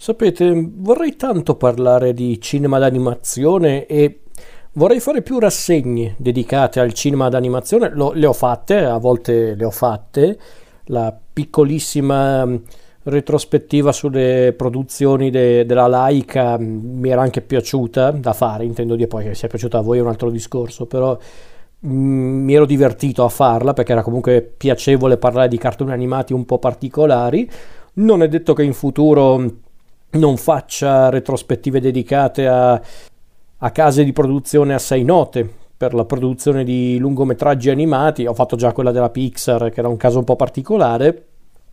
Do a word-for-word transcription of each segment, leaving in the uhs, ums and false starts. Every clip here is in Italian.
Sapete, vorrei tanto parlare di cinema d'animazione e vorrei fare più rassegne dedicate al cinema d'animazione. Lo- le ho fatte, a volte le ho fatte. La piccolissima mh, retrospettiva sulle produzioni de- della Laika mh, mi era anche piaciuta da fare, intendo dire, poi che sia piaciuta a voi è un altro discorso, però mh, mi ero divertito a farla perché era comunque piacevole parlare di cartoni animati un po' particolari. Non è detto che in futuro non faccia retrospettive dedicate a, a case di produzione assai note per la produzione di lungometraggi animati. Ho fatto già quella della Pixar, che era un caso un po' particolare,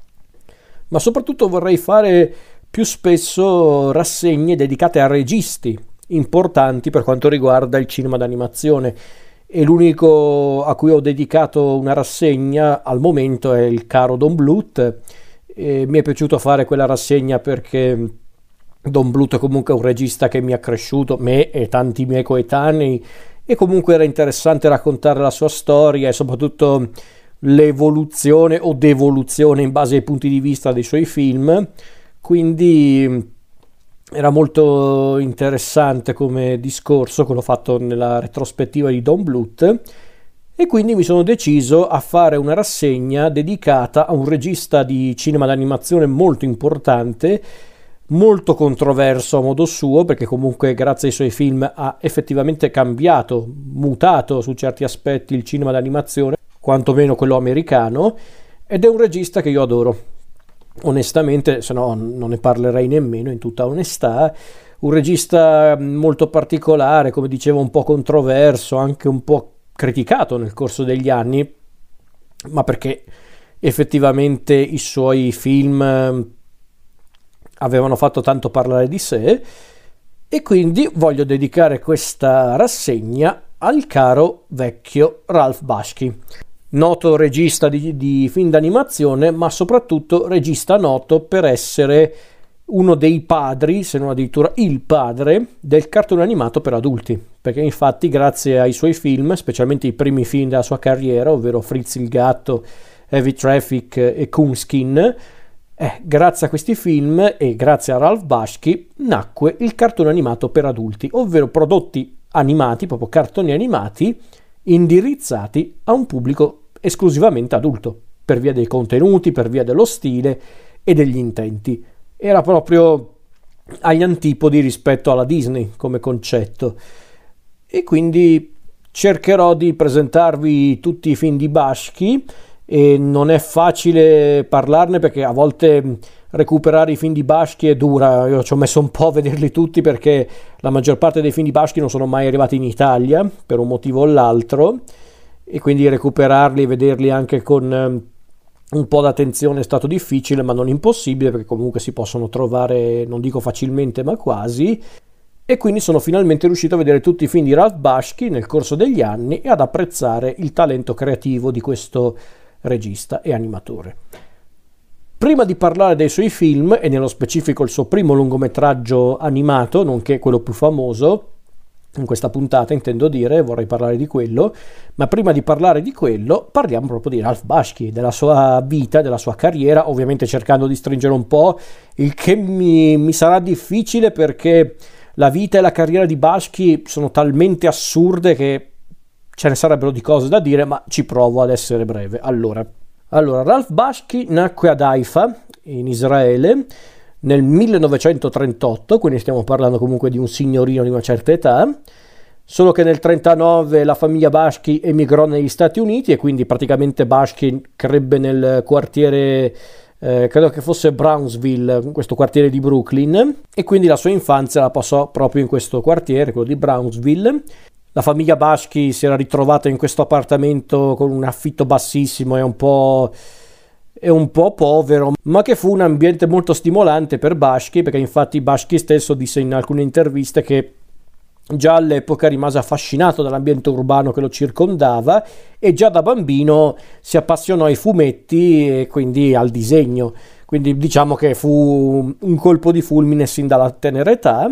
ma soprattutto vorrei fare più spesso rassegne dedicate a registi importanti per quanto riguarda il cinema d'animazione. E l'unico a cui ho dedicato una rassegna al momento è il caro Don Bluth. E mi è piaciuto fare quella rassegna perché Don Bluth è comunque un regista che mi ha cresciuto, me e tanti miei coetanei, e comunque era interessante raccontare la sua storia e soprattutto l'evoluzione o devoluzione in base ai punti di vista dei suoi film. Quindi era molto interessante come discorso quello fatto nella retrospettiva di Don Bluth, e quindi mi sono deciso a fare una rassegna dedicata a un regista di cinema d'animazione molto importante, molto controverso a modo suo, perché comunque grazie ai suoi film ha effettivamente cambiato, mutato su certi aspetti il cinema d'animazione, quantomeno quello americano, ed è un regista che io adoro. Onestamente, se no non ne parlerei nemmeno, in tutta onestà. Un regista molto particolare, come dicevo, un po' controverso, anche un po' criticato nel corso degli anni, ma perché effettivamente i suoi film avevano fatto tanto parlare di sé. E quindi voglio dedicare questa rassegna al caro vecchio Ralph Bakshi, noto regista di, di film d'animazione, ma soprattutto regista noto per essere uno dei padri, se non addirittura il padre, del cartone animato per adulti, perché infatti grazie ai suoi film, specialmente i primi film della sua carriera, ovvero Fritz il gatto, Heavy Traffic e Coonskin, eh, grazie a questi film e grazie a Ralph Bakshi nacque il cartone animato per adulti, ovvero prodotti animati, proprio cartoni animati, indirizzati a un pubblico esclusivamente adulto, per via dei contenuti, per via dello stile e degli intenti. Era proprio agli antipodi rispetto alla Disney come concetto. E quindi cercherò di presentarvi tutti i film di Bakshi, e non è facile parlarne perché a volte recuperare i film di Bakshi è dura. Io ci ho messo un po' a vederli tutti perché la maggior parte dei film di Bakshi non sono mai arrivati in Italia per un motivo o l'altro, e quindi recuperarli e vederli anche con um, un po' d'attenzione è stato difficile, ma non impossibile, perché comunque si possono trovare, non dico facilmente, ma quasi. E quindi sono finalmente riuscito a vedere tutti i film di Ralph Bakshi nel corso degli anni e ad apprezzare il talento creativo di questo regista e animatore. Prima di parlare dei suoi film, e nello specifico il suo primo lungometraggio animato, nonché quello più famoso in questa puntata, intendo dire, vorrei parlare di quello, ma prima di parlare di quello parliamo proprio di Ralph Bakshi, della sua vita, della sua carriera, ovviamente cercando di stringere un po', il che mi, mi sarà difficile perché la vita e la carriera di Bakshi sono talmente assurde che ce ne sarebbero di cose da dire, ma ci provo ad essere breve. Allora, allora Ralph Bakshi nacque ad Haifa, in Israele, nel millenovecentotrentotto, quindi stiamo parlando comunque di un signorino di una certa età, solo che nel trentanove la famiglia Bakshi emigrò negli Stati Uniti e quindi praticamente Bakshi crebbe nel quartiere, eh, credo che fosse Brownsville, questo quartiere di Brooklyn, e quindi la sua infanzia la passò proprio in questo quartiere, quello di Brownsville. La famiglia Bakshi si era ritrovata in questo appartamento con un affitto bassissimo e un po', e un po' povero, ma che fu un ambiente molto stimolante per Bakshi, perché infatti Bakshi stesso disse in alcune interviste che già all'epoca rimase affascinato dall'ambiente urbano che lo circondava e già da bambino si appassionò ai fumetti e quindi al disegno. Quindi diciamo che fu un colpo di fulmine sin dalla tenera età.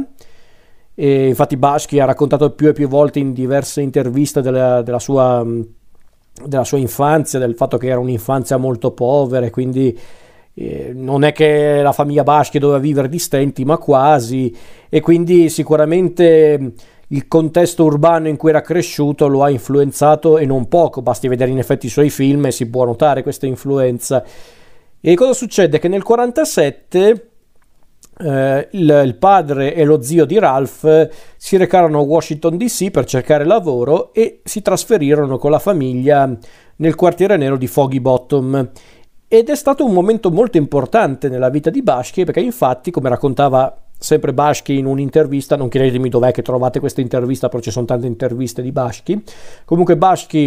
E infatti Bakshi ha raccontato più e più volte in diverse interviste della, della, sua, della sua infanzia, del fatto che era un'infanzia molto povera e quindi eh, non è che la famiglia Bashki doveva vivere di stenti, ma quasi, e quindi sicuramente il contesto urbano in cui era cresciuto lo ha influenzato e non poco, basti vedere in effetti i suoi film e si può notare questa influenza. E cosa succede? Che nel quarantasette eh, il, il padre e lo zio di Ralph si recarono a Washington D C per cercare lavoro e si trasferirono con la famiglia nel quartiere nero di Foggy Bottom. Ed è stato un momento molto importante nella vita di Bashki, perché infatti, come raccontava sempre Bashki in un'intervista, non chiedetemi dov'è che trovate questa intervista, però ci sono tante interviste di Bashki. Comunque Bashki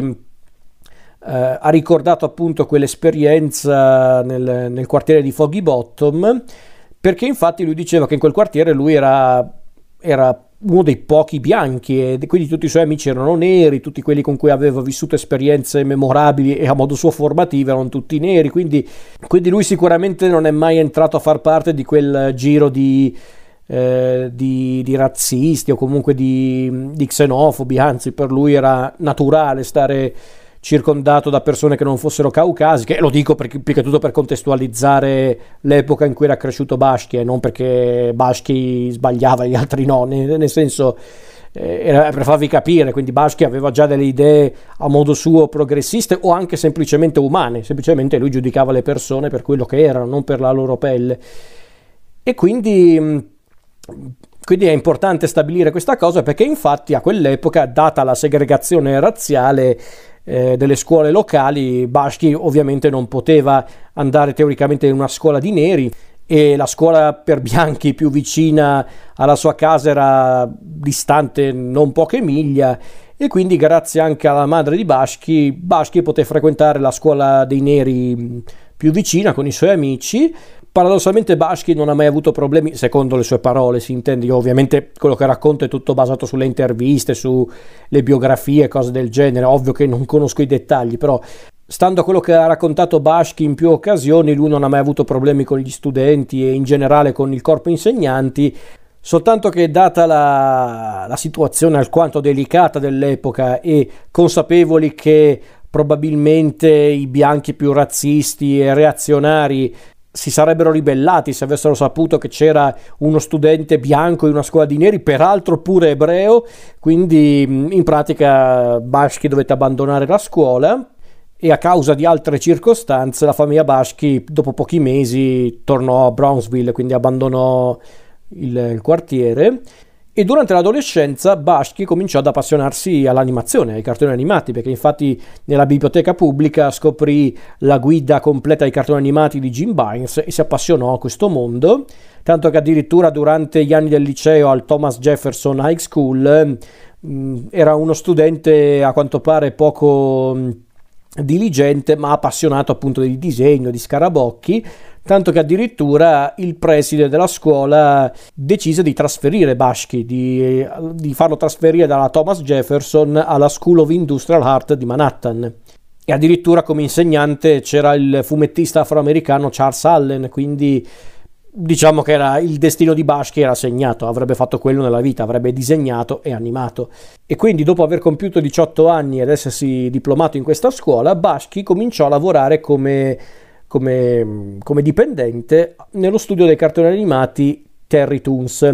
eh, ha ricordato appunto quell'esperienza nel, nel quartiere di Foggy Bottom, perché infatti lui diceva che in quel quartiere lui era, era uno dei pochi bianchi e quindi tutti i suoi amici erano neri, tutti quelli con cui aveva vissuto esperienze memorabili e a modo suo formative erano tutti neri, quindi, quindi lui sicuramente non è mai entrato a far parte di quel giro di, eh, di, di razzisti o comunque di, di xenofobi, anzi per lui era naturale stare circondato da persone che non fossero caucasiche, e lo dico perché, più che tutto per contestualizzare l'epoca in cui era cresciuto Bashki e non perché Bashki sbagliava e gli altri no, nel, nel senso eh, era per farvi capire, quindi Bashki aveva già delle idee a modo suo progressiste o anche semplicemente umane, semplicemente lui giudicava le persone per quello che erano, non per la loro pelle, e quindi Quindi è importante stabilire questa cosa, perché infatti a quell'epoca, data la segregazione razziale eh, delle scuole locali, Bashki ovviamente non poteva andare teoricamente in una scuola di neri e la scuola per bianchi più vicina alla sua casa era distante non poche miglia, e quindi grazie anche alla madre di Bashki, Bashki poté frequentare la scuola dei neri più vicina con i suoi amici. Paradossalmente Bashki non ha mai avuto problemi, secondo le sue parole si intende, io ovviamente quello che racconto è tutto basato sulle interviste, sulle biografie, cose del genere, ovvio che non conosco i dettagli, però stando a quello che ha raccontato Bashki in più occasioni, lui non ha mai avuto problemi con gli studenti e in generale con il corpo insegnanti, soltanto che data la, la situazione alquanto delicata dell'epoca e consapevoli che probabilmente i bianchi più razzisti e reazionari si sarebbero ribellati se avessero saputo che c'era uno studente bianco in una scuola di neri, peraltro pure ebreo, quindi in pratica Bashki dovette abbandonare la scuola e a causa di altre circostanze la famiglia Bashki dopo pochi mesi tornò a Brownsville, quindi abbandonò il, il quartiere. E durante l'adolescenza Bashki cominciò ad appassionarsi all'animazione, ai cartoni animati, perché infatti nella biblioteca pubblica scoprì la guida completa ai cartoni animati di Jim Bynes e si appassionò a questo mondo, tanto che addirittura durante gli anni del liceo al Thomas Jefferson High School mh, era uno studente a quanto pare poco mh, diligente, ma appassionato appunto di disegno, di scarabocchi, tanto che addirittura il preside della scuola decise di trasferire Bashki, di, di farlo trasferire dalla Thomas Jefferson alla School of Industrial Art di Manhattan, e addirittura come insegnante c'era il fumettista afroamericano Charles Allen, quindi diciamo che era il destino di Bashki era segnato, avrebbe fatto quello nella vita, avrebbe disegnato e animato. E quindi dopo aver compiuto diciotto anni ed essersi diplomato in questa scuola, Bashki cominciò a lavorare come, come, come dipendente nello studio dei cartoni animati Terry Toons.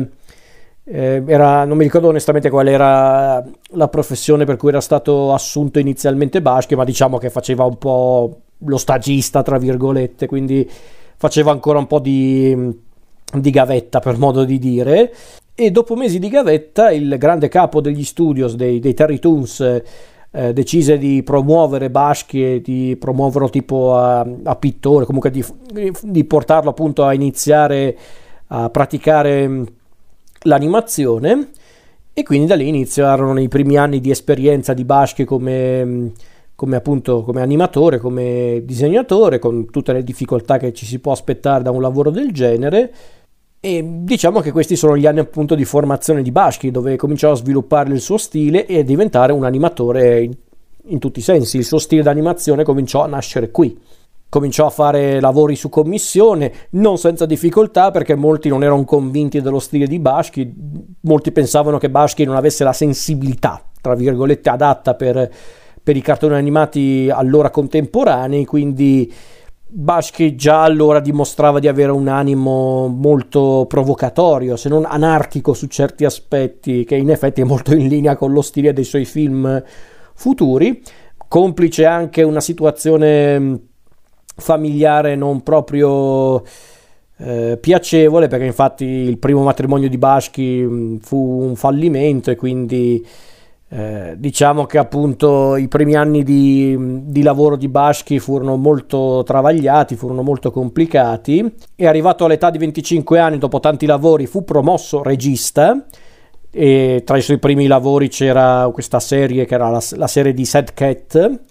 Eh, era, non mi ricordo onestamente qual era la professione per cui era stato assunto inizialmente Bashki, ma diciamo che faceva un po' lo stagista tra virgolette, quindi faceva ancora un po' di, di gavetta, per modo di dire, e dopo mesi di gavetta il grande capo degli studios dei, dei Terry Toons eh, decise di promuovere Bashki e di promuoverlo tipo a, a pittore, comunque di, di portarlo appunto a iniziare a praticare l'animazione, e quindi da lì iniziarono i primi anni di esperienza di Bashki come come appunto come animatore, come disegnatore, con tutte le difficoltà che ci si può aspettare da un lavoro del genere. E diciamo che questi sono gli anni appunto di formazione di Bashki, dove cominciò a sviluppare il suo stile e a diventare un animatore in, in tutti i sensi. Il suo stile d'animazione cominciò a nascere qui. Cominciò a fare lavori su commissione, non senza difficoltà, perché molti non erano convinti dello stile di Bashki, molti pensavano che Bashki non avesse la sensibilità, tra virgolette, adatta per per i cartoni animati allora contemporanei, quindi Bashki già allora dimostrava di avere un animo molto provocatorio, se non anarchico su certi aspetti, che in effetti è molto in linea con lo stile dei suoi film futuri, complice anche una situazione familiare non proprio eh, piacevole, perché infatti il primo matrimonio di Bashki fu un fallimento e quindi Eh, diciamo che appunto i primi anni di, di lavoro di Bashki furono molto travagliati, furono molto complicati, e arrivato all'età di venticinque anni, dopo tanti lavori, fu promosso regista, e tra i suoi primi lavori c'era questa serie che era la, la serie di Sad Cat,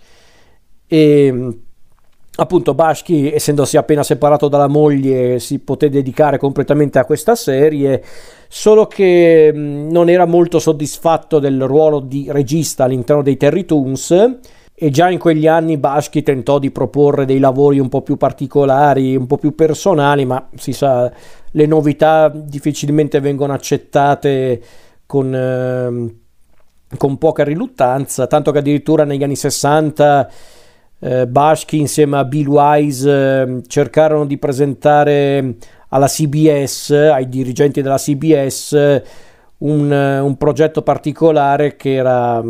e appunto Bashki, essendosi appena separato dalla moglie, si poté dedicare completamente a questa serie, solo che mh, non era molto soddisfatto del ruolo di regista all'interno dei Terry Toons, e già in quegli anni Bashki tentò di proporre dei lavori un po' più particolari, un po' più personali, ma si sa, le novità difficilmente vengono accettate con, eh, con poca riluttanza, tanto che addirittura negli anni sessanta eh, Bashki insieme a Bill Wise eh, cercarono di presentare alla C B S, ai dirigenti della C B S, un, un progetto particolare che era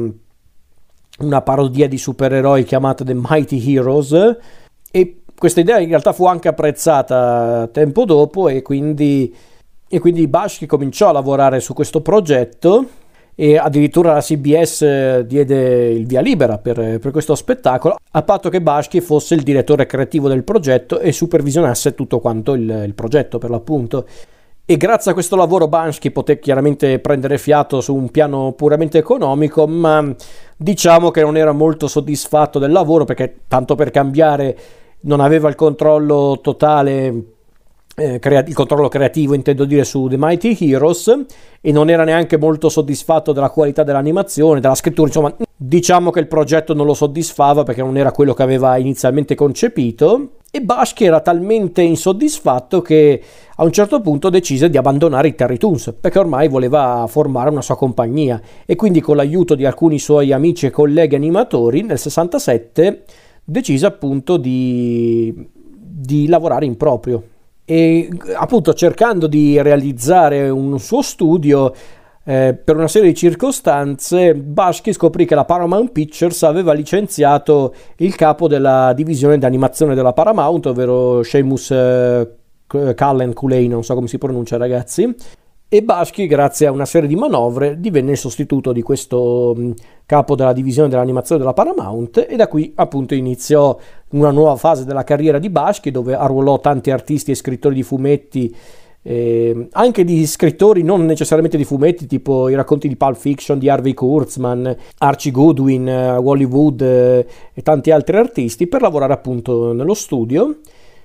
una parodia di supereroi chiamata The Mighty Heroes, e questa idea in realtà fu anche apprezzata tempo dopo, e quindi, e quindi Bashki cominciò a lavorare su questo progetto, e addirittura la C B S diede il via libera per, per questo spettacolo, a patto che Bashki fosse il direttore creativo del progetto e supervisionasse tutto quanto il, il progetto, per l'appunto. E grazie a questo lavoro Bashki poté chiaramente prendere fiato su un piano puramente economico, ma diciamo che non era molto soddisfatto del lavoro, perché tanto per cambiare non aveva il controllo totale, eh, crea- il controllo creativo intendo dire, su The Mighty Heroes, e non era neanche molto soddisfatto della qualità dell'animazione, della scrittura, insomma diciamo che il progetto non lo soddisfava perché non era quello che aveva inizialmente concepito, e Bashki era talmente insoddisfatto che a un certo punto decise di abbandonare i Terry Toons, perché ormai voleva formare una sua compagnia, e quindi con l'aiuto di alcuni suoi amici e colleghi animatori nel sessantasette decise appunto di, di lavorare in proprio. E appunto cercando di realizzare un suo studio, eh, per una serie di circostanze Bashki scoprì che la Paramount Pictures aveva licenziato il capo della divisione di animazione della Paramount, ovvero Seamus eh, Cullen Cullen, non so come si pronuncia ragazzi, e Bashki, grazie a una serie di manovre, divenne il sostituto di questo mh, capo della divisione dell'animazione della Paramount, e da qui appunto iniziò una nuova fase della carriera di Bashki, dove arruolò tanti artisti e scrittori di fumetti, eh, anche di scrittori non necessariamente di fumetti, tipo i racconti di Pulp Fiction di Harvey Kurtzman, Archie Goodwin, eh, Wally Wood eh, e tanti altri artisti, per lavorare appunto nello studio.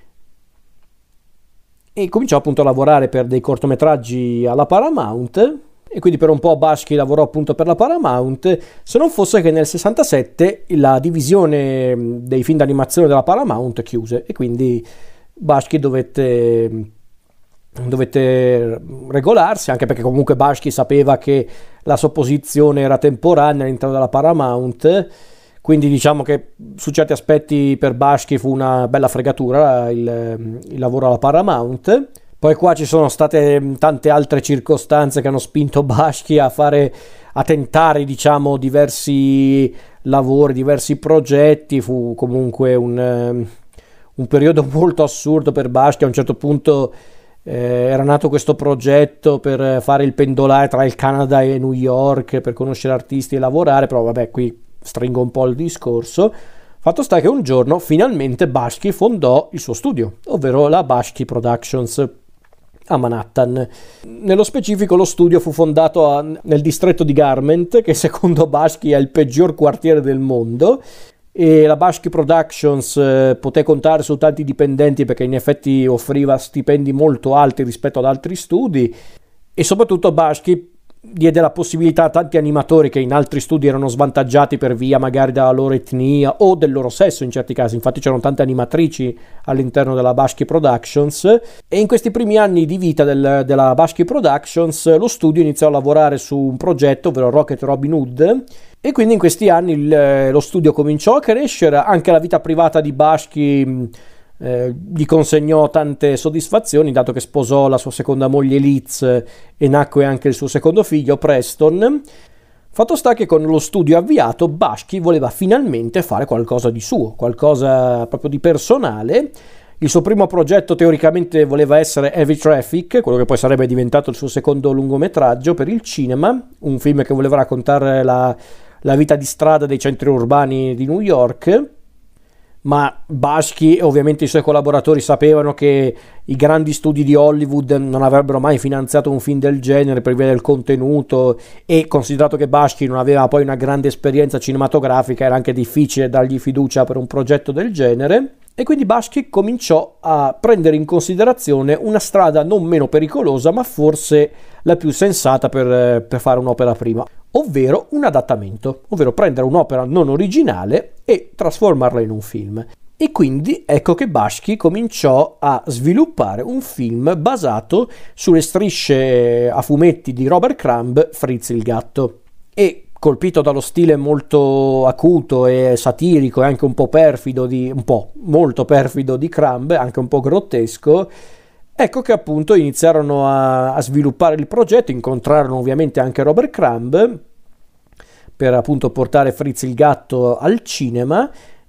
E cominciò appunto a lavorare per dei cortometraggi alla Paramount, e quindi per un po' Bashki lavorò appunto per la Paramount, se non fosse che nel sessantasette la divisione dei film d'animazione della Paramount chiuse, e quindi Bashki dovette, dovette regolarsi, anche perché comunque Bashki sapeva che la sua posizione era temporanea all'interno della Paramount. Quindi diciamo che su certi aspetti per Bashki fu una bella fregatura il, il lavoro alla Paramount. Poi qua ci sono state tante altre circostanze che hanno spinto Bashki a fare, a tentare diciamo diversi lavori, diversi progetti. Fu comunque un, un periodo molto assurdo per Bashki. A un certo punto eh, era nato questo progetto per fare il pendolare tra il Canada e New York, per conoscere artisti e lavorare, però vabbè, qui stringo un po' il discorso. Fatto sta che un giorno finalmente Bashki fondò il suo studio, ovvero la Bashki Productions a Manhattan. Nello specifico lo studio fu fondato a, nel distretto di Garment, che secondo Bashki è il peggior quartiere del mondo, e la Bashki Productions eh, poté contare su tanti dipendenti perché in effetti offriva stipendi molto alti rispetto ad altri studi, e soprattutto Bashki diede la possibilità a tanti animatori che in altri studi erano svantaggiati per via magari della loro etnia o del loro sesso in certi casi. Infatti c'erano tante animatrici all'interno della Bashki Productions, e in questi primi anni di vita del, della Bashki Productions lo studio iniziò a lavorare su un progetto, ovvero Rocket Robin Hood, e quindi in questi anni il, lo studio cominciò a crescere. Anche la vita privata di Bashki eh, gli consegnò tante soddisfazioni, dato che sposò la sua seconda moglie Liz e nacque anche il suo secondo figlio Preston. Fatto sta che con lo studio avviato Bakshi voleva finalmente fare qualcosa di suo, qualcosa proprio di personale. Il suo primo progetto teoricamente voleva essere Heavy Traffic, quello che poi sarebbe diventato il suo secondo lungometraggio per il cinema, un film che voleva raccontare la, la vita di strada dei centri urbani di New York. Ma Bakshi e ovviamente i suoi collaboratori sapevano che i grandi studi di Hollywood non avrebbero mai finanziato un film del genere per via del contenuto, e considerato che Bakshi non aveva poi una grande esperienza cinematografica era anche difficile dargli fiducia per un progetto del genere, e quindi Bakshi cominciò a prendere in considerazione una strada non meno pericolosa ma forse la più sensata per, per fare un'opera prima, ovvero un adattamento, ovvero prendere un'opera non originale e trasformarla in un film. E quindi ecco che Bakshi cominciò a sviluppare un film basato sulle strisce a fumetti di Robert Crumb, Fritz il gatto. E colpito dallo stile molto acuto e satirico e anche un po' perfido di un po' molto perfido di Crumb, anche un po' grottesco, ecco che appunto iniziarono a, a sviluppare il progetto, incontrarono ovviamente anche Robert Crumb per appunto portare Fritz il gatto al cinema,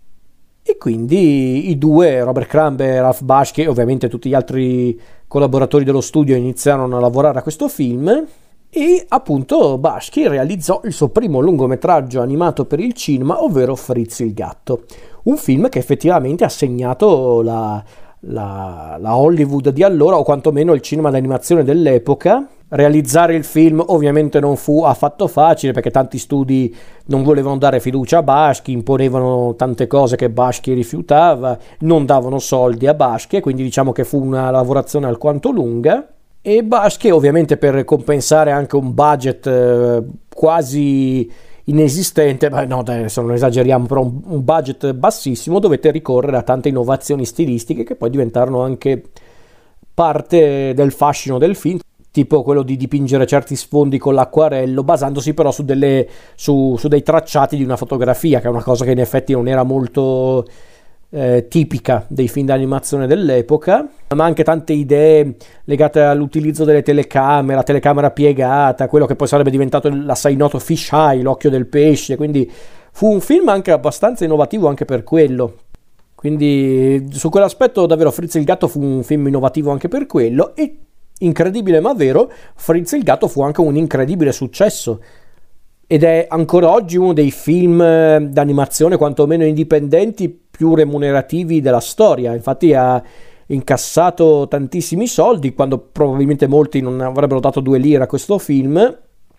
e quindi i due, Robert Crumb e Ralph Bakshi e ovviamente tutti gli altri collaboratori dello studio, iniziarono a lavorare a questo film. E appunto Bakshi realizzò il suo primo lungometraggio animato per il cinema, ovvero Fritz il gatto, un film che effettivamente ha segnato la, la, la Hollywood di allora, o quantomeno il cinema d'animazione dell'epoca. Realizzare il film ovviamente non fu affatto facile, perché tanti studi non volevano dare fiducia a Bakshi, imponevano tante cose che Bakshi rifiutava, non davano soldi a Bakshi, quindi diciamo che fu una lavorazione alquanto lunga. E Bakshi ovviamente, per compensare anche un budget eh, quasi inesistente, beh no adesso non esageriamo, però un, un budget bassissimo, dovette ricorrere a tante innovazioni stilistiche che poi diventarono anche parte del fascino del film, tipo quello di dipingere certi sfondi con l'acquarello, basandosi però su, delle, su, su dei tracciati di una fotografia, che è una cosa che in effetti non era molto Eh, tipica dei film d'animazione dell'epoca, ma anche tante idee legate all'utilizzo delle telecamere, la telecamera piegata, quello che poi sarebbe diventato l'assai noto fish eye, l'occhio del pesce, quindi fu un film anche abbastanza innovativo anche per quello. Quindi su quell'aspetto davvero Fritz il gatto fu un film innovativo anche per quello, e incredibile ma vero, Fritz il gatto fu anche un incredibile successo. Ed è ancora oggi uno dei film d'animazione quantomeno indipendenti più remunerativi della storia. Infatti ha incassato tantissimi soldi, quando probabilmente molti non avrebbero dato due lire a questo film,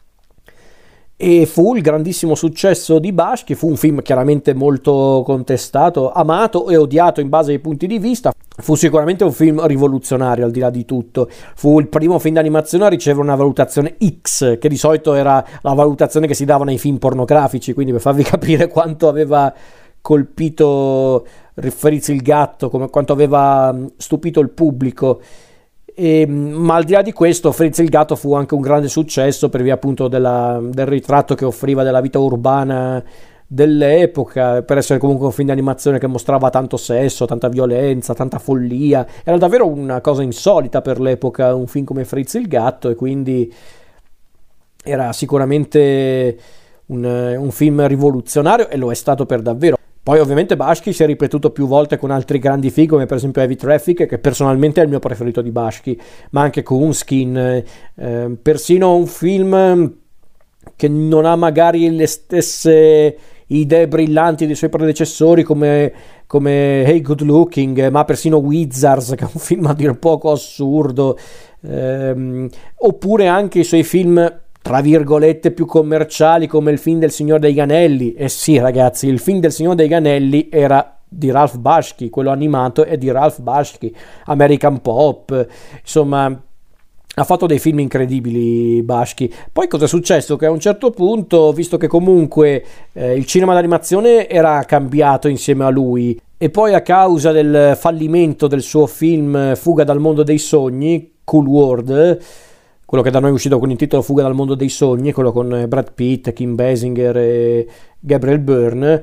e fu il grandissimo successo di Bakshi. Fu un film chiaramente molto contestato, amato e odiato in base ai punti di vista. Fu sicuramente un film rivoluzionario al di là di tutto. Fu il primo film d'animazione a ricevere una valutazione X, che di solito era la valutazione che si dava nei film pornografici, quindi per farvi capire quanto aveva colpito Fritz il gatto, come, quanto aveva stupito il pubblico. E, ma al di là di questo, Fritz il gatto fu anche un grande successo per via appunto della, del ritratto che offriva della vita urbana dell'epoca, per essere comunque un film di animazione che mostrava tanto sesso, tanta violenza, tanta follia. Era davvero una cosa insolita per l'epoca un film come Fritz il gatto, e quindi era sicuramente un, un film rivoluzionario, e lo è stato per davvero. Poi ovviamente Bakshi si è ripetuto più volte con altri grandi film, come per esempio Heavy Traffic, che personalmente è il mio preferito di Bakshi, ma anche Coonskin, eh, persino un film che non ha magari le stesse idee brillanti dei suoi predecessori come, come Hey Good Looking, ma persino Wizards, che è un film a dir poco assurdo, ehm, oppure anche i suoi film tra virgolette più commerciali, come il film del Signore degli Anelli. E sì ragazzi, il film del Signore degli Anelli era di Ralph Bakshi, quello animato è di Ralph Bakshi. American Pop, insomma ha fatto dei film incredibili Bakshi. Poi cosa è successo? Che a un certo punto, visto che comunque eh, il cinema d'animazione era cambiato insieme a lui, e poi a causa del fallimento del suo film Fuga dal mondo dei sogni, Cool World, quello che da noi è uscito con il titolo Fuga dal mondo dei sogni, quello con Brad Pitt, Kim Basinger e Gabriel Byrne,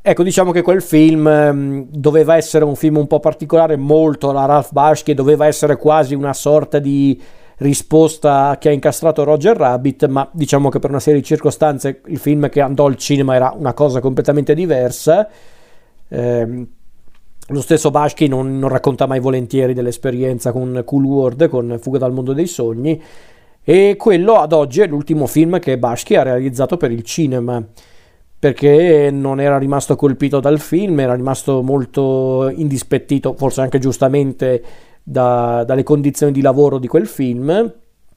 Ecco, diciamo che quel film ehm, doveva essere un film un po' particolare, molto alla Ralph Bakshi, doveva essere quasi una sorta di risposta che ha incastrato Roger Rabbit, ma diciamo che per una serie di circostanze il film che andò al cinema era una cosa completamente diversa. Eh, lo stesso Bakshi non, non racconta mai volentieri dell'esperienza con Cool World, con Fuga dal mondo dei sogni, e quello ad oggi è l'ultimo film che Bakshi ha realizzato per il cinema, perché non era rimasto colpito dal film, era rimasto molto indispettito, forse anche giustamente, da, dalle condizioni di lavoro di quel film.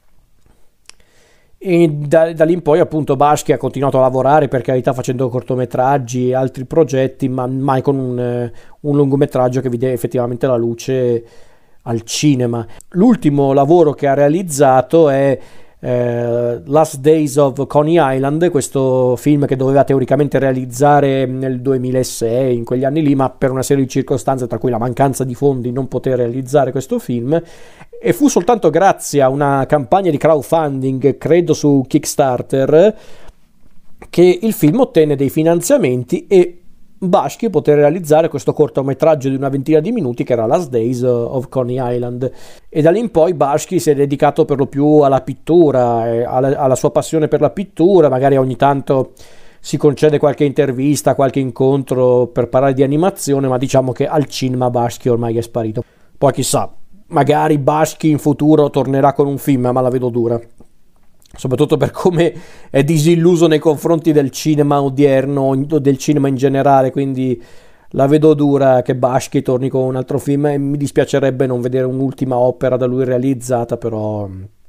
E da, da lì in poi appunto Bakshi ha continuato a lavorare, per carità, facendo cortometraggi e altri progetti, ma mai con un, un lungometraggio che vide effettivamente la luce al cinema. L'ultimo lavoro che ha realizzato è eh, Last Days of Coney Island, questo film che doveva teoricamente realizzare nel duemilasei, in quegli anni lì, ma per una serie di circostanze, tra cui la mancanza di fondi, non poté realizzare questo film. E fu soltanto grazie a una campagna di crowdfunding, credo su Kickstarter, che il film ottenne dei finanziamenti e Bakshi poté realizzare questo cortometraggio di una ventina di minuti che era Last Days of Coney Island. E da lì in poi Bakshi si è dedicato per lo più alla pittura, alla, alla sua passione per la pittura. Magari ogni tanto si concede qualche intervista, qualche incontro per parlare di animazione, ma diciamo che al cinema Bakshi ormai è sparito. Poi chissà, magari Bakshi in futuro tornerà con un film, ma la vedo dura, soprattutto per come è disilluso nei confronti del cinema odierno o del cinema in generale, quindi la vedo dura che Bakshi torni con un altro film, e mi dispiacerebbe non vedere un'ultima opera da lui realizzata, però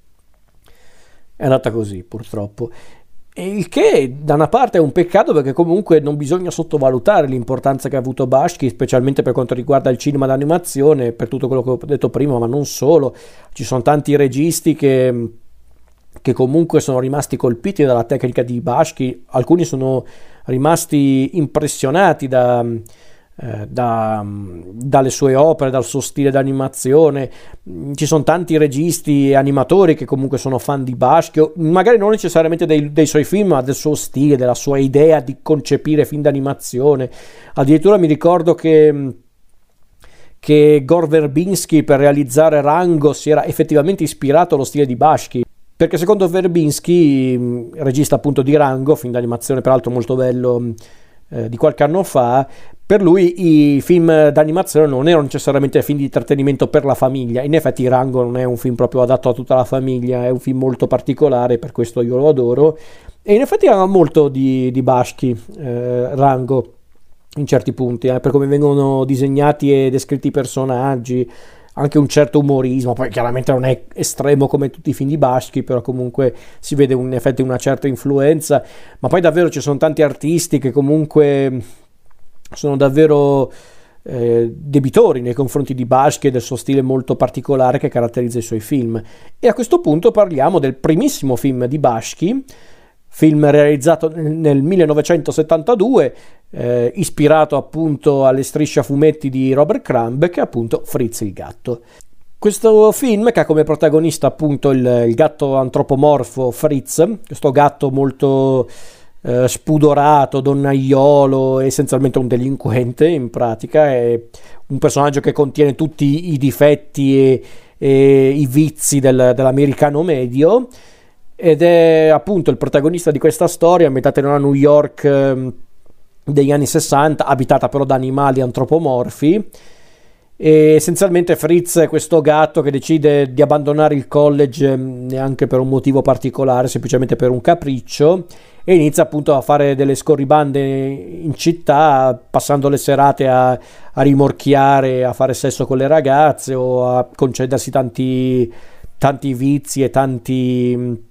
è andata così purtroppo. E il che da una parte è un peccato, perché comunque non bisogna sottovalutare l'importanza che ha avuto Bakshi, specialmente per quanto riguarda il cinema d'animazione, per tutto quello che ho detto prima, ma non solo. Ci sono tanti registi che che comunque sono rimasti colpiti dalla tecnica di Bakshi, alcuni sono rimasti impressionati da, eh, da, dalle sue opere, dal suo stile d'animazione. Ci sono tanti registi e animatori che comunque sono fan di Bakshi, magari non necessariamente dei, dei suoi film, ma del suo stile, della sua idea di concepire film d'animazione. Addirittura mi ricordo che che Gore Verbinski, per realizzare Rango, si era effettivamente ispirato allo stile di Bakshi, perché secondo Verbinski, regista appunto di Rango, film d'animazione peraltro molto bello, eh, di qualche anno fa, per lui i film d'animazione non erano necessariamente film di intrattenimento per la famiglia. In effetti Rango non è un film proprio adatto a tutta la famiglia, è un film molto particolare, per questo io lo adoro, e in effetti ha molto di, di Bakshi, eh, Rango, in certi punti, eh, per come vengono disegnati e descritti i personaggi, anche un certo umorismo. Poi chiaramente non è estremo come tutti i film di Bakshi, però comunque si vede in effetti una certa influenza. Ma poi davvero ci sono tanti artisti che comunque sono davvero eh, debitori nei confronti di Bakshi e del suo stile molto particolare che caratterizza i suoi film. E a questo punto parliamo del primissimo film di Bakshi, film realizzato nel millenovecentosettantadue, eh, ispirato appunto alle strisce a fumetti di Robert Crumb, che è appunto Fritz il gatto. Questo film, che ha come protagonista appunto il, il gatto antropomorfo Fritz, questo gatto molto eh, spudorato, donnaiolo, essenzialmente un delinquente in pratica, è un personaggio che contiene tutti i difetti e, e i vizi del, dell'americano medio, ed è appunto il protagonista di questa storia ambientata in una New York eh, degli anni sessanta, abitata però da animali antropomorfi. E essenzialmente Fritz è questo gatto che decide di abbandonare il college, neanche per un motivo particolare, semplicemente per un capriccio, e inizia appunto a fare delle scorribande in città, passando le serate a, a rimorchiare, a fare sesso con le ragazze o a concedersi tanti, tanti vizi e tanti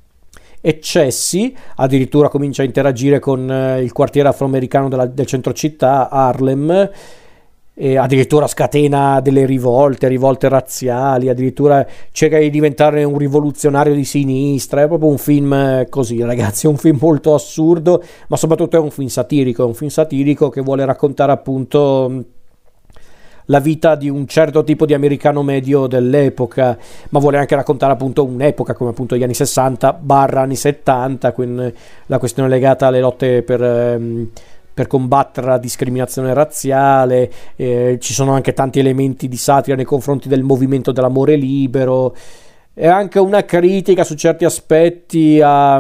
eccessi. Addirittura comincia a interagire con eh, il quartiere afroamericano della, del centro città, Harlem, e addirittura scatena delle rivolte, rivolte razziali, addirittura cerca di diventare un rivoluzionario di sinistra. È proprio un film così, ragazzi, è un film molto assurdo, ma soprattutto è un film satirico, è un film satirico che vuole raccontare appunto la vita di un certo tipo di americano medio dell'epoca, ma vuole anche raccontare appunto un'epoca come appunto gli anni sessanta barra anni settanta, con la questione legata alle lotte per, per combattere la discriminazione razziale, eh, ci sono anche tanti elementi di satira nei confronti del movimento dell'amore libero, e anche una critica su certi aspetti a,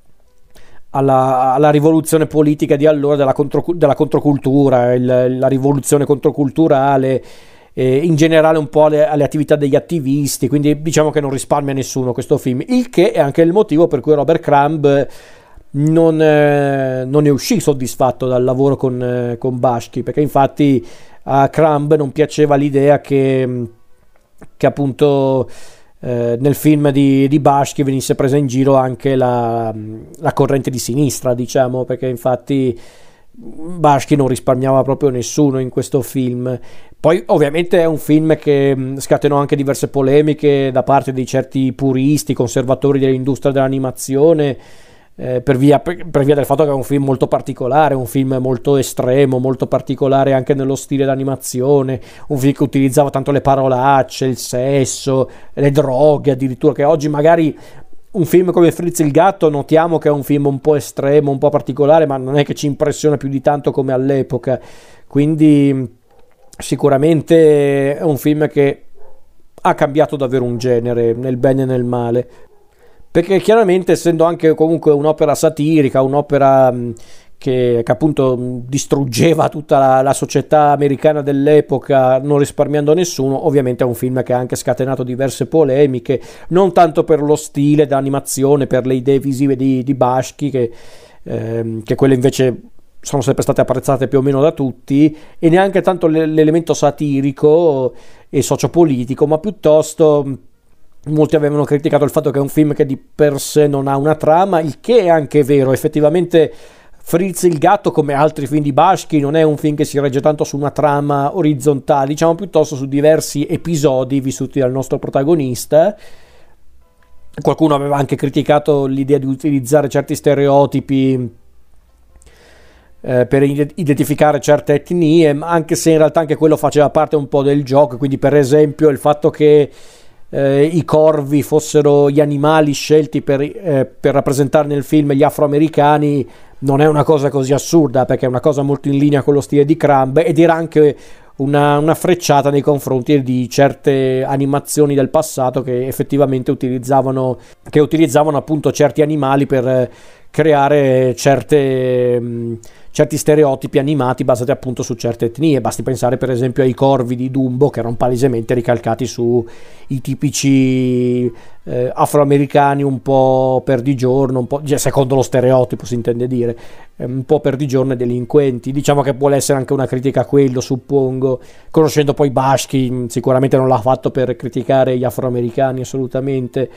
alla, alla rivoluzione politica di allora, della, contro, della controcultura, il, la rivoluzione controculturale, eh, in generale un po' alle, alle attività degli attivisti, quindi diciamo che non risparmia nessuno questo film, il che è anche il motivo per cui Robert Crumb non, eh, non è uscito soddisfatto dal lavoro con, eh, con Bakshi, perché infatti a Crumb non piaceva l'idea che, che appunto eh, nel film di, di Bakshi venisse presa in giro anche la, la corrente di sinistra, diciamo, perché infatti Bakshi non risparmiava proprio nessuno in questo film. Poi ovviamente è un film che scatenò anche diverse polemiche da parte di certi puristi, conservatori dell'industria dell'animazione, Eh, per, via, per, per via del fatto che è un film molto particolare, un film molto estremo, molto particolare anche nello stile d'animazione, un film che utilizzava tanto le parolacce, il sesso, le droghe addirittura, che oggi magari un film come Fritz il gatto notiamo che è un film un po' estremo, un po' particolare, ma non è che ci impressiona più di tanto come all'epoca, quindi sicuramente è un film che ha cambiato davvero un genere, nel bene e nel male. Perché chiaramente, essendo anche comunque un'opera satirica, un'opera mh, che, che appunto mh, distruggeva tutta la, la società americana dell'epoca, non risparmiando nessuno, ovviamente è un film che ha anche scatenato diverse polemiche, non tanto per lo stile d'animazione, per le idee visive di, di Bakshi, che, ehm, che quelle invece sono sempre state apprezzate più o meno da tutti, e neanche tanto l'elemento satirico e sociopolitico, ma piuttosto molti avevano criticato il fatto che è un film che di per sé non ha una trama, il che è anche vero. Effettivamente Fritz il gatto, come altri film di Bakshi, non è un film che si regge tanto su una trama orizzontale, diciamo piuttosto su diversi episodi vissuti dal nostro protagonista. Qualcuno aveva anche criticato l'idea di utilizzare certi stereotipi eh, per identificare certe etnie, anche se in realtà anche quello faceva parte un po' del gioco. Quindi per esempio il fatto che Eh, i corvi fossero gli animali scelti per, eh, per rappresentare nel film gli afroamericani non è una cosa così assurda, perché è una cosa molto in linea con lo stile di Crumb, ed era anche una, una frecciata nei confronti di certe animazioni del passato che effettivamente utilizzavano che utilizzavano appunto certi animali per eh, creare certe mh, certi stereotipi animati basati appunto su certe etnie. Basti pensare per esempio ai corvi di Dumbo, che erano palesemente ricalcati sui tipici eh, afroamericani un po' perdigiorno, un po', cioè, secondo lo stereotipo si intende dire, eh, un po' perdigiorno e delinquenti. Diciamo che vuole essere anche una critica a quello, suppongo, conoscendo poi Bakshi, sicuramente non l'ha fatto per criticare gli afroamericani, assolutamente.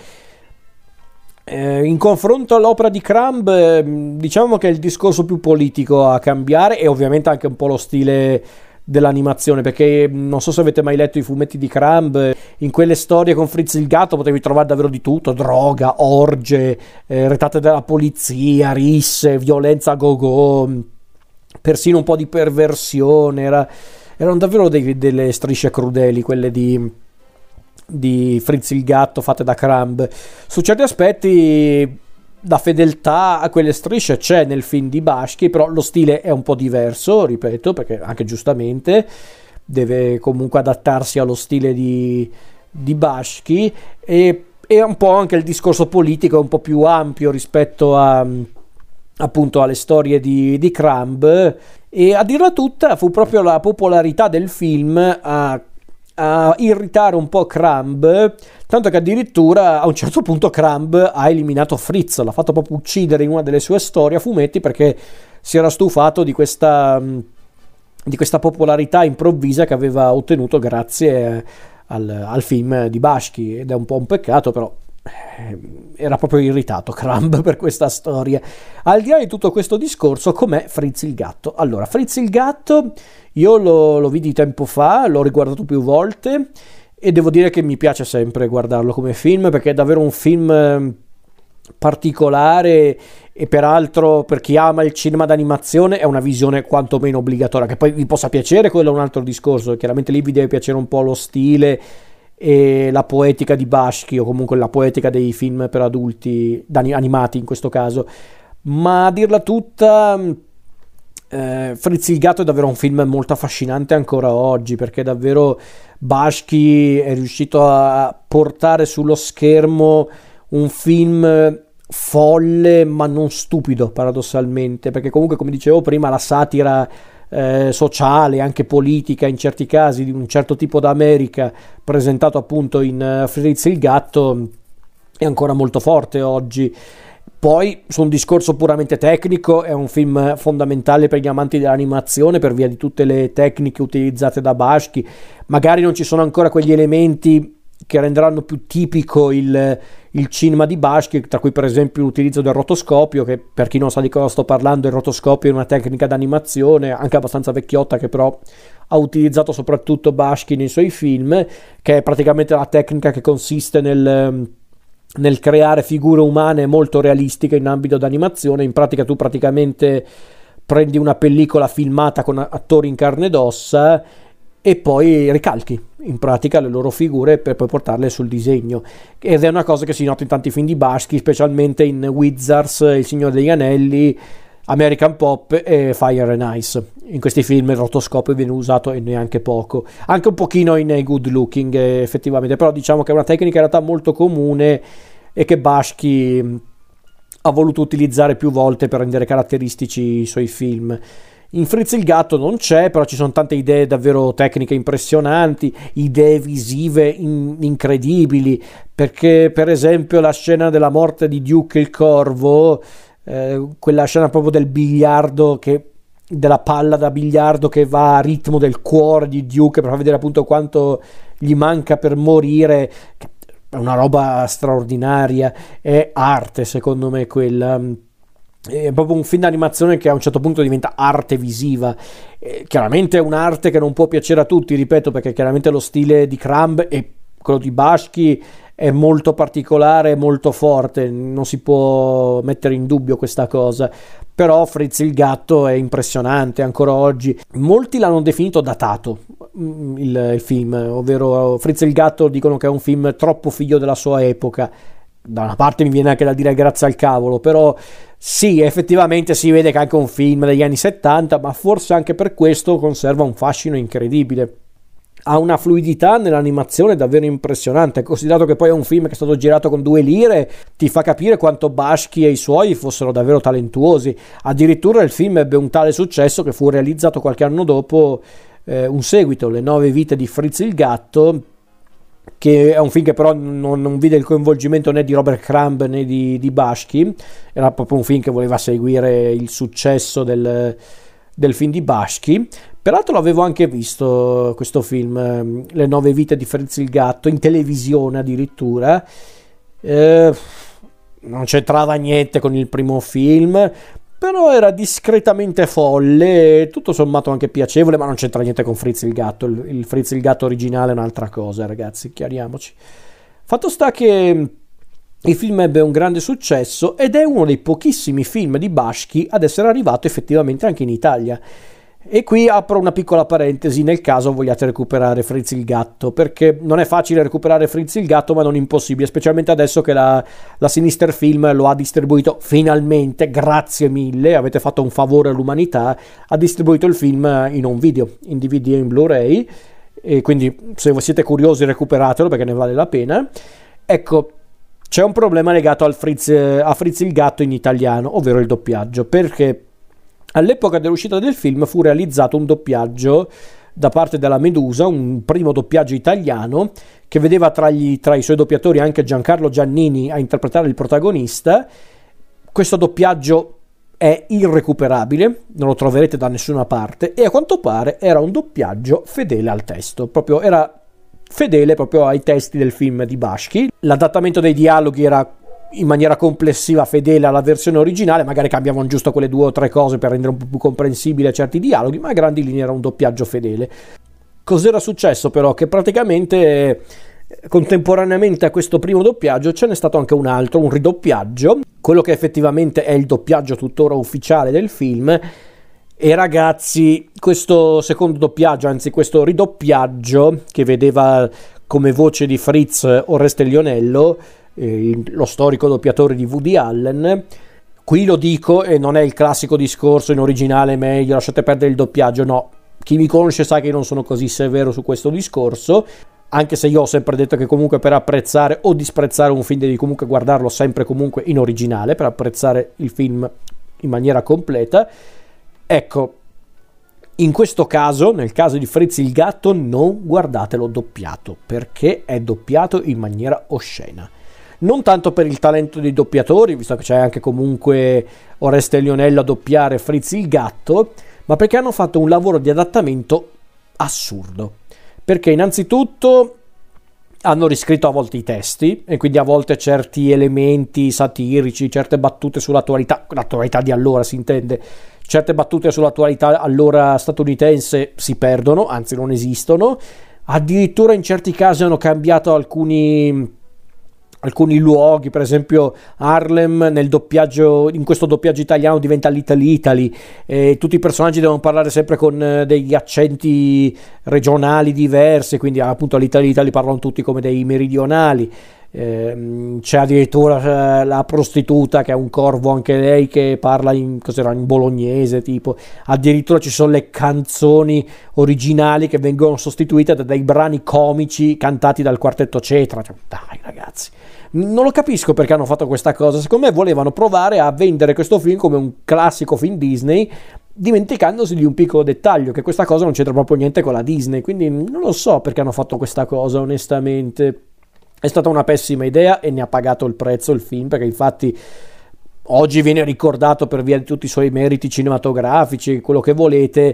Eh, in confronto all'opera di Crumb, eh, diciamo che è il discorso più politico a cambiare, e ovviamente anche un po' lo stile dell'animazione, perché non so se avete mai letto i fumetti di Crumb, in quelle storie con Fritz il gatto potevi trovare davvero di tutto: droga, orge, eh, retate della polizia, risse, violenza a go-go, persino un po' di perversione. Era, erano davvero dei, delle strisce crudeli quelle di di Fritz il gatto fatte da Crumb. Su certi aspetti la fedeltà a quelle strisce c'è nel film di Bakshi, però lo stile è un po' diverso, ripeto, perché anche giustamente deve comunque adattarsi allo stile di, di Bakshi, e, e un po' anche il discorso politico è un po' più ampio rispetto a appunto alle storie di, di Crumb, e a dirla tutta fu proprio la popolarità del film a a irritare un po' Crumb, tanto che addirittura a un certo punto Crumb ha eliminato Fritz, l'ha fatto proprio uccidere in una delle sue storie a fumetti, perché si era stufato di questa, di questa popolarità improvvisa che aveva ottenuto grazie al, al film di Bakshi, ed è un po' un peccato, però era proprio irritato Crumb per questa storia. Al di là di tutto questo discorso, com'è Fritz il gatto? Allora, Fritz il gatto io lo, lo vidi tempo fa, l'ho riguardato più volte, e devo dire che mi piace sempre guardarlo come film, perché è davvero un film particolare, e peraltro per chi ama il cinema d'animazione è una visione quantomeno obbligatoria. Che poi vi possa piacere, quello è un altro discorso, chiaramente lì vi deve piacere un po' lo stile e la poetica di Bakshi, o comunque la poetica dei film per adulti animati in questo caso. Ma a dirla tutta, Eh, Fritz il gatto è davvero un film molto affascinante ancora oggi, perché davvero Bashki è riuscito a portare sullo schermo un film folle ma non stupido, paradossalmente, perché comunque, come dicevo prima, la satira eh, sociale, anche politica in certi casi, di un certo tipo d'America, presentato appunto in uh, Fritz il gatto, è ancora molto forte oggi. Poi, su un discorso puramente tecnico, è un film fondamentale per gli amanti dell'animazione per via di tutte le tecniche utilizzate da Bashki. Magari non ci sono ancora quegli elementi che renderanno più tipico il, il cinema di Bashki, tra cui per esempio l'utilizzo del rotoscopio, che per chi non sa di cosa sto parlando, il rotoscopio è una tecnica d'animazione anche abbastanza vecchiotta che però ha utilizzato soprattutto Bashki nei suoi film, che è praticamente la tecnica che consiste nel nel creare figure umane molto realistiche in ambito d'animazione. In pratica tu praticamente prendi una pellicola filmata con attori in carne ed ossa e poi ricalchi in pratica le loro figure per poi portarle sul disegno, ed è una cosa che si nota in tanti film di Bashki, specialmente in Wizards, Il Signore degli Anelli, American Pop e Fire and Ice. In questi film il rotoscopio viene usato e neanche poco, anche un pochino in Good Looking effettivamente, però diciamo che è una tecnica in realtà molto comune e che Bashki ha voluto utilizzare più volte per rendere caratteristici i suoi film. In Fritz il gatto non c'è, però ci sono tante idee davvero tecniche impressionanti, idee visive in- incredibili, perché per esempio la scena della morte di Duke il corvo, eh, quella scena proprio del biliardo, che della palla da biliardo che va a ritmo del cuore di Duke per far vedere appunto quanto gli manca per morire, è una roba straordinaria, è arte secondo me quella. È proprio un film d'animazione che a un certo punto diventa arte visiva. Eh, chiaramente è un'arte che non può piacere a tutti, ripeto, perché chiaramente lo stile di Crumb e quello di Bashki è molto particolare, molto forte, non si può mettere in dubbio questa cosa, però Fritz il gatto è impressionante ancora oggi. Molti l'hanno definito datato il, il film, ovvero Fritz il gatto dicono che è un film troppo figlio della sua epoca. Da una parte mi viene anche da dire grazie al cavolo, però sì, effettivamente si vede che è anche un film degli anni settanta, ma forse anche per questo conserva un fascino incredibile. Ha una fluidità nell'animazione davvero impressionante, considerato che poi è un film che è stato girato con due lire, ti fa capire quanto Bashki e i suoi fossero davvero talentuosi. Addirittura il film ebbe un tale successo che fu realizzato qualche anno dopo eh, un seguito, Le nove vite di Fritz il gatto, che è un film che però non, non vide il coinvolgimento né di Robert Crumb né di, di Bashki. Era proprio un film che voleva seguire il successo del, del film di Bashki. Peraltro l'avevo anche visto questo film, Le nove vite di Fritz il gatto, in televisione addirittura. Eh, non c'entrava niente con il primo film, però era discretamente folle, tutto sommato anche piacevole, ma non c'entra niente con Fritz il gatto. Il, il Fritz il gatto originale è un'altra cosa, ragazzi, chiariamoci. Fatto sta che il film ebbe un grande successo ed è uno dei pochissimi film di Bashki ad essere arrivato effettivamente anche in Italia. E qui apro una piccola parentesi nel caso vogliate recuperare Fritz il gatto, perché non è facile recuperare Fritz il gatto, ma non impossibile, specialmente adesso che la, la Sinister Film lo ha distribuito finalmente, grazie mille, avete fatto un favore all'umanità, ha distribuito il film in un video, in D V D e in Blu-ray, e quindi se siete curiosi recuperatelo perché ne vale la pena. Ecco, c'è un problema legato al Fritz, a Fritz il gatto in italiano, ovvero il doppiaggio, perché all'epoca dell'uscita del film fu realizzato un doppiaggio da parte della Medusa, un primo doppiaggio italiano che vedeva tra, gli, tra i suoi doppiatori anche Giancarlo Giannini a interpretare il protagonista. Questo doppiaggio è irrecuperabile, non lo troverete da nessuna parte, e a quanto pare era un doppiaggio fedele al testo, proprio era fedele proprio ai testi del film di Bashki. L'adattamento dei dialoghi era in maniera complessiva fedele alla versione originale, magari cambiavano giusto quelle due o tre cose per rendere un po' più comprensibile certi dialoghi, ma a grandi linee era un doppiaggio fedele. Cos'era successo però? Che praticamente contemporaneamente a questo primo doppiaggio ce n'è stato anche un altro, un ridoppiaggio, quello che effettivamente è il doppiaggio tuttora ufficiale del film. E ragazzi, questo secondo doppiaggio, anzi questo ridoppiaggio che vedeva come voce di Fritz Oreste Lionello, lo storico doppiatore di Woody Allen, Qui lo dico e non è il classico discorso in originale meglio, lasciate perdere il doppiaggio, no. Chi mi conosce sa che io non sono così severo su questo discorso, anche se io ho sempre detto che comunque per apprezzare o disprezzare un film devi comunque guardarlo sempre comunque in originale, per apprezzare il film in maniera completa. Ecco, in questo caso, nel caso di Fritz il gatto, non guardatelo doppiato, perché è doppiato in maniera oscena. Non tanto per il talento dei doppiatori, visto che c'è anche comunque Oreste Lionello a doppiare Fritz il gatto, ma perché hanno fatto un lavoro di adattamento assurdo. Perché innanzitutto hanno riscritto a volte i testi e quindi a volte certi elementi satirici, certe battute sull'attualità, l'attualità di allora si intende, certe battute sull'attualità allora statunitense si perdono, anzi non esistono. Addirittura in certi casi hanno cambiato alcuni alcuni luoghi, per esempio Harlem nel doppiaggio, in questo doppiaggio italiano diventa Little Italy, e tutti i personaggi devono parlare sempre con eh, degli accenti regionali diversi, quindi appunto a Little Italy parlano tutti come dei meridionali. Eh, c'è addirittura eh, la prostituta che è un corvo anche lei che parla in, cos'era, in bolognese tipo, addirittura ci sono le canzoni originali che vengono sostituite da dei brani comici cantati dal quartetto Cetra. Cioè, dai ragazzi, non lo capisco perché hanno fatto questa cosa. Secondo me volevano provare a vendere questo film come un classico film Disney, dimenticandosi di un piccolo dettaglio, che questa cosa non c'entra proprio niente con la Disney, quindi non lo so perché hanno fatto questa cosa, onestamente. È stata una pessima idea e ne ha pagato il prezzo il film, perché infatti oggi viene ricordato per via di tutti i suoi meriti cinematografici, quello che volete,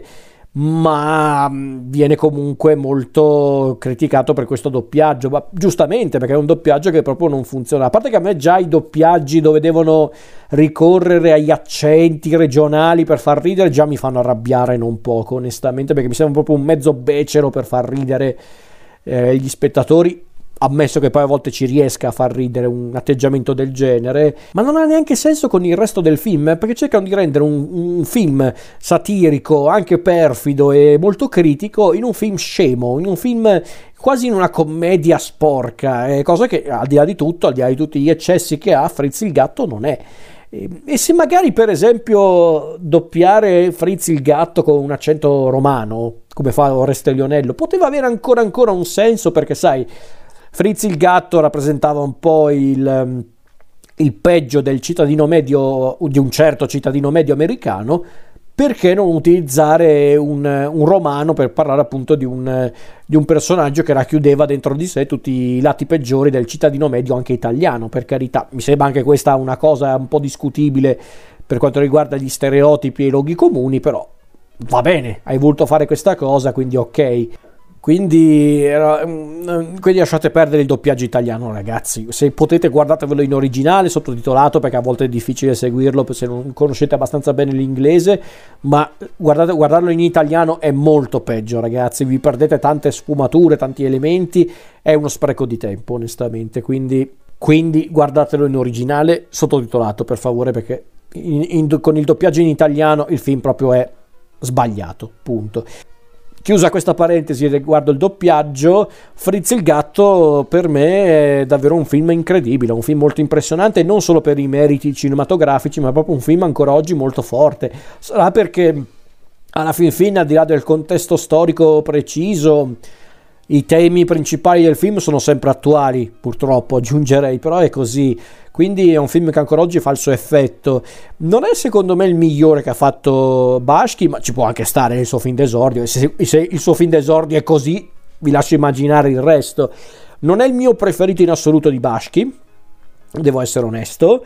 ma viene comunque molto criticato per questo doppiaggio, ma giustamente, perché è un doppiaggio che proprio non funziona. A parte che a me già i doppiaggi dove devono ricorrere agli accenti regionali per far ridere già mi fanno arrabbiare non poco, onestamente, perché mi sembra proprio un mezzo becero per far ridere eh, gli spettatori. Ammesso che poi a volte ci riesca a far ridere un atteggiamento del genere, ma non ha neanche senso con il resto del film, perché cercano di rendere un, un film satirico, anche perfido e molto critico, in un film scemo, in un film quasi in una commedia sporca, eh, cosa che al di là di tutto, al di là di tutti gli eccessi che ha, Fritz il gatto non è. E se magari per esempio doppiare Fritz il gatto con un accento romano, come fa Oreste Lionello, poteva avere ancora ancora un senso, perché sai, Fritz il gatto rappresentava un po' il, il peggio del cittadino medio, di un certo cittadino medio americano. Perché non utilizzare un, un romano per parlare appunto di un, di un personaggio che racchiudeva dentro di sé tutti i lati peggiori del cittadino medio anche italiano, per carità. Mi sembra anche questa una cosa un po' discutibile per quanto riguarda gli stereotipi e i luoghi comuni, però va bene, hai voluto fare questa cosa, quindi ok. Quindi, quindi lasciate perdere il doppiaggio italiano, ragazzi. Se potete guardatevelo in originale, sottotitolato, perché a volte è difficile seguirlo se non conoscete abbastanza bene l'inglese, ma guardate, guardarlo in italiano è molto peggio, ragazzi. Vi perdete tante sfumature, tanti elementi, è uno spreco di tempo, onestamente. Quindi, quindi guardatelo in originale, sottotitolato, per favore, perché in, in, con il doppiaggio in italiano il film proprio è sbagliato, punto. Chiusa questa parentesi riguardo il doppiaggio, Fritz il gatto per me è davvero un film incredibile, un film molto impressionante, non solo per i meriti cinematografici, ma proprio un film ancora oggi molto forte. Sarà perché alla fin fine, al di là del contesto storico preciso, i temi principali del film sono sempre attuali, purtroppo aggiungerei, però è così. Quindi è un film che ancora oggi fa il suo effetto. Non è secondo me il migliore che ha fatto Bashki, ma ci può anche stare il suo film d'esordio. E se, se il suo film d'esordio è così, vi lascio immaginare il resto. Non è il mio preferito in assoluto di Bashki, devo essere onesto.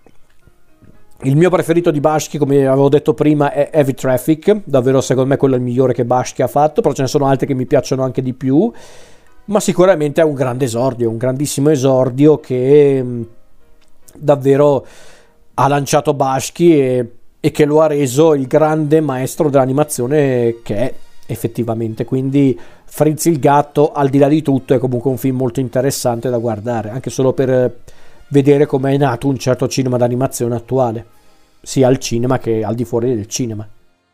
Il mio preferito di Bashki, come avevo detto prima, è Heavy Traffic. Davvero secondo me quello è il migliore che Bashki ha fatto, però ce ne sono altri che mi piacciono anche di più. Ma sicuramente è un grande esordio, un grandissimo esordio che davvero ha lanciato Bashki e, e che lo ha reso il grande maestro dell'animazione che è effettivamente. Quindi Fritz il gatto, al di là di tutto, è comunque un film molto interessante da guardare, anche solo per vedere come è nato un certo cinema d'animazione attuale, sia al cinema che al di fuori del cinema.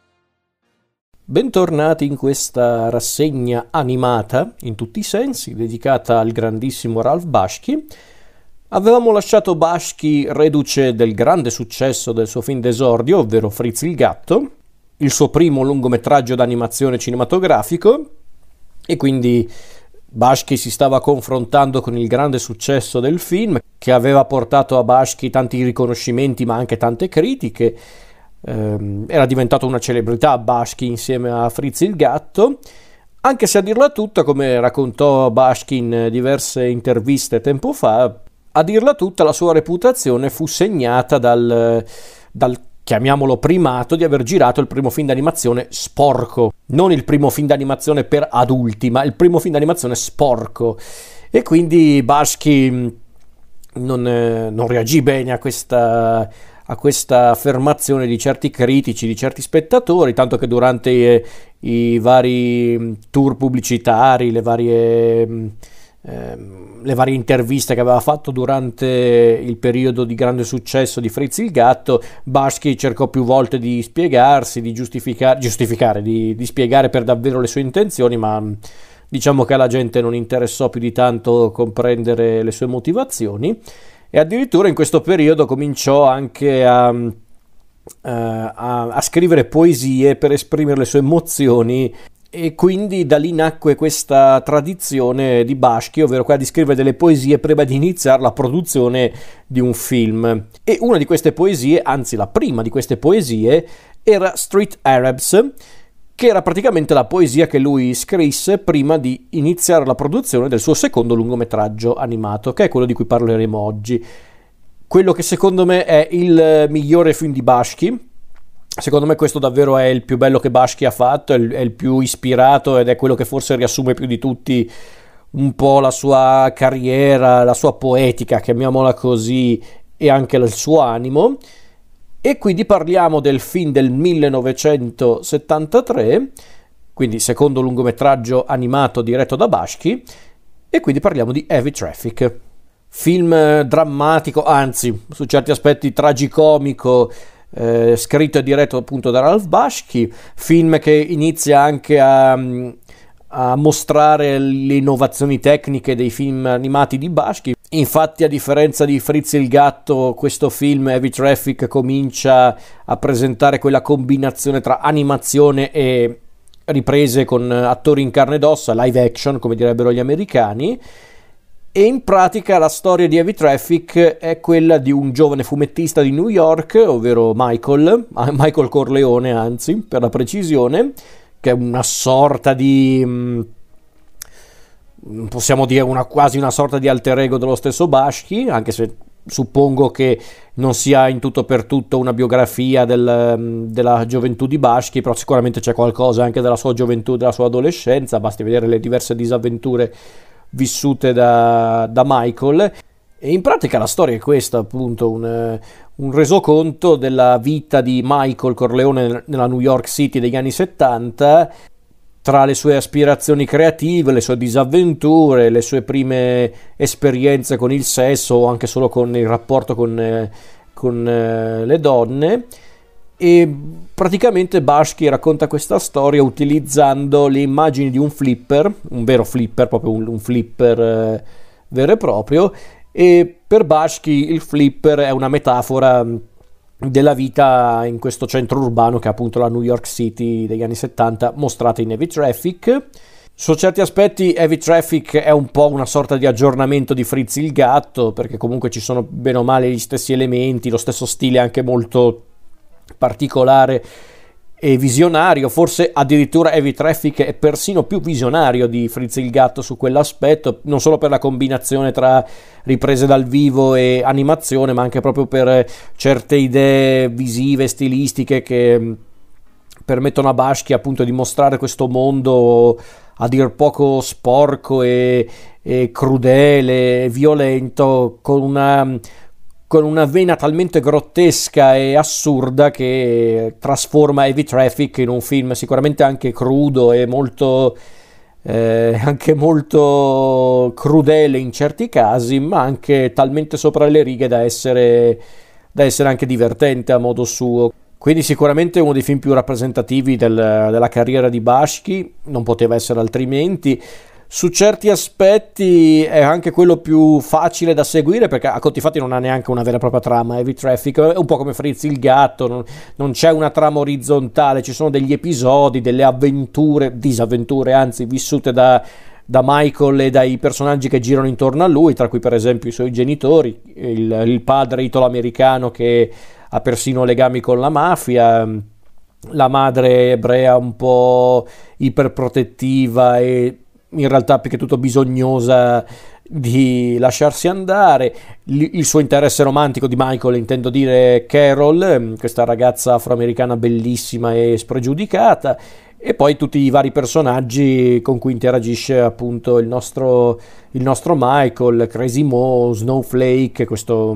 Bentornati in questa rassegna animata in tutti i sensi, dedicata al grandissimo Ralph Bashki. Avevamo lasciato Bashki reduce del grande successo del suo film d'esordio, ovvero Fritz il gatto, il suo primo lungometraggio d'animazione cinematografico, e quindi Bashki si stava confrontando con il grande successo del film, che aveva portato a Bashki tanti riconoscimenti ma anche tante critiche. Ehm, era diventato una celebrità Bashki insieme a Fritz il gatto, anche se a dirla tutta, come raccontò Bashki in diverse interviste tempo fa, a dirla tutta la sua reputazione fu segnata dal, dal chiamiamolo primato di aver girato il primo film d'animazione sporco, non il primo film d'animazione per adulti, ma il primo film d'animazione sporco. E quindi Bashki non, eh, non reagì bene a questa, a questa affermazione di certi critici, di certi spettatori, tanto che durante i, i vari tour pubblicitari, le varie... Eh, le varie interviste che aveva fatto durante il periodo di grande successo di Fritz il gatto, Bashki cercò più volte di spiegarsi, di giustificare, giustificare di, di spiegare per davvero le sue intenzioni, ma diciamo che alla gente non interessò più di tanto comprendere le sue motivazioni, e addirittura in questo periodo cominciò anche a, a, a scrivere poesie per esprimere le sue emozioni. E quindi da lì nacque questa tradizione di Bashki, ovvero quella di scrivere delle poesie prima di iniziare la produzione di un film. E una di queste poesie, anzi la prima di queste poesie, era Street Arabs, che era praticamente la poesia che lui scrisse prima di iniziare la produzione del suo secondo lungometraggio animato, che è quello di cui parleremo oggi. Quello che secondo me è il migliore film di Bashki. Secondo me questo davvero è il più bello che Bashki ha fatto, è il, è il più ispirato, ed è quello che forse riassume più di tutti un po' la sua carriera, la sua poetica, chiamiamola così, e anche il suo animo. E quindi parliamo del film del millenovecentosettantatré, quindi secondo lungometraggio animato diretto da Bashki, e quindi parliamo di Heavy Traffic. Film drammatico, anzi, su certi aspetti tragicomico, Eh, scritto e diretto appunto da Ralph Bashki, film che inizia anche a, a mostrare le innovazioni tecniche dei film animati di Bashki. Infatti, a differenza di Fritz il gatto, questo film Heavy Traffic comincia a presentare quella combinazione tra animazione e riprese con attori in carne ed ossa, live action come direbbero gli americani. E in pratica la storia di Heavy Traffic è quella di un giovane fumettista di New York, ovvero Michael, Michael Corleone anzi, per la precisione, che è una sorta di, possiamo dire una, quasi una sorta di alter ego dello stesso Bashki, anche se suppongo che non sia in tutto per tutto una biografia del, della gioventù di Bashki, però sicuramente c'è qualcosa anche della sua gioventù, della sua adolescenza, basti vedere le diverse disavventure vissute da, da Michael. E in pratica la storia è questa, appunto, un, un resoconto della vita di Michael Corleone nella New York City degli anni settanta, tra le sue aspirazioni creative, le sue disavventure, le sue prime esperienze con il sesso o anche solo con il rapporto con, con le donne. E praticamente Bashki racconta questa storia utilizzando le immagini di un flipper, un vero flipper, proprio un, un flipper eh, vero e proprio. E per Bashki il flipper è una metafora della vita in questo centro urbano che è appunto la New York City degli anni settanta, mostrata in Heavy Traffic. Su certi aspetti Heavy Traffic è un po' una sorta di aggiornamento di Fritz il gatto, perché comunque ci sono bene o male gli stessi elementi, lo stesso stile anche molto particolare e visionario. Forse addirittura Heavy Traffic è persino più visionario di Fritz il gatto su quell'aspetto, non solo per la combinazione tra riprese dal vivo e animazione, ma anche proprio per certe idee visive, stilistiche che permettono a Bashki appunto di mostrare questo mondo a dir poco sporco e, e crudele, violento, con una con una vena talmente grottesca e assurda che trasforma Heavy Traffic in un film sicuramente anche crudo e molto eh, anche molto crudele in certi casi, ma anche talmente sopra le righe da essere da essere anche divertente a modo suo. Quindi sicuramente uno dei film più rappresentativi del, della carriera di Bashki, non poteva essere altrimenti. su certi aspetti è anche quello più facile da seguire, perché a conti fatti non ha neanche una vera e propria trama. Heavy Traffic è un po' come Fritz il gatto, non, non c'è una trama orizzontale, ci sono degli episodi, delle avventure, disavventure anzi, vissute da, da Michael e dai personaggi che girano intorno a lui, tra cui per esempio i suoi genitori, il, il padre italo-americano che ha persino legami con la mafia, la madre ebrea un po' iperprotettiva e in realtà più che tutto bisognosa di lasciarsi andare, il suo interesse romantico di Michael, intendo dire Carol, questa ragazza afroamericana bellissima e spregiudicata, e poi tutti i vari personaggi con cui interagisce appunto il nostro, il nostro Michael, Crazy Mo, Snowflake, questo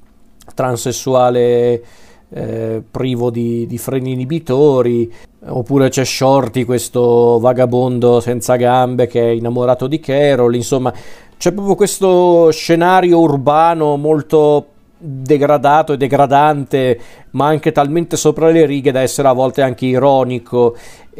transessuale Eh, privo di, di freni inibitori, oppure c'è Shorty, questo vagabondo senza gambe che è innamorato di Carol. Insomma, c'è proprio questo scenario urbano molto degradato e degradante, ma anche talmente sopra le righe da essere a volte anche ironico,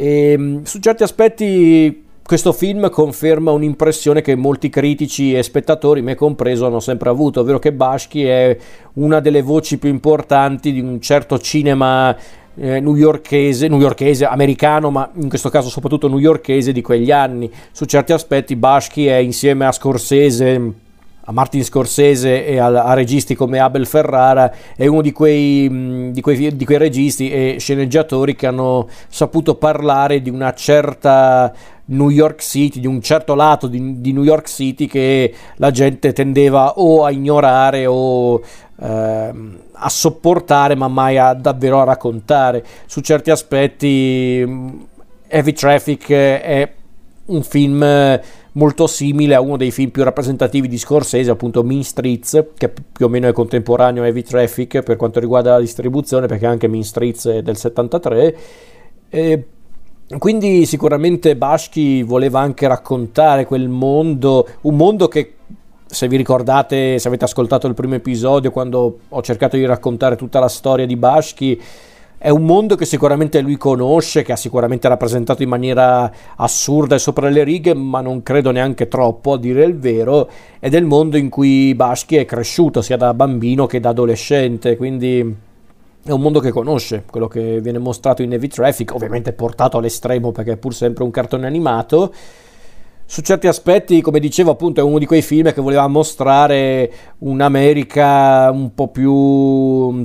e su certi aspetti questo film conferma un'impressione che molti critici e spettatori, me compreso, hanno sempre avuto, ovvero che Bakshi è una delle voci più importanti di un certo cinema eh, newyorkese, newyorkese, americano, ma in questo caso soprattutto newyorkese di quegli anni. Su certi aspetti Bakshi è, insieme a Scorsese, a Martin Scorsese e a, a registi come Abel Ferrara, è uno di quei, di, quei, di quei registi e sceneggiatori che hanno saputo parlare di una certa New York City, di un certo lato di, di New York City che la gente tendeva o a ignorare o eh, a sopportare, ma mai a davvero a raccontare. Su certi aspetti Heavy Traffic è un film molto simile a uno dei film più rappresentativi di Scorsese, appunto Mean Streets, che più o meno è contemporaneo a Heavy Traffic per quanto riguarda la distribuzione, perché anche Mean Streets è del settantatré. E quindi sicuramente Bakshi voleva anche raccontare quel mondo, un mondo che, se vi ricordate, se avete ascoltato il primo episodio, quando ho cercato di raccontare tutta la storia di Bakshi, è un mondo che sicuramente lui conosce, che ha sicuramente rappresentato in maniera assurda e sopra le righe, ma non credo neanche troppo, a dire il vero, ed è il mondo in cui Bakshi è cresciuto sia da bambino che da adolescente, quindi è un mondo che conosce, quello che viene mostrato in Heavy Traffic, ovviamente portato all'estremo perché è pur sempre un cartone animato. Su certi aspetti, come dicevo, appunto, è uno di quei film che voleva mostrare un'America un po' più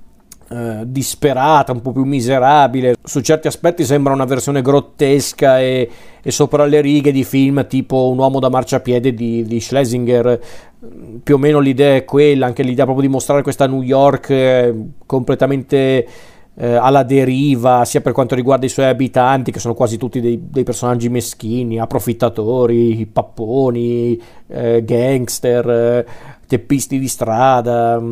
eh, disperata, un po' più miserabile. Su certi aspetti sembra una versione grottesca e, e sopra le righe di film tipo Un uomo da marciapiede di, di Schlesinger. Più o meno l'idea è quella, anche l'idea proprio di mostrare questa New York eh, completamente eh, alla deriva, sia per quanto riguarda i suoi abitanti, che sono quasi tutti dei, dei personaggi meschini, approfittatori, papponi, eh, gangster, eh, teppisti di strada,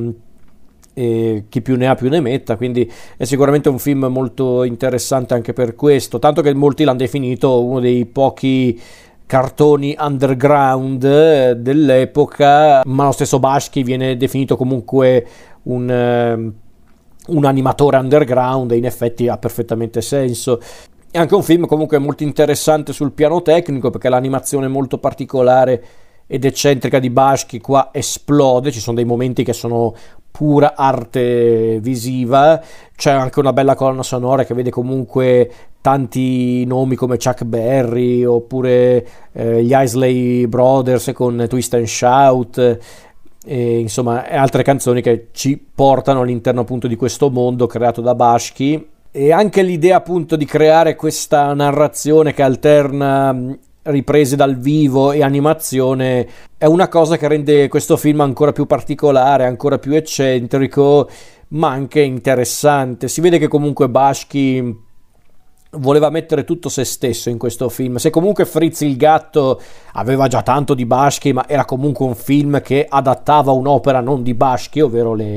e chi più ne ha più ne metta. Quindi è sicuramente un film molto interessante anche per questo, tanto che molti l'hanno definito uno dei pochi cartoni underground dell'epoca, ma lo stesso Bakshi viene definito comunque un, uh, un animatore underground, e in effetti ha perfettamente senso. È anche un film comunque molto interessante sul piano tecnico, perché l'animazione molto particolare ed eccentrica di Bakshi qua esplode, ci sono dei momenti che sono pura arte visiva, c'è anche una bella colonna sonora che vede comunque tanti nomi come Chuck Berry, oppure eh, gli Isley Brothers con Twist and Shout, e insomma altre canzoni che ci portano all'interno appunto di questo mondo creato da Bakshi. E anche l'idea appunto di creare questa narrazione che alterna riprese dal vivo e animazione è una cosa che rende questo film ancora più particolare, ancora più eccentrico, ma anche interessante. Si vede che comunque Bakshi voleva mettere tutto se stesso in questo film. Se comunque Fritz il gatto aveva già tanto di Bakshi, ma era comunque un film che adattava un'opera non di Bakshi, ovvero le,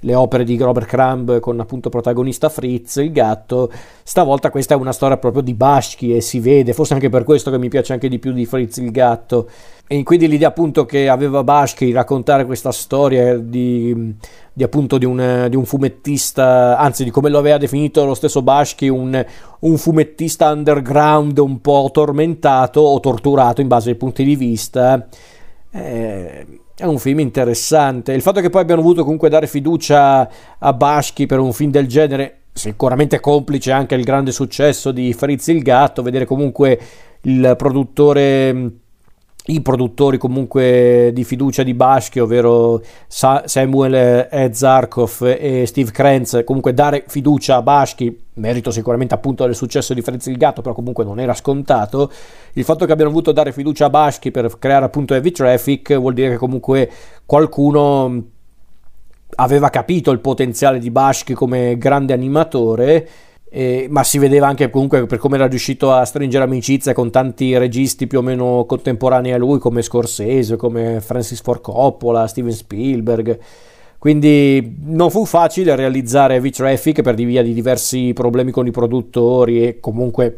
le opere di Robert Crumb con appunto protagonista Fritz il gatto. Stavolta questa è una storia proprio di Bashki e si vede, forse anche per questo che mi piace anche di più di Fritz il gatto. E quindi l'idea appunto che aveva Bashki di raccontare questa storia di, di appunto di un, di un fumettista, anzi di come lo aveva definito lo stesso Bashki, un, un fumettista underground un po' tormentato o torturato in base ai punti di vista. Eh, è un film interessante. Il fatto che poi abbiano voluto comunque dare fiducia a Bashki per un film del genere, sicuramente complice anche il grande successo di Fritz il gatto, vedere comunque il produttore, i produttori comunque di fiducia di Bashki, ovvero Samuel E. Zarkov e Steve Krantz, comunque dare fiducia a Bashki, merito sicuramente appunto del successo di Fritz il gatto, però comunque non era scontato. Il fatto che abbiano voluto dare fiducia a Bashki per creare appunto Heavy Traffic vuol dire che comunque qualcuno aveva capito il potenziale di Bashki come grande animatore. Eh, ma si vedeva anche comunque per come era riuscito a stringere amicizia con tanti registi più o meno contemporanei a lui, come Scorsese, come Francis Ford Coppola, Steven Spielberg. Quindi non fu facile realizzare Heavy Traffic per via di diversi problemi con i produttori e comunque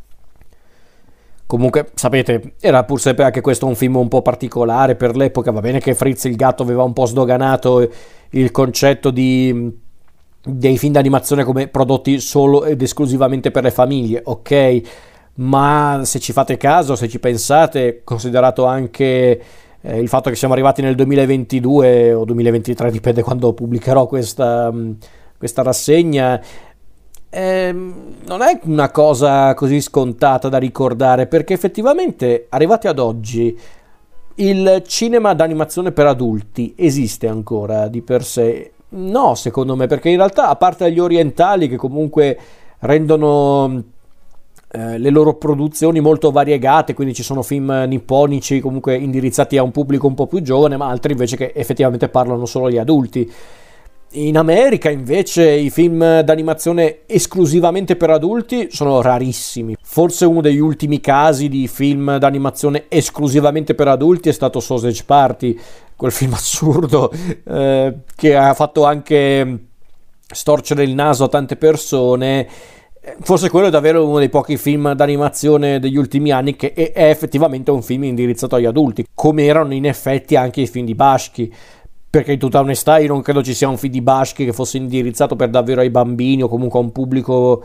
comunque sapete, era pur sempre anche questo un film un po' particolare per l'epoca. Va bene che Fritz il gatto aveva un po' sdoganato il concetto di dei film d'animazione come prodotti solo ed esclusivamente per le famiglie, ok, ma se ci fate caso, se ci pensate, considerato anche eh, il fatto che siamo arrivati nel duemilaventidue o duemilaventitré, dipende quando pubblicherò questa, questa rassegna, eh, non è una cosa così scontata da ricordare, perché effettivamente arrivati ad oggi il cinema d'animazione per adulti esiste ancora di per sé. No, secondo me, perché in realtà, a parte gli orientali che comunque rendono eh, le loro produzioni molto variegate, quindi ci sono film nipponici comunque indirizzati a un pubblico un po' più giovane, ma altri invece che effettivamente parlano solo agli adulti. In America invece i film d'animazione esclusivamente per adulti sono rarissimi. Forse uno degli ultimi casi di film d'animazione esclusivamente per adulti è stato Sausage Party, quel film assurdo eh, che ha fatto anche storcere il naso a tante persone. Forse quello è davvero uno dei pochi film d'animazione degli ultimi anni che è effettivamente un film indirizzato agli adulti, come erano in effetti anche i film di Bashki. Perché in tutta onestà io non credo ci sia un film di Bashki che fosse indirizzato per davvero ai bambini o comunque a un pubblico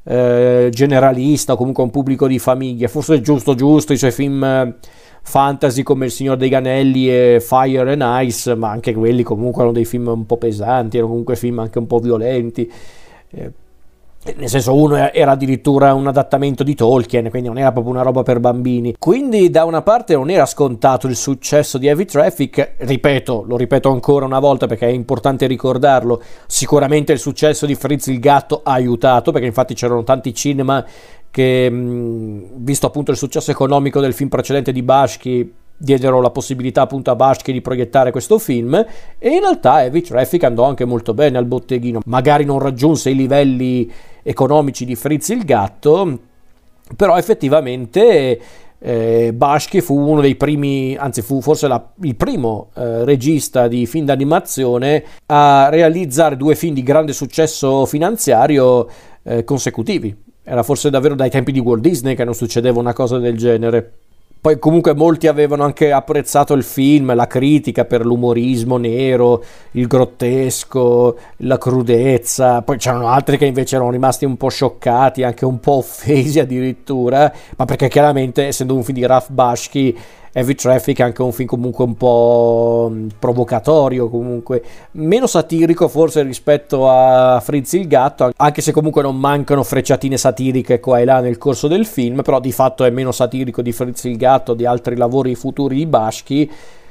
eh, generalista o comunque a un pubblico di famiglia. Forse è giusto giusto i suoi film eh, fantasy come Il Signore degli Anelli e Fire and Ice, ma anche quelli comunque erano dei film un po' pesanti, erano comunque film anche un po' violenti. Eh, nel senso, uno era addirittura un adattamento di Tolkien, quindi non era proprio una roba per bambini. Quindi da una parte non era scontato il successo di Heavy Traffic, ripeto, lo ripeto ancora una volta perché è importante ricordarlo, sicuramente il successo di Fritz il gatto ha aiutato, perché infatti c'erano tanti cinema che, visto appunto il successo economico del film precedente di Bashki, diedero la possibilità appunto a Bashki di proiettare questo film, e in realtà Heavy Traffic andò anche molto bene al botteghino. Magari non raggiunse i livelli economici di Fritz il gatto, però effettivamente eh, Bashki fu uno dei primi, anzi fu forse la, il primo eh, regista di film d'animazione a realizzare due film di grande successo finanziario eh, consecutivi. Era forse davvero dai tempi di Walt Disney che non succedeva una cosa del genere. Poi comunque molti avevano anche apprezzato il film, la critica per l'umorismo nero, il grottesco, la crudezza. Poi c'erano altri che invece erano rimasti un po' scioccati, anche un po' offesi addirittura, ma perché chiaramente, essendo un film di Ralph Bashki, Heavy Traffic è anche un film comunque un po' provocatorio, comunque meno satirico forse rispetto a Fritz il gatto, anche se comunque non mancano frecciatine satiriche qua e là nel corso del film, però di fatto è meno satirico di Fritz il gatto, di altri lavori futuri di Bashki.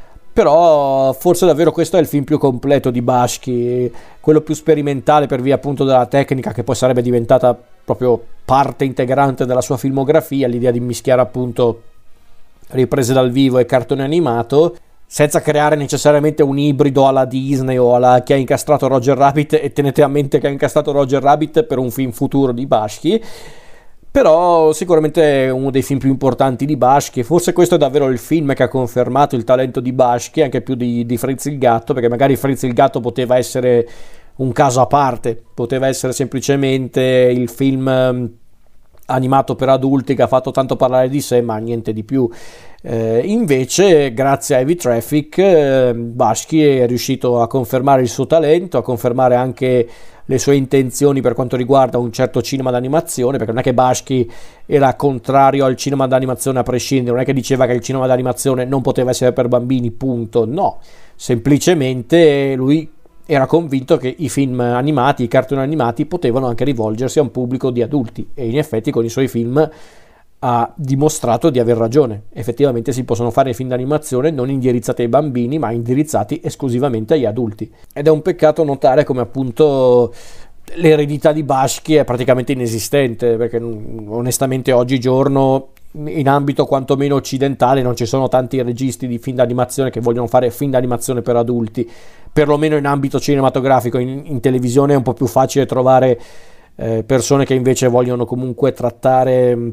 Però forse davvero questo è il film più completo di Bashki, quello più sperimentale per via appunto della tecnica, che poi sarebbe diventata proprio parte integrante della sua filmografia, l'idea di mischiare appunto riprese dal vivo e cartone animato, senza creare necessariamente un ibrido alla Disney o alla Chi ha incastrato Roger Rabbit, e tenete a mente che ha incastrato Roger Rabbit per un film futuro di Bashki. Però sicuramente è uno dei film più importanti di Bashki. Forse questo è davvero il film che ha confermato il talento di Bashki, anche più di, di Fritz il Gatto, perché magari Fritz il Gatto poteva essere un caso a parte, poteva essere semplicemente il film um, animato per adulti che ha fatto tanto parlare di sé, ma niente di più. Eh, invece, grazie a Heavy Traffic, eh, Bashki è riuscito a confermare il suo talento, a confermare anche le sue intenzioni per quanto riguarda un certo cinema d'animazione, perché non è che Bashki era contrario al cinema d'animazione a prescindere, non è che diceva che il cinema d'animazione non poteva essere per bambini, punto, no, semplicemente lui era convinto che i film animati, i cartoni animati potevano anche rivolgersi a un pubblico di adulti, e in effetti con i suoi film ha dimostrato di aver ragione. Effettivamente si possono fare film d'animazione non indirizzati ai bambini, ma indirizzati esclusivamente agli adulti. Ed è un peccato notare come appunto l'eredità di Bashki è praticamente inesistente, perché onestamente oggigiorno in ambito quantomeno occidentale non ci sono tanti registi di film d'animazione che vogliono fare film d'animazione per adulti, perlomeno in ambito cinematografico. In, in televisione è un po' più facile trovare eh, persone che invece vogliono comunque trattare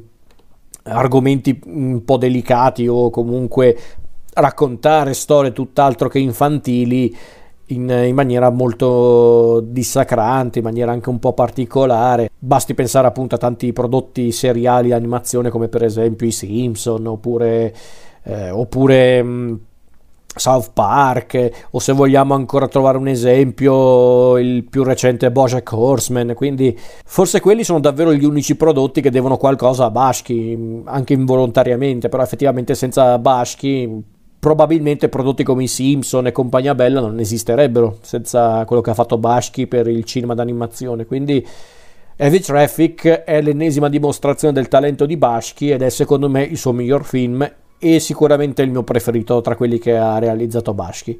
argomenti un po' delicati o comunque raccontare storie tutt'altro che infantili in, in maniera molto dissacrante, in maniera anche un po' particolare. Basti pensare appunto a tanti prodotti seriali di animazione come per esempio i Simpson oppure, eh, oppure mh, South Park, o se vogliamo ancora trovare un esempio il più recente BoJack Horseman. Quindi forse quelli sono davvero gli unici prodotti che devono qualcosa a Bashki, anche involontariamente, però effettivamente senza Bashki probabilmente prodotti come i Simpson e compagnia bella non esisterebbero senza quello che ha fatto Bashki per il cinema d'animazione. Quindi Heavy Traffic è l'ennesima dimostrazione del talento di Bashki ed è secondo me il suo miglior film e sicuramente il mio preferito tra quelli che ha realizzato Bashki.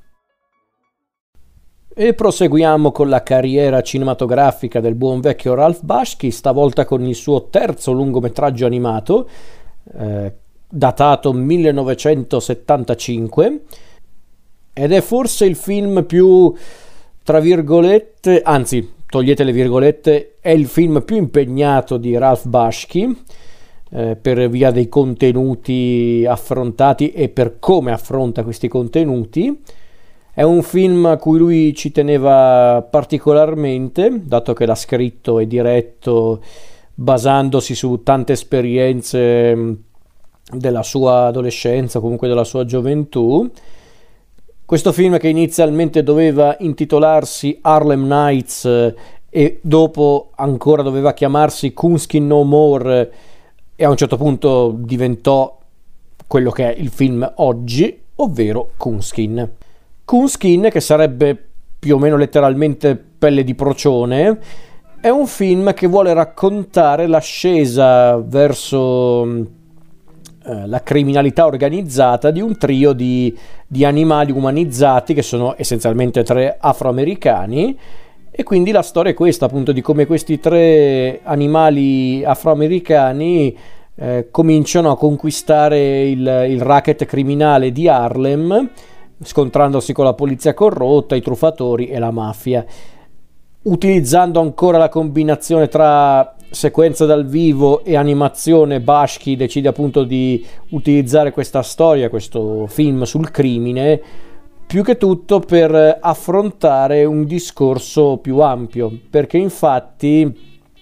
E proseguiamo con la carriera cinematografica del buon vecchio Ralph Bashki, stavolta con il suo terzo lungometraggio animato, eh, datato millenovecentosettantacinque, ed è forse il film più, tra virgolette, anzi, togliete le virgolette, è il film più impegnato di Ralph Bashki, Eh, per via dei contenuti affrontati e per come affronta questi contenuti. È un film a cui lui ci teneva particolarmente, dato che l'ha scritto e diretto basandosi su tante esperienze della sua adolescenza, comunque della sua gioventù. Questo film, che inizialmente doveva intitolarsi Harlem Nights e dopo ancora doveva chiamarsi Coonskin No More, e a un certo punto diventò quello che è il film oggi, ovvero Coonskin. Coonskin, che sarebbe più o meno letteralmente pelle di procione, è un film che vuole raccontare l'ascesa verso eh, la criminalità organizzata di un trio di, di animali umanizzati che sono essenzialmente tre afroamericani. E quindi la storia è questa, appunto, di come questi tre animali afroamericani eh, cominciano a conquistare il, il racket criminale di Harlem, scontrandosi con la polizia corrotta, i truffatori e la mafia. Utilizzando ancora la combinazione tra sequenza dal vivo e animazione, Bashki decide appunto di utilizzare questa storia, questo film sul crimine, più che tutto per affrontare un discorso più ampio, perché infatti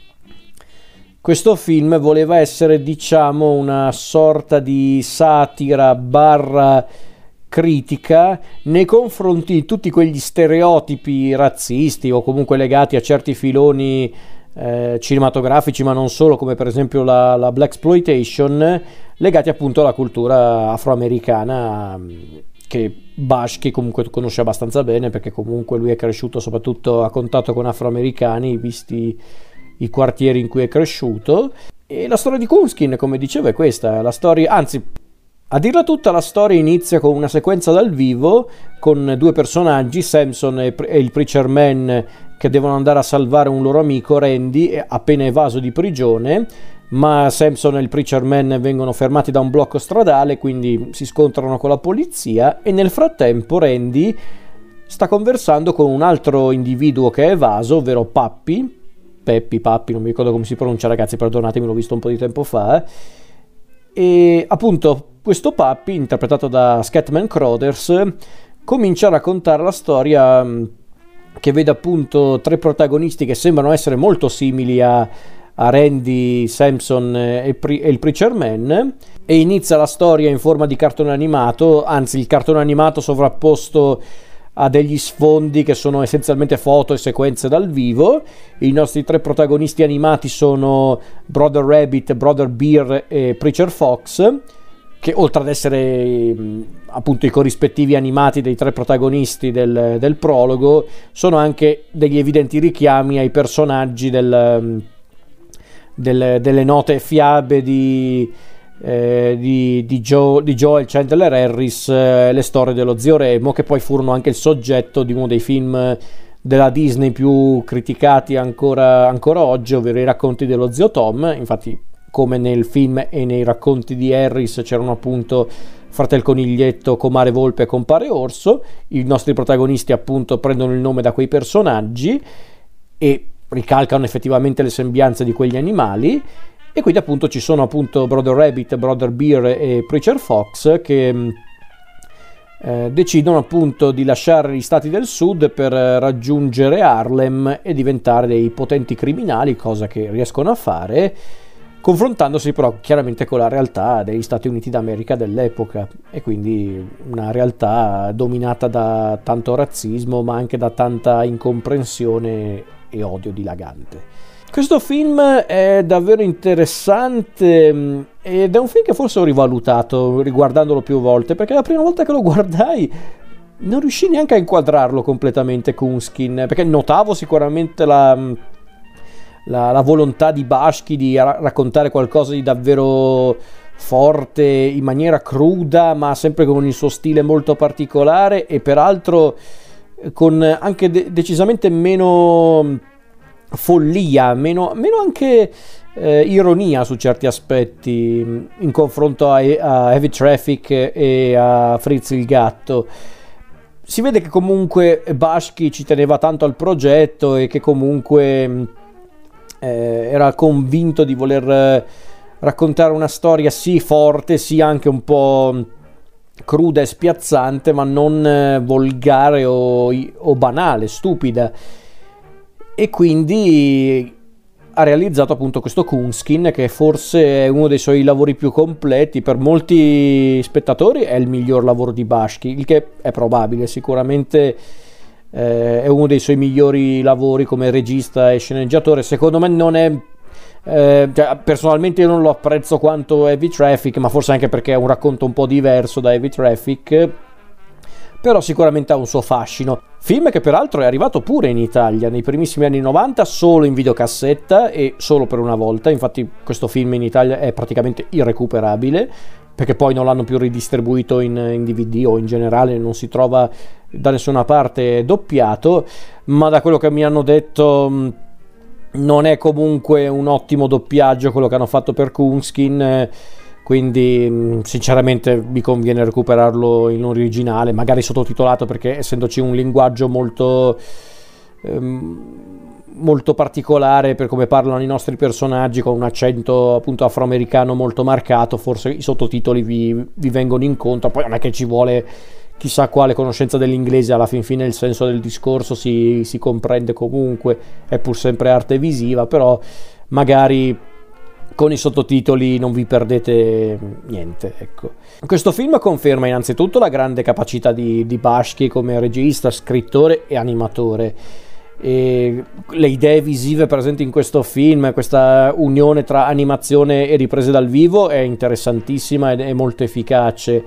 questo film voleva essere, diciamo, una sorta di satira barra critica nei confronti di tutti quegli stereotipi razzisti o comunque legati a certi filoni eh, cinematografici, ma non solo, come per esempio la, la blaxploitation, legati appunto alla cultura afroamericana, che Bashki comunque conosce abbastanza bene, perché comunque lui è cresciuto soprattutto a contatto con afroamericani, visti i quartieri in cui è cresciuto. E la storia di Coonskin, come dicevo, è questa, la storia, anzi, a dirla tutta, la storia inizia con una sequenza dal vivo con due personaggi, Samson e il Preacher Man, che devono andare a salvare un loro amico, Randy, appena evaso di prigione, ma Samson e il Preacher Man vengono fermati da un blocco stradale, quindi si scontrano con la polizia, e nel frattempo Randy sta conversando con un altro individuo che è evaso, ovvero Pappy, Peppi, Pappi, non mi ricordo come si pronuncia, ragazzi, perdonatemi, l'ho visto un po' di tempo fa. E appunto questo Pappi, interpretato da Scatman Crothers, comincia a raccontare la storia che vede appunto tre protagonisti che sembrano essere molto simili a, a Randy, Samson e, Pri- e il Preacher Man, e inizia la storia in forma di cartone animato, anzi il cartone animato sovrapposto a degli sfondi che sono essenzialmente foto e sequenze dal vivo. I nostri tre protagonisti animati sono Brother Rabbit, Brother Bear e Preacher Fox, che oltre ad essere appunto i corrispettivi animati dei tre protagonisti del, del prologo, sono anche degli evidenti richiami ai personaggi del, del, delle note fiabe di Eh, di, di, Joe, di Joel Chandler Harris, eh, le storie dello zio Remo, che poi furono anche il soggetto di uno dei film della Disney più criticati ancora, ancora oggi, ovvero i racconti dello zio Tom. Infatti, come nel film e nei racconti di Harris, c'erano appunto Fratel Coniglietto, Comare Volpe e Compare Orso. I nostri protagonisti appunto prendono il nome da quei personaggi e ricalcano effettivamente le sembianze di quegli animali. E quindi appunto ci sono appunto Brother Rabbit, Brother Bear e Preacher Fox che eh, decidono appunto di lasciare gli stati del sud per raggiungere Harlem e diventare dei potenti criminali, cosa che riescono a fare, confrontandosi però chiaramente con la realtà degli Stati Uniti d'America dell'epoca, e quindi una realtà dominata da tanto razzismo ma anche da tanta incomprensione e odio dilagante. Questo film è davvero interessante ed è un film che forse ho rivalutato riguardandolo più volte, perché la prima volta che lo guardai non riuscii neanche a inquadrarlo completamente Coonskin, perché notavo sicuramente la, la, la volontà di Bashki di ra- raccontare qualcosa di davvero forte in maniera cruda, ma sempre con il suo stile molto particolare e peraltro con anche de- decisamente meno follia, meno, meno anche eh, ironia su certi aspetti in confronto a, a Heavy Traffic e a Fritz il gatto. Si vede che comunque Bashki ci teneva tanto al progetto e che comunque eh, era convinto di voler raccontare una storia sì forte, sì anche un po' cruda e spiazzante, ma non eh, volgare o, o banale, stupida. E quindi ha realizzato appunto questo Coonskin, che forse è uno dei suoi lavori più completi. Per molti spettatori è il miglior lavoro di Bashki, il che è probabile. Sicuramente eh, è uno dei suoi migliori lavori come regista e sceneggiatore. Secondo me non è eh, cioè, personalmente io non lo apprezzo quanto Heavy Traffic, ma forse anche perché è un racconto un po' diverso da Heavy Traffic, però sicuramente ha un suo fascino. Film che peraltro è arrivato pure in Italia nei primissimi anni novanta solo in videocassetta e solo per una volta. Infatti questo film in Italia è praticamente irrecuperabile, perché poi non l'hanno più ridistribuito in, in D V D o in generale non si trova da nessuna parte doppiato, ma da quello che mi hanno detto non è comunque un ottimo doppiaggio quello che hanno fatto per Coonskin, quindi sinceramente mi conviene recuperarlo in originale, magari sottotitolato, perché essendoci un linguaggio molto ehm, molto particolare per come parlano i nostri personaggi, con un accento appunto afroamericano molto marcato, forse i sottotitoli vi, vi vengono incontro. Poi non è che ci vuole chissà quale conoscenza dell'inglese, alla fin fine il senso del discorso si, si comprende comunque, è pur sempre arte visiva, però magari con i sottotitoli non vi perdete niente, ecco. Questo film conferma innanzitutto la grande capacità di, di Bashki come regista, scrittore e animatore. E le idee visive presenti in questo film, questa unione tra animazione e riprese dal vivo è interessantissima ed è molto efficace.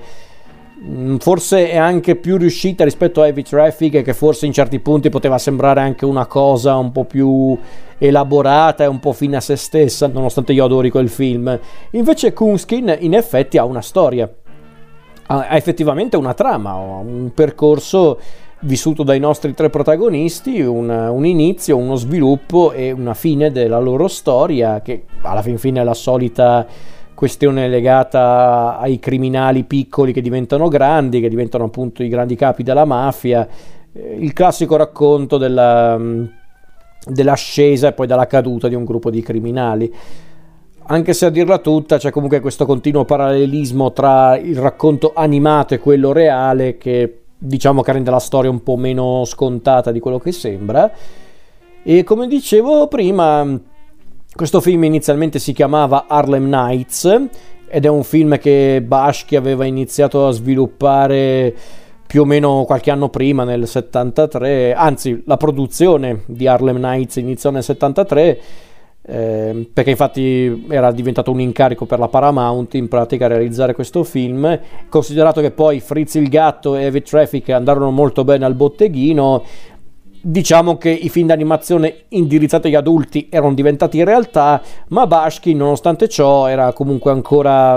Forse è anche più riuscita rispetto a Heavy Traffic, che forse in certi punti poteva sembrare anche una cosa un po' più elaborata e un po' fine a se stessa, nonostante io adori quel film. Invece Coonskin in effetti ha una storia, ha effettivamente una trama, un percorso vissuto dai nostri tre protagonisti, un, un inizio, uno sviluppo e una fine della loro storia, che alla fin fine è la solita questione legata ai criminali piccoli che diventano grandi, che diventano appunto i grandi capi della mafia, il classico racconto della, dell'ascesa e poi dalla caduta di un gruppo di criminali. Anche se a dirla tutta c'è comunque questo continuo parallelismo tra il racconto animato e quello reale che diciamo che rende la storia un po' meno scontata di quello che sembra. E come dicevo prima, questo film inizialmente si chiamava Harlem Nights ed è un film che Bashki aveva iniziato a sviluppare più o meno qualche anno prima, nel settantatré, anzi la produzione di Harlem Nights iniziò nel settantatré, eh, perché infatti era diventato un incarico per la Paramount in pratica realizzare questo film. Considerato che poi Fritz il gatto e Heavy Traffic andarono molto bene al botteghino, diciamo che i film d'animazione indirizzati agli adulti erano diventati realtà, ma Bashki nonostante ciò era comunque ancora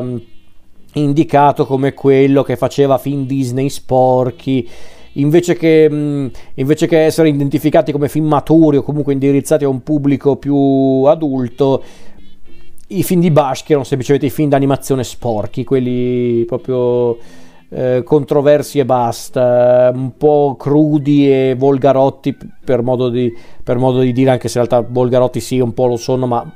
indicato come quello che faceva film Disney sporchi. Invece che, invece che essere identificati come film maturi o comunque indirizzati a un pubblico più adulto, i film di Bashki erano semplicemente i film d'animazione sporchi, quelli proprio eh, controversi e basta, un po' crudi e volgarotti per modo di, per modo di dire, anche se in realtà volgarotti sì un po' lo sono, ma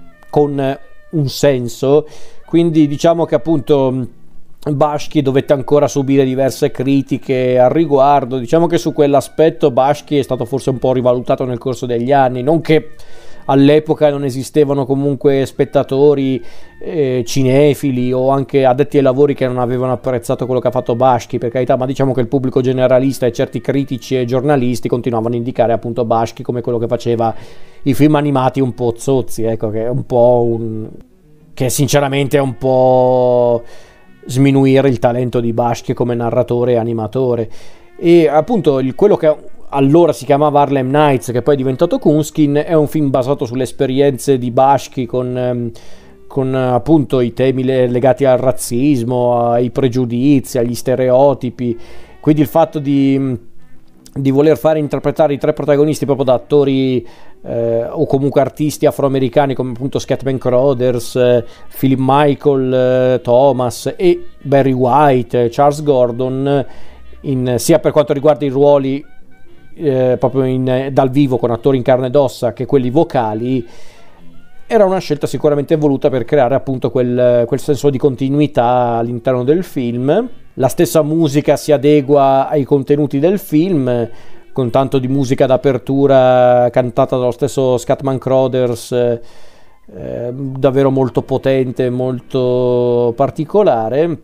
con un senso. Quindi diciamo che appunto Bashki dovette ancora subire diverse critiche al riguardo. Diciamo che su quell'aspetto Bashki è stato forse un po' rivalutato nel corso degli anni, non che all'epoca non esistevano comunque spettatori eh, cinefili o anche addetti ai lavori che non avevano apprezzato quello che ha fatto Bashki, per carità, ma diciamo che il pubblico generalista e certi critici e giornalisti continuavano a indicare appunto Bashki come quello che faceva i film animati un po' zozzi, ecco, che è un po' un... che sinceramente è un po' sminuire il talento di Bashki come narratore e animatore. E appunto il, quello che allora si chiamava Harlem Nights, che poi è diventato Coonskin, è un film basato sulle esperienze di Bashki con, con appunto i temi legati al razzismo, ai pregiudizi, agli stereotipi. Quindi il fatto di, di voler fare interpretare i tre protagonisti proprio da attori eh, o comunque artisti afroamericani come appunto Scatman Crothers, eh, Philip Michael eh, Thomas e Barry White, Charles Gordon, in, sia per quanto riguarda i ruoli eh, proprio in, dal vivo con attori in carne ed ossa che quelli vocali, era una scelta sicuramente voluta per creare appunto quel, quel senso di continuità all'interno del film. La stessa musica si adegua ai contenuti del film, con tanto di musica d'apertura cantata dallo stesso Scatman Crothers, eh, davvero molto potente, molto particolare.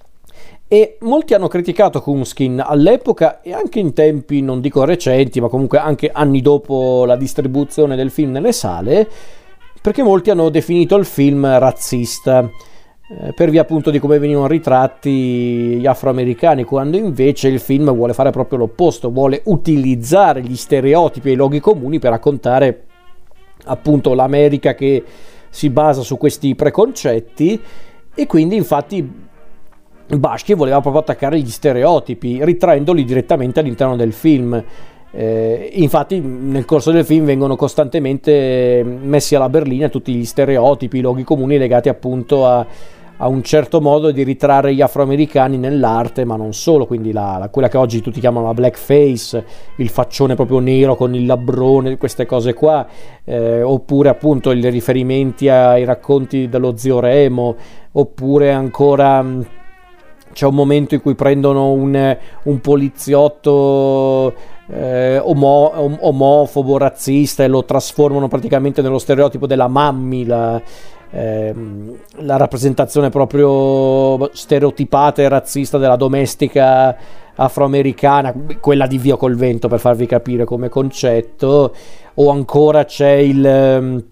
E molti hanno criticato Coonskin all'epoca e anche in tempi non dico recenti, ma comunque anche anni dopo la distribuzione del film nelle sale, perché molti hanno definito il film razzista, eh, per via appunto di come venivano ritratti gli afroamericani, quando invece il film vuole fare proprio l'opposto, vuole utilizzare gli stereotipi e i luoghi comuni per raccontare appunto l'America che si basa su questi preconcetti. E quindi infatti Bashki voleva proprio attaccare gli stereotipi ritraendoli direttamente all'interno del film. Eh, infatti nel corso del film vengono costantemente messi alla berlina tutti gli stereotipi, i luoghi comuni legati appunto a, a un certo modo di ritrarre gli afroamericani nell'arte, ma non solo, quindi la, la, quella che oggi tutti chiamano la blackface, il faccione proprio nero con il labbrone, queste cose qua, eh, oppure appunto i riferimenti ai racconti dello zio Remo, oppure ancora c'è un momento in cui prendono un, un poliziotto eh, omo, om, omofobo, razzista, e lo trasformano praticamente nello stereotipo della mammy, la, eh, la rappresentazione proprio stereotipata e razzista della domestica afroamericana, quella di Via col vento, per farvi capire come concetto. O ancora c'è il...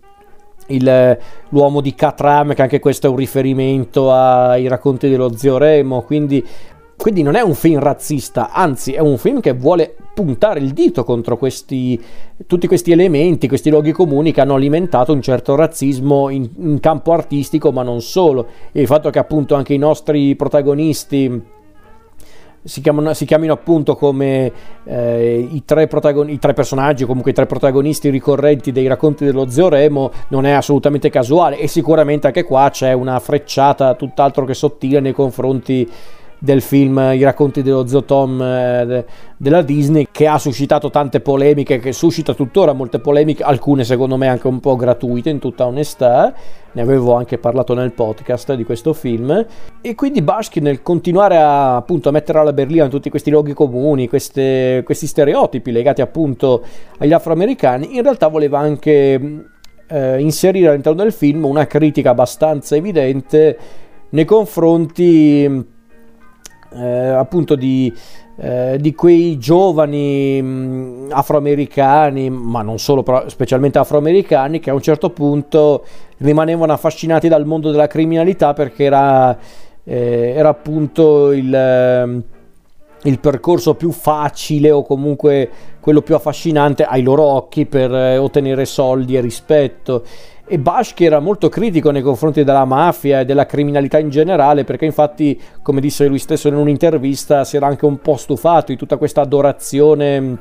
Il, l'uomo di Catram, che anche questo è un riferimento ai racconti dello zio Remo, quindi, quindi non è un film razzista, anzi è un film che vuole puntare il dito contro questi, tutti questi elementi, questi luoghi comuni che hanno alimentato un certo razzismo in, in campo artistico, ma non solo. E il fatto che appunto anche i nostri protagonisti Si, chiamano, si chiamino appunto come eh, i, tre protagoni- i tre personaggi, comunque i tre protagonisti ricorrenti dei racconti dello zio Remo, non è assolutamente casuale, e sicuramente anche qua c'è una frecciata tutt'altro che sottile nei confronti del film I racconti dello zio Tom eh, della Disney, che ha suscitato tante polemiche, che suscita tuttora molte polemiche, alcune secondo me anche un po' gratuite, in tutta onestà. Ne avevo anche parlato nel podcast di questo film. E quindi Bakshi, nel continuare a, appunto, a mettere alla berlina tutti questi luoghi comuni, queste, questi stereotipi legati appunto agli afroamericani, in realtà voleva anche eh, inserire all'interno del film una critica abbastanza evidente nei confronti Eh, appunto di, eh, di quei giovani mh, afroamericani, ma non solo, però specialmente afroamericani, che a un certo punto rimanevano affascinati dal mondo della criminalità perché era, eh, era appunto il, eh, il percorso più facile, o comunque quello più affascinante ai loro occhi, per eh, ottenere soldi e rispetto. E Bakshi era molto critico nei confronti della mafia e della criminalità in generale, perché infatti, come disse lui stesso in un'intervista, si era anche un po' stufato di tutta questa adorazione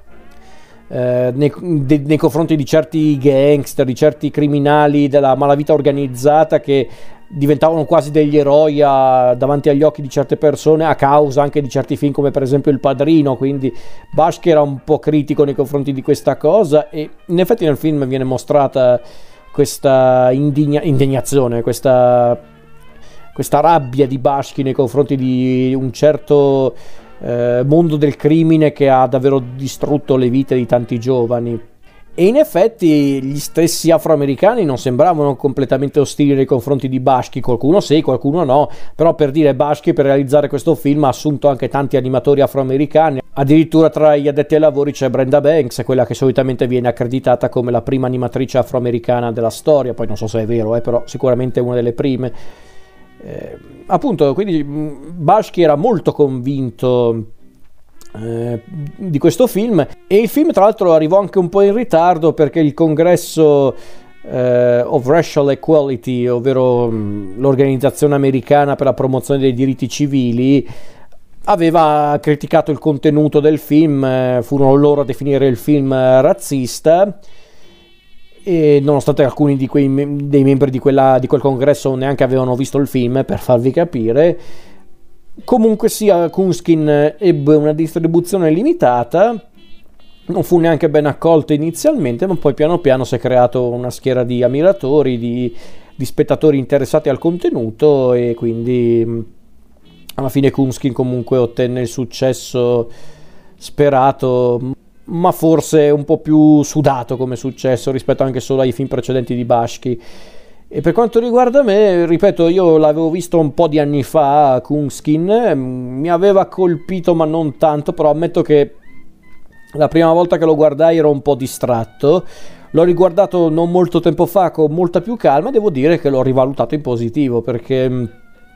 eh, nei, de, nei confronti di certi gangster, di certi criminali della malavita organizzata, che diventavano quasi degli eroi a, davanti agli occhi di certe persone, a causa anche di certi film come per esempio Il Padrino. Quindi Bakshi era un po' critico nei confronti di questa cosa, e in effetti nel film viene mostrata questa indigna- indignazione, questa, questa rabbia di Bakshi nei confronti di un certo eh, mondo del crimine che ha davvero distrutto le vite di tanti giovani. E in effetti gli stessi afroamericani non sembravano completamente ostili nei confronti di Bakshi, qualcuno sì, qualcuno no, però, per dire, Bakshi per realizzare questo film ha assunto anche tanti animatori afroamericani. Addirittura tra gli addetti ai lavori c'è Brenda Banks, quella che solitamente viene accreditata come la prima animatrice afroamericana della storia, poi non so se è vero, eh, però sicuramente è una delle prime. Eh, appunto, quindi Bakshi era molto convinto eh, di questo film, e il film tra l'altro arrivò anche un po' in ritardo, perché il congresso eh, of Racial Equality, ovvero mh, l'organizzazione americana per la promozione dei diritti civili, aveva criticato il contenuto del film, eh, furono loro a definire il film eh, razzista, e nonostante alcuni di quei dei membri di, quella, di quel congresso neanche avevano visto il film, per farvi capire. Comunque sia, Coonskin ebbe una distribuzione limitata, non fu neanche ben accolto inizialmente, ma poi piano piano si è creato una schiera di ammiratori, di, di spettatori interessati al contenuto, e quindi alla fine Coonskin comunque ottenne il successo sperato, ma forse un po' più sudato come successo rispetto anche solo ai film precedenti di Bakshi. E per quanto riguarda me, ripeto, io l'avevo visto un po' di anni fa, Coonskin, mi aveva colpito ma non tanto, però ammetto che la prima volta che lo guardai ero un po' distratto. L'ho riguardato non molto tempo fa con molta più calma, devo dire che l'ho rivalutato in positivo, perché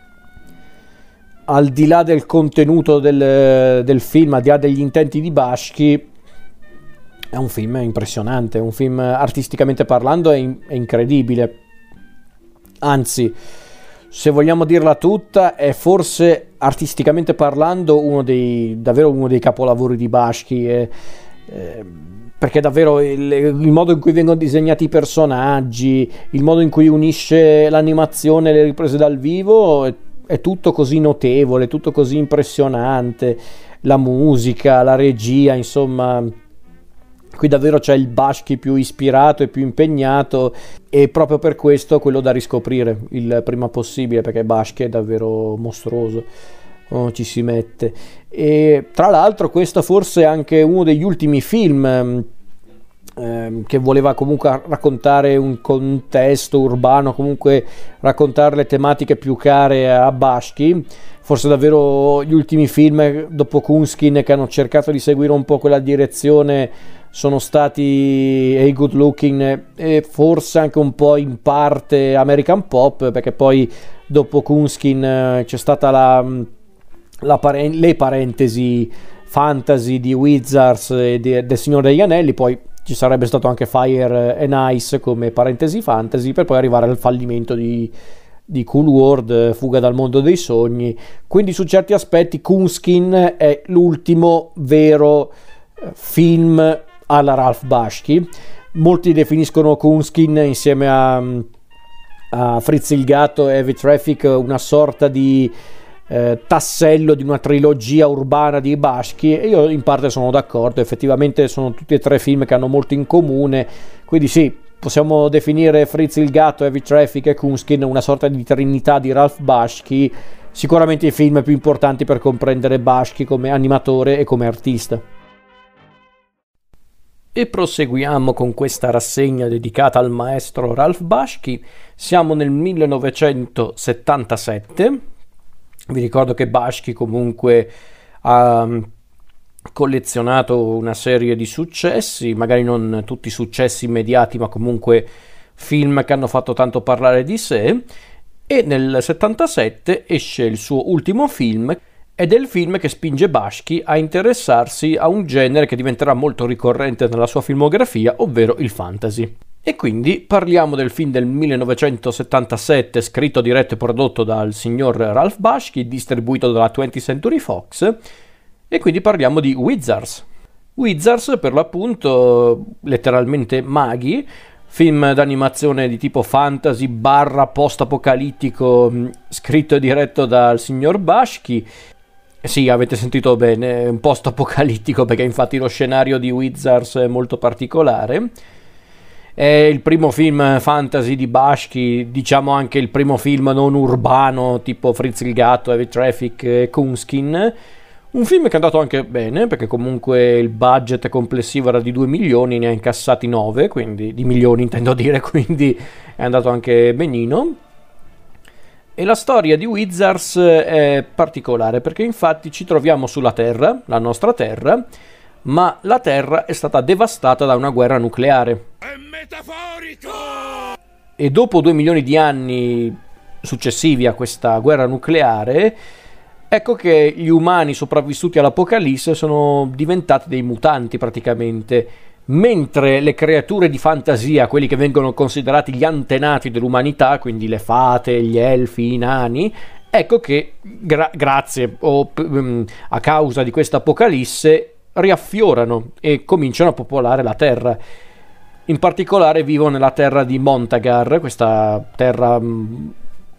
al di là del contenuto del, del film, al di là degli intenti di Bakshi, è un film impressionante, un film artisticamente parlando è, in, è incredibile. Anzi, se vogliamo dirla tutta, è forse artisticamente parlando uno dei, davvero uno dei capolavori di Bakshi, eh, eh, perché davvero il, il modo in cui vengono disegnati i personaggi, il modo in cui unisce l'animazione e le riprese dal vivo, è, è tutto così notevole, tutto così impressionante. La musica, la regia, insomma, qui davvero c'è il Bakshi più ispirato e più impegnato, e proprio per questo quello da riscoprire il prima possibile, perché Bakshi è davvero mostruoso, oh, ci si mette. E tra l'altro questo forse è anche uno degli ultimi film ehm, che voleva comunque raccontare un contesto urbano, comunque raccontare le tematiche più care a Bakshi. Forse davvero gli ultimi film dopo Coonskin che hanno cercato di seguire un po' quella direzione sono stati Hey Good Looking e forse anche un po' in parte American Pop, perché poi dopo Coonskin c'è stata la, la paren- le parentesi fantasy di Wizards e di, del Signore degli Anelli, poi ci sarebbe stato anche Fire and Ice come parentesi fantasy, per poi arrivare al fallimento di, di Cool World, Fuga dal mondo dei sogni. Quindi su certi aspetti Coonskin è l'ultimo vero film alla Ralph Bakshi. Molti definiscono Coonskin insieme a, a Fritz il gatto e Heavy Traffic una sorta di eh, tassello di una trilogia urbana di Bashki, e io in parte sono d'accordo. Effettivamente sono tutti e tre film che hanno molto in comune, quindi sì, possiamo definire Fritz il gatto, Heavy Traffic e Coonskin una sorta di trinità di Ralph Bakshi, sicuramente i film più importanti per comprendere Bakshi come animatore e come artista. E proseguiamo con questa rassegna dedicata al maestro Ralph Bakshi. Siamo nel millenovecentosettantasette. Vi ricordo che Bakshi comunque ha collezionato una serie di successi, magari non tutti successi immediati, ma comunque film che hanno fatto tanto parlare di sé. E nel settantasette esce il suo ultimo film, ed è il film che spinge Bakshi a interessarsi a un genere che diventerà molto ricorrente nella sua filmografia, ovvero il fantasy. E quindi parliamo del film del millenovecentosettantasette, scritto, diretto e prodotto dal signor Ralph Bakshi, distribuito dalla twentieth Century Fox, e quindi parliamo di Wizards. Wizards, per l'appunto, letteralmente maghi, film d'animazione di tipo fantasy barra post-apocalittico, scritto e diretto dal signor Bakshi. Sì, avete sentito bene, un post-apocalittico, perché infatti lo scenario di Wizards è molto particolare. È il primo film fantasy di Bakshi, diciamo anche il primo film non urbano tipo Fritz il gatto, Heavy Traffic e Coonskin. Un film che è andato anche bene, perché comunque il budget complessivo era di due milioni, ne ha incassati nove, quindi di milioni intendo dire, quindi è andato anche benino. E la storia di Wizards è particolare, perché infatti ci troviamo sulla Terra, la nostra Terra, ma la Terra è stata devastata da una guerra nucleare. È metaforico! E dopo due milioni di anni successivi a questa guerra nucleare, ecco che gli umani sopravvissuti all'Apocalisse sono diventati dei mutanti praticamente, mentre le creature di fantasia, quelli che vengono considerati gli antenati dell'umanità, quindi le fate, gli elfi, i nani, ecco che gra- grazie o um, a causa di questa Apocalisse riaffiorano e cominciano a popolare la Terra. In particolare vivono nella terra di Montagar, questa terra um,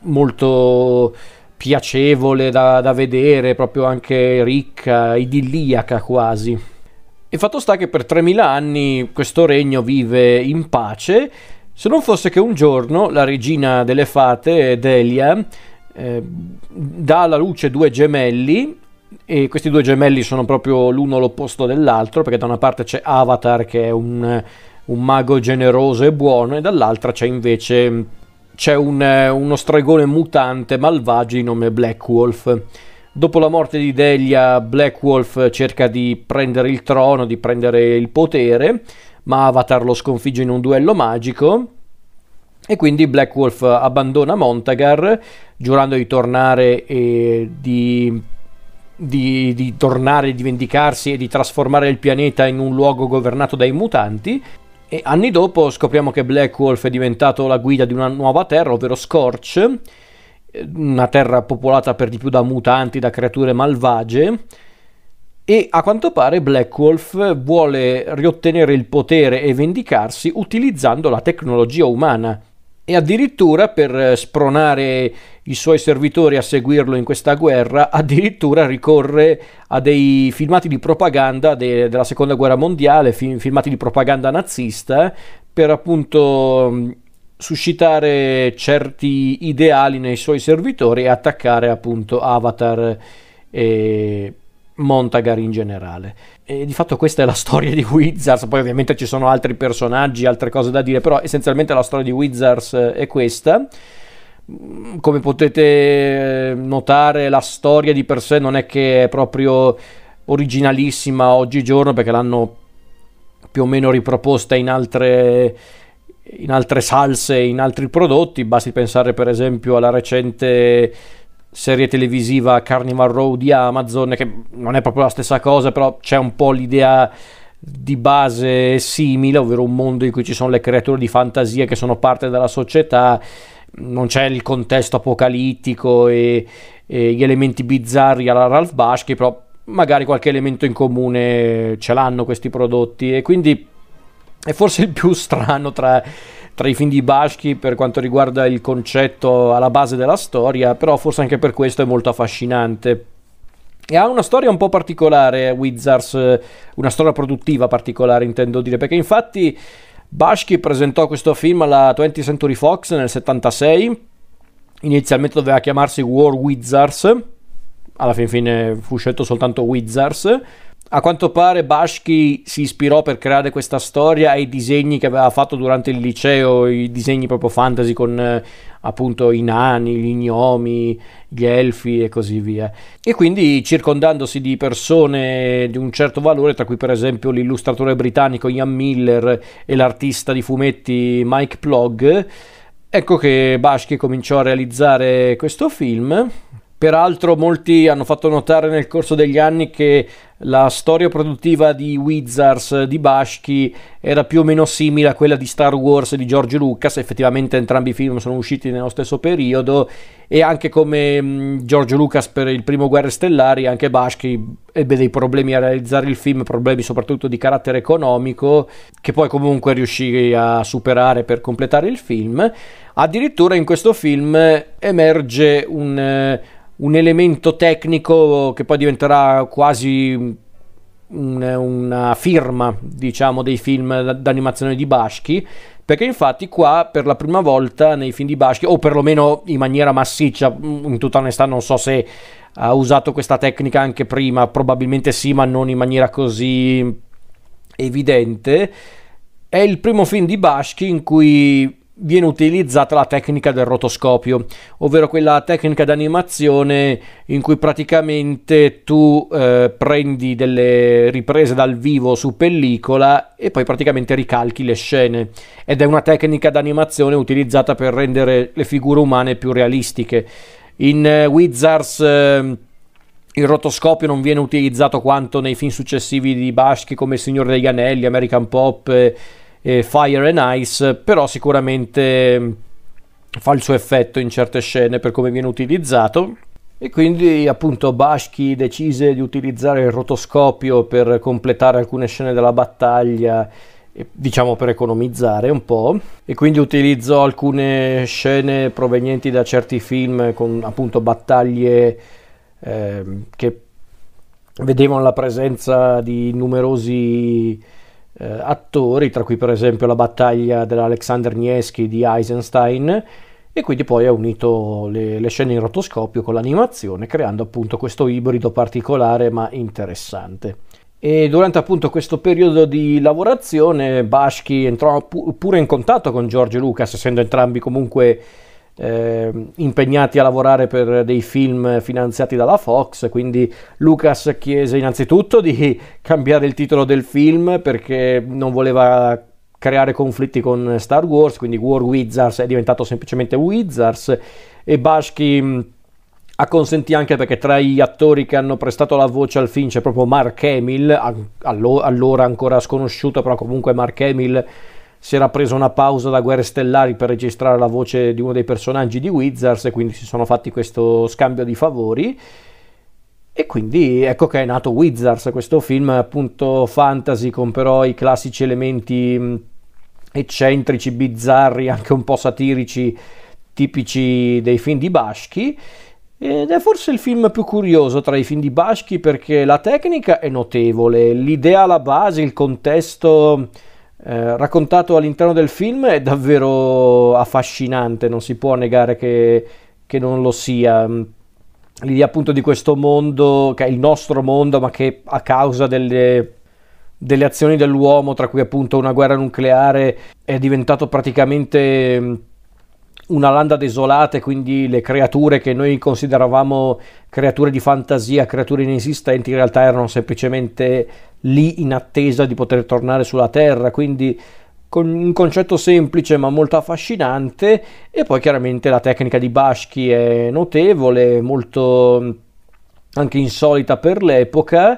molto piacevole da, da vedere, proprio anche ricca, idilliaca quasi. E fatto sta che per tremila anni questo regno vive in pace, se non fosse che un giorno la regina delle fate, Delia, eh, dà alla luce due gemelli, e questi due gemelli sono proprio l'uno l'opposto dell'altro, perché da una parte c'è Avatar, che è un, un mago generoso e buono, e dall'altra c'è invece c'è un, uno stregone mutante malvagio di nome Black Wolf. Dopo la morte di Delia, Black Wolf cerca di prendere il trono, di prendere il potere, ma Avatar lo sconfigge in un duello magico, e quindi Black Wolf abbandona Montagar, giurando di tornare e di, di, di tornare, di vendicarsi e di trasformare il pianeta in un luogo governato dai mutanti. E anni dopo scopriamo che Black Wolf è diventato la guida di una nuova terra, ovvero Scorch, una terra popolata per di più da mutanti, da creature malvagie, e a quanto pare Black Wolf vuole riottenere il potere e vendicarsi utilizzando la tecnologia umana, e addirittura, per spronare i suoi servitori a seguirlo in questa guerra, addirittura ricorre a dei filmati di propaganda de- della seconda guerra mondiale, fi- filmati di propaganda nazista, per appunto suscitare certi ideali nei suoi servitori e attaccare appunto Avatar e Montagar in generale. E di fatto questa è la storia di Wizards. Poi ovviamente ci sono altri personaggi, altre cose da dire, però essenzialmente la storia di Wizards è questa. Come potete notare, la storia di per sé non è che è proprio originalissima oggigiorno, perché l'hanno più o meno riproposta in altre in altre salse, in altri prodotti. Basti pensare per esempio alla recente serie televisiva Carnival Row di Amazon, che non è proprio la stessa cosa, però c'è un po' l'idea di base simile, ovvero un mondo in cui ci sono le creature di fantasia che sono parte della società, non c'è il contesto apocalittico e, e gli elementi bizzarri alla Ralph Bakshi, però magari qualche elemento in comune ce l'hanno questi prodotti, e quindi è forse il più strano tra, tra i film di Bashki per quanto riguarda il concetto alla base della storia, però forse anche per questo è molto affascinante. E ha una storia un po' particolare, Wizards, una storia produttiva particolare intendo dire, perché infatti Bashki presentò questo film alla twentieth Century Fox nel settantasei, inizialmente doveva chiamarsi War Wizards, alla fin fine fu scelto soltanto Wizards. A quanto pare Bashki si ispirò per creare questa storia ai disegni che aveva fatto durante il liceo, i disegni proprio fantasy con eh, appunto i nani, gli gnomi, gli elfi e così via. E quindi circondandosi di persone di un certo valore, tra cui per esempio l'illustratore britannico Ian Miller e l'artista di fumetti Mike Plog, ecco che Bashki cominciò a realizzare questo film. Peraltro molti hanno fatto notare nel corso degli anni che la storia produttiva di Wizards di Bashki era più o meno simile a quella di Star Wars di George Lucas. Effettivamente entrambi i film sono usciti nello stesso periodo, e anche come mh, George Lucas per il primo Guerre Stellari, anche Bashki ebbe dei problemi a realizzare il film, problemi soprattutto di carattere economico, che poi comunque riuscì a superare per completare il film. Addirittura in questo film emerge un... un elemento tecnico che poi diventerà quasi un, una firma, diciamo, dei film d'animazione di Bashki, perché infatti qua per la prima volta nei film di Bashki, o perlomeno in maniera massiccia, in tutta onestà non so se ha usato questa tecnica anche prima, probabilmente sì, ma non in maniera così evidente, è il primo film di Bashki in cui viene utilizzata la tecnica del rotoscopio, ovvero quella tecnica d'animazione in cui praticamente tu eh, prendi delle riprese dal vivo su pellicola e poi praticamente ricalchi le scene, ed è una tecnica d'animazione utilizzata per rendere le figure umane più realistiche. In eh, Wizards eh, il rotoscopio non viene utilizzato quanto nei film successivi di Bashki come Il Signore degli Anelli, American Pop eh, e Fire and Ice, però sicuramente fa il suo effetto in certe scene per come viene utilizzato, e quindi appunto Bashki decise di utilizzare il rotoscopio per completare alcune scene della battaglia, diciamo per economizzare un po', e quindi utilizzò alcune scene provenienti da certi film con appunto battaglie eh, che vedevano la presenza di numerosi Eh, attori, tra cui per esempio la battaglia dell'Alexander Nevsky di Eisenstein, e quindi poi ha unito le, le scene in rotoscopio con l'animazione, creando appunto questo ibrido particolare ma interessante. E durante appunto questo periodo di lavorazione Bashki entrò pu- pure in contatto con George Lucas, essendo entrambi comunque Eh, impegnati a lavorare per dei film finanziati dalla Fox. Quindi Lucas chiese innanzitutto di cambiare il titolo del film perché non voleva creare conflitti con Star Wars, quindi War Wizards è diventato semplicemente Wizards, e Bashki acconsentì anche perché tra gli attori che hanno prestato la voce al film c'è proprio Mark Hamill, allora ancora sconosciuto, però comunque Mark Hamill si era preso una pausa da Guerre Stellari per registrare la voce di uno dei personaggi di Wizards, e quindi si sono fatti questo scambio di favori, e quindi ecco che è nato Wizards, questo film appunto fantasy con però i classici elementi eccentrici, bizzarri, anche un po' satirici, tipici dei film di Bashki. Ed è forse il film più curioso tra i film di Bashki perché la tecnica è notevole, l'idea alla base, il contesto Eh, raccontato all'interno del film è davvero affascinante, non si può negare che, che non lo sia. L'idea appunto di questo mondo, che è il nostro mondo, ma che a causa delle, delle azioni dell'uomo, tra cui appunto una guerra nucleare, è diventato praticamente una landa desolata, e quindi le creature che noi consideravamo creature di fantasia, creature inesistenti, in realtà erano semplicemente lì in attesa di poter tornare sulla Terra. Quindi con un concetto semplice ma molto affascinante. E poi chiaramente la tecnica di Bashki è notevole, molto anche insolita per l'epoca.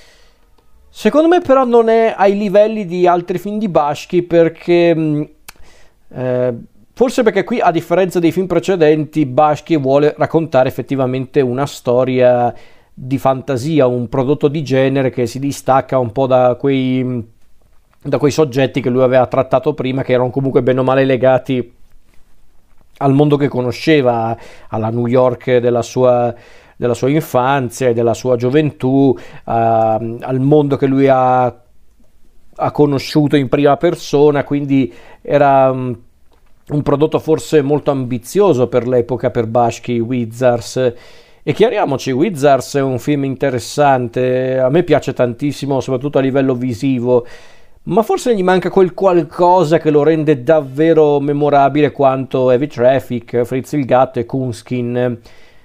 Secondo me però non è ai livelli di altri film di Bashki perché eh, forse perché qui, a differenza dei film precedenti, Bashki vuole raccontare effettivamente una storia di fantasia, un prodotto di genere che si distacca un po' da quei da quei soggetti che lui aveva trattato prima, che erano comunque bene o male legati al mondo che conosceva, alla New York della sua, della sua infanzia e della sua gioventù, uh, al mondo che lui ha, ha conosciuto in prima persona, quindi era um, un prodotto forse molto ambizioso per l'epoca per Bakshi, Wizards. E chiariamoci, Wizards è un film interessante, a me piace tantissimo, soprattutto a livello visivo, ma forse gli manca quel qualcosa che lo rende davvero memorabile quanto Heavy Traffic, Fritz il gatto e Coonskin,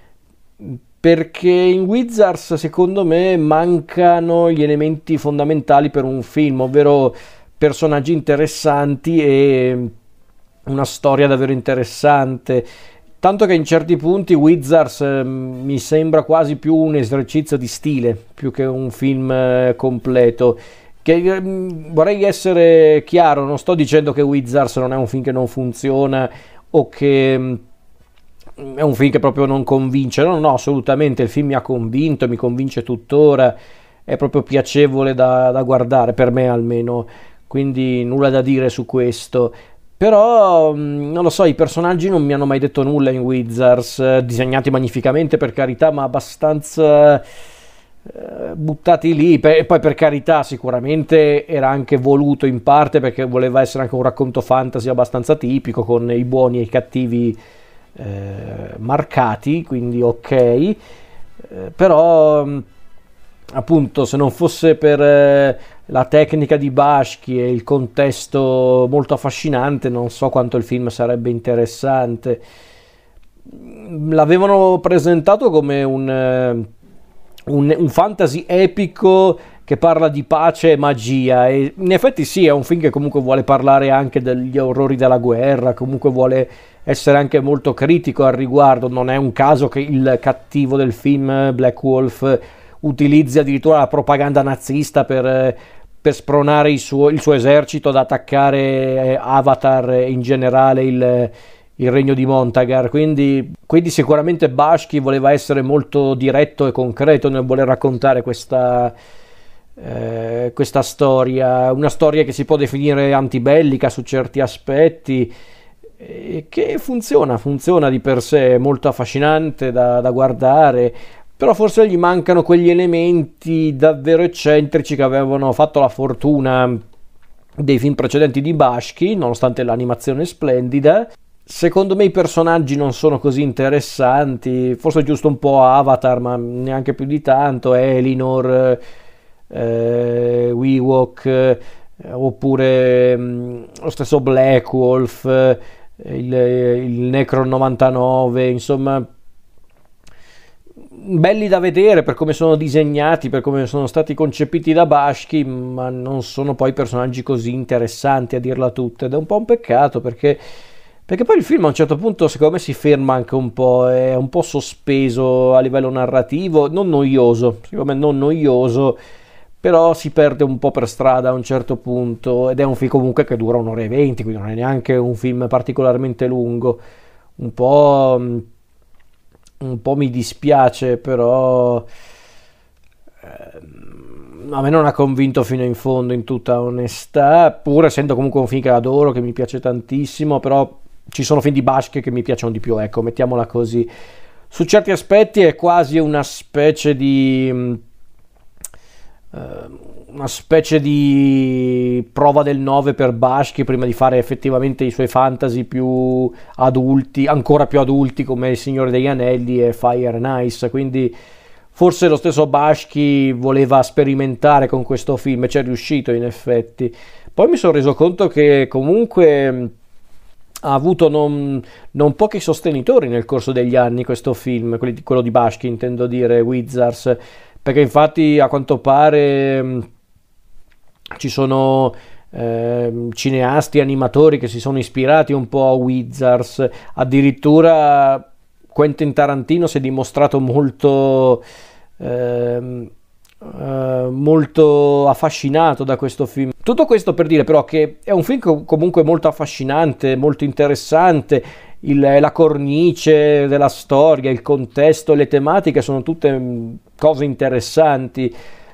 perché in Wizards secondo me mancano gli elementi fondamentali per un film, ovvero personaggi interessanti e una storia davvero interessante, tanto che in certi punti Wizards eh, mi sembra quasi più un esercizio di stile più che un film eh, completo. Che, vorrei essere chiaro, non sto dicendo che Wizards non è un film che non funziona o che è un film che proprio non convince, no, no, assolutamente, il film mi ha convinto, mi convince tuttora, è proprio piacevole da, da guardare, per me almeno, quindi nulla da dire su questo. Però, non lo so, i personaggi non mi hanno mai detto nulla in Wizards, disegnati magnificamente per carità, ma abbastanza buttati lì. E poi per carità sicuramente era anche voluto in parte perché voleva essere anche un racconto fantasy abbastanza tipico con i buoni e i cattivi eh, marcati, quindi ok, eh, però appunto se non fosse per eh, la tecnica di Bakshi e il contesto molto affascinante non so quanto il film sarebbe interessante. L'avevano presentato come un Un, un fantasy epico che parla di pace e magia, e in effetti sì, è un film che comunque vuole parlare anche degli orrori della guerra, comunque vuole essere anche molto critico al riguardo. Non è un caso che il cattivo del film, Black Wolf, utilizzi addirittura la propaganda nazista per, per spronare il suo, il suo esercito ad attaccare Avatar e in generale il il regno di Montagar, quindi, quindi sicuramente Bakshi voleva essere molto diretto e concreto nel voler raccontare questa, eh, questa storia, una storia che si può definire antibellica su certi aspetti, e che funziona, funziona di per sé, è molto affascinante da, da guardare, però forse gli mancano quegli elementi davvero eccentrici che avevano fatto la fortuna dei film precedenti di Bakshi, nonostante l'animazione splendida. Secondo me i personaggi non sono così interessanti, forse giusto un po' Avatar, ma neanche più di tanto. Elinor, eh, Ewok, eh, oppure mh, lo stesso Black Wolf, eh, il, il Necron novantanove, insomma, belli da vedere per come sono disegnati, per come sono stati concepiti da Bakshi, ma non sono poi personaggi così interessanti a dirla tutta, ed è un po' un peccato perché Perché poi il film a un certo punto secondo me si ferma anche un po', è un po' sospeso a livello narrativo, non noioso, secondo me non noioso, però si perde un po' per strada a un certo punto, ed è un film comunque che dura un'ora e venti, quindi non è neanche un film particolarmente lungo. Un po', un po' mi dispiace, però a me non ha convinto fino in fondo, in tutta onestà, pur essendo comunque un film che adoro, che mi piace tantissimo, però ci sono film di Bakshi che mi piacciono di più, ecco, mettiamola così. Su certi aspetti è quasi una specie di uh, una specie di prova del nove per Bakshi prima di fare effettivamente i suoi fantasy più adulti, ancora più adulti, come Il Signore degli Anelli e Fire and Ice. Quindi forse lo stesso Bakshi voleva sperimentare con questo film e ci è riuscito in effetti. Poi mi sono reso conto che comunque ha avuto non, non pochi sostenitori nel corso degli anni questo film, quello di Bakshi intendo dire, Wizards, perché infatti a quanto pare mh, ci sono eh, cineasti, animatori che si sono ispirati un po' a Wizards, addirittura Quentin Tarantino si è dimostrato molto eh, Uh, molto affascinato da questo film. Tutto questo per dire però che è un film co- comunque molto affascinante, molto interessante. Il, la cornice della storia, il contesto, le tematiche sono tutte mh, cose interessanti.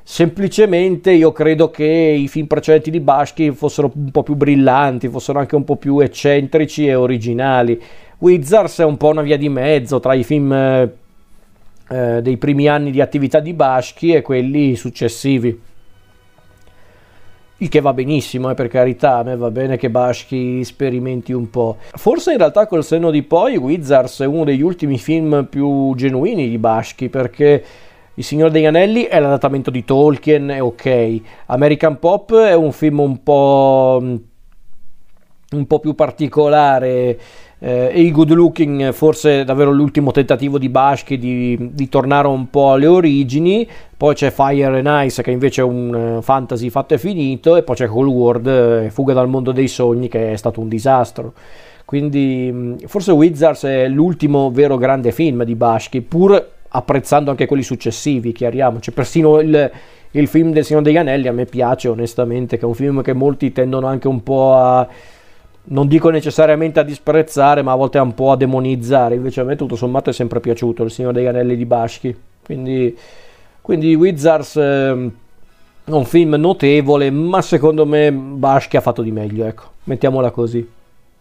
Semplicemente io credo che i film precedenti di Bashki fossero un po' più brillanti, fossero anche un po' più eccentrici e originali. Wizards è un po' una via di mezzo tra i film eh, eh, dei primi anni di attività di Bashki e quelli successivi. Il che va benissimo, eh, per carità, a me va bene che Bashki sperimenti un po'. Forse in realtà col senno di poi Wizards è uno degli ultimi film più genuini di Bashki, perché Il Signore degli Anelli è l'adattamento di Tolkien, è ok. American Pop è un film un po', un po' più particolare, eh, e i Good Looking forse è davvero l'ultimo tentativo di Bashki di, di tornare un po' alle origini. Poi c'è Fire and Ice, che invece è un uh, fantasy fatto e finito, e poi c'è Cold World, eh, Fuga dal mondo dei sogni, che è stato un disastro. Quindi mh, forse Wizards è l'ultimo vero grande film di Bashki, pur apprezzando anche quelli successivi, chiariamoci. Persino il, il film del Signore degli Anelli a me piace onestamente, che è un film che molti tendono anche un po' a, non dico necessariamente a disprezzare, ma a volte un po' a demonizzare. Invece a me tutto sommato è sempre piaciuto il Signore degli Anelli di Bashki, quindi, quindi Wizards eh, è un film notevole, ma secondo me Bashki ha fatto di meglio, ecco, mettiamola così.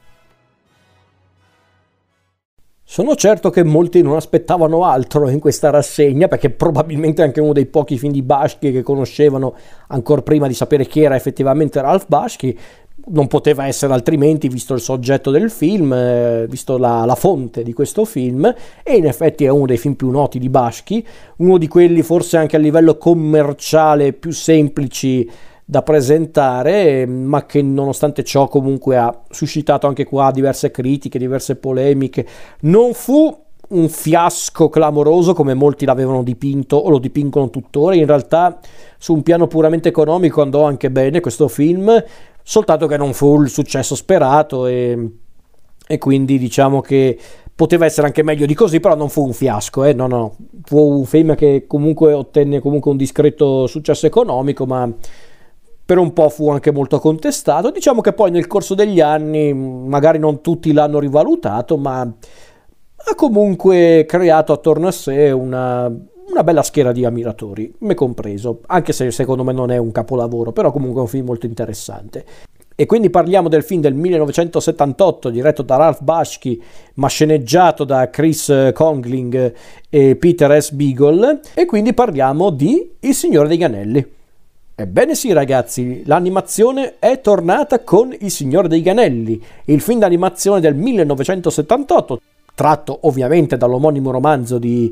Sono certo che molti non aspettavano altro in questa rassegna, perché probabilmente è anche uno dei pochi film di Bashki che conoscevano ancora prima di sapere chi era effettivamente Ralph Bashki. Non poteva essere altrimenti, visto il soggetto del film, eh, visto la, la fonte di questo film, e in effetti è uno dei film più noti di Bashki, uno di quelli forse anche a livello commerciale più semplici da presentare, ma che nonostante ciò comunque ha suscitato anche qua diverse critiche, diverse polemiche. Non fu un fiasco clamoroso come molti l'avevano dipinto o lo dipingono tuttora. In realtà su un piano puramente economico andò anche bene questo film, soltanto che non fu il successo sperato, e, e quindi diciamo che poteva essere anche meglio di così, però non fu un fiasco, eh? no, no, fu un film che comunque ottenne comunque un discreto successo economico, ma per un po' fu anche molto contestato. Diciamo che poi nel corso degli anni magari non tutti l'hanno rivalutato, ma ha comunque creato attorno a sé una, una bella schiera di ammiratori, me compreso, anche se secondo me non è un capolavoro, però comunque è un film molto interessante. E quindi parliamo del film del millenovecentosettantotto, diretto da Ralph Bashki, ma sceneggiato da Chris Congling e Peter S. Beagle, e quindi parliamo di Il Signore degli Anelli. Ebbene sì ragazzi, l'animazione è tornata con Il Signore degli Anelli, il film d'animazione del millenovecentosettantotto, tratto ovviamente dall'omonimo romanzo di,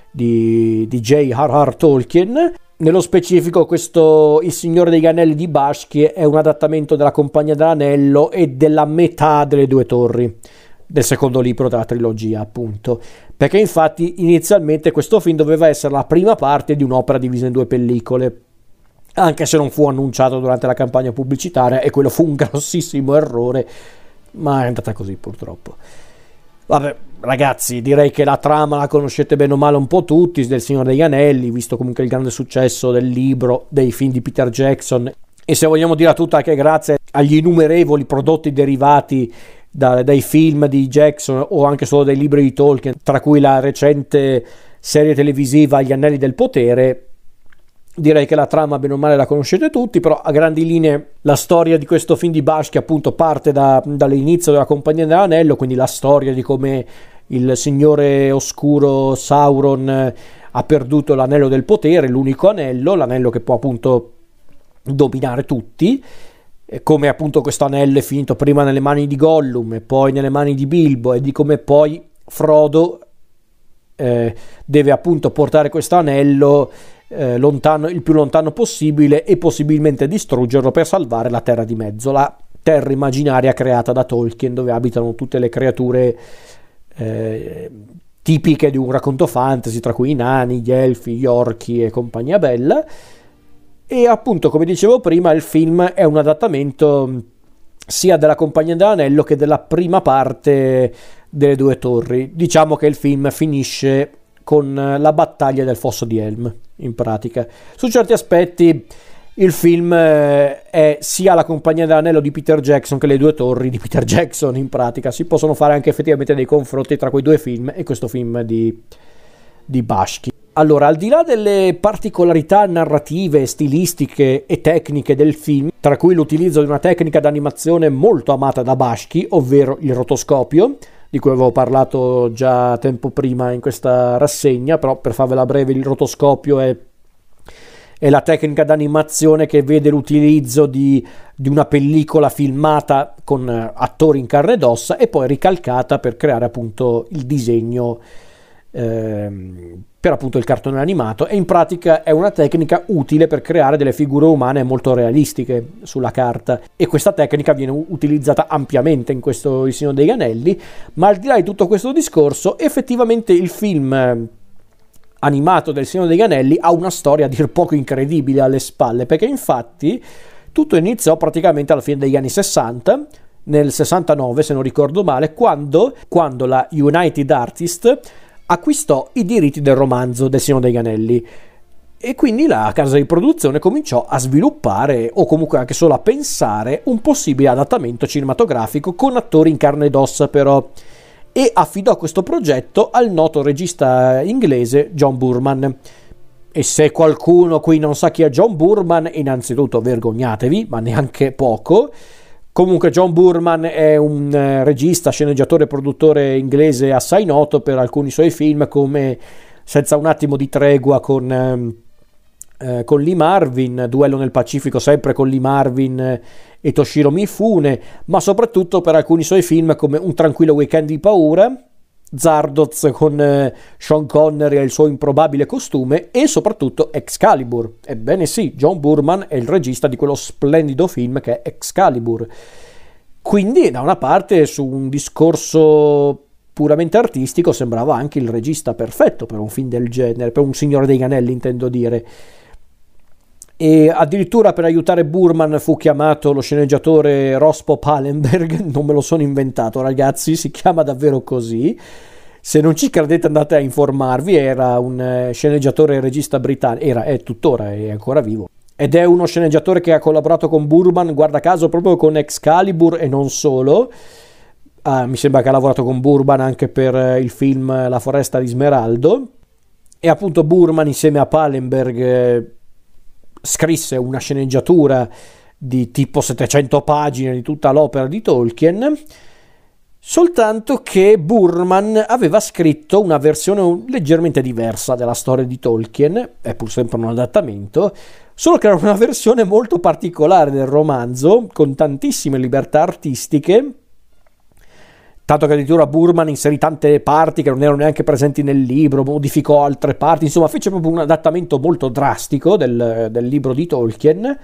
di, di J R R. Tolkien. Nello specifico questo Il Signore degli Anelli di Bashki è un adattamento della Compagnia dell'Anello e della metà delle Due Torri, del secondo libro della trilogia appunto, perché infatti inizialmente questo film doveva essere la prima parte di un'opera divisa in due pellicole, anche se non fu annunciato durante la campagna pubblicitaria, e quello fu un grossissimo errore, ma è andata così purtroppo. Vabbè ragazzi, direi che la trama la conoscete bene o male un po' tutti del Signore degli Anelli, visto comunque il grande successo del libro, dei film di Peter Jackson, e se vogliamo dire tutta anche grazie agli innumerevoli prodotti derivati da, dai film di Jackson o anche solo dai libri di Tolkien, tra cui la recente serie televisiva Gli Anelli del Potere. Direi che la trama bene o male la conoscete tutti, però a grandi linee la storia di questo film di Bashki appunto parte da, dall'inizio della Compagnia dell'Anello, quindi la storia di come il signore oscuro Sauron ha perduto l'anello del potere, l'unico anello, l'anello che può appunto dominare tutti, e come appunto questo anello è finito prima nelle mani di Gollum e poi nelle mani di Bilbo, e di come poi Frodo eh, deve appunto portare questo anello Eh, lontano, il più lontano possibile, e possibilmente distruggerlo per salvare la Terra di Mezzo, la terra immaginaria creata da Tolkien, dove abitano tutte le creature eh, tipiche di un racconto fantasy, tra cui i nani, gli elfi, gli orchi e compagnia bella. E appunto, come dicevo prima, il film è un adattamento sia della Compagnia dell'Anello che della prima parte delle Due Torri. Diciamo che il film finisce con la battaglia del Fosso di Helm, in pratica. Su certi aspetti il film è sia la Compagnia dell'Anello di Peter Jackson che le Due Torri di Peter Jackson, in pratica. Si possono fare anche effettivamente dei confronti tra quei due film e questo film di, di Bashki. Allora, al di là delle particolarità narrative, stilistiche e tecniche del film, tra cui l'utilizzo di una tecnica d'animazione molto amata da Bashki, ovvero il rotoscopio, di cui avevo parlato già tempo prima in questa rassegna, però per farvela breve, il rotoscopio è, è la tecnica d'animazione che vede l'utilizzo di, di una pellicola filmata con attori in carne ed ossa e poi ricalcata per creare appunto il disegno ehm, per appunto il cartone animato, e in pratica è una tecnica utile per creare delle figure umane molto realistiche sulla carta, e questa tecnica viene utilizzata ampiamente in questo Il Signore degli Anelli. Ma al di là di tutto questo discorso, effettivamente il film animato del Signore degli Anelli ha una storia a dir poco incredibile alle spalle, perché infatti tutto iniziò praticamente alla fine degli anni sessanta, nel sessantanove se non ricordo male, quando, quando la United Artists acquistò i diritti del romanzo del Signore degli Anelli, e quindi la casa di produzione cominciò a sviluppare, o comunque anche solo a pensare, un possibile adattamento cinematografico con attori in carne ed ossa però, e affidò questo progetto al noto regista inglese John Boorman. E se qualcuno qui non sa chi è John Boorman, innanzitutto vergognatevi, ma neanche poco. Comunque John Boorman è un eh, regista, sceneggiatore e produttore inglese assai noto per alcuni suoi film, come Senza un attimo di tregua con, eh, con Lee Marvin, Duello nel Pacifico sempre con Lee Marvin eh, e Toshiro Mifune, ma soprattutto per alcuni suoi film come Un tranquillo weekend di paura, Zardoz con eh, Sean Connery e il suo improbabile costume, e soprattutto Excalibur. Ebbene sì, John Boorman è il regista di quello splendido film che è Excalibur. Quindi da una parte, su un discorso puramente artistico, sembrava anche il regista perfetto per un film del genere, per un Signore degli Anelli intendo dire. E addirittura per aiutare Boorman fu chiamato lo sceneggiatore Rospo Palenberg, non me lo sono inventato ragazzi, si chiama davvero così, se non ci credete andate a informarvi. Era un sceneggiatore e regista britannico, era, è tuttora, è ancora vivo, ed è uno sceneggiatore che ha collaborato con Boorman, guarda caso, proprio con Excalibur e non solo. Ah, mi sembra che ha lavorato con Boorman anche per il film La foresta di Smeraldo, e appunto Boorman insieme a Palenberg eh, scrisse una sceneggiatura di tipo settecento pagine di tutta l'opera di Tolkien, soltanto che Boorman aveva scritto una versione leggermente diversa della storia di Tolkien, è pur sempre un adattamento, solo che era una versione molto particolare del romanzo, con tantissime libertà artistiche, tanto che addirittura Boorman inserì tante parti che non erano neanche presenti nel libro, modificò altre parti, insomma fece proprio un adattamento molto drastico del, del libro di Tolkien,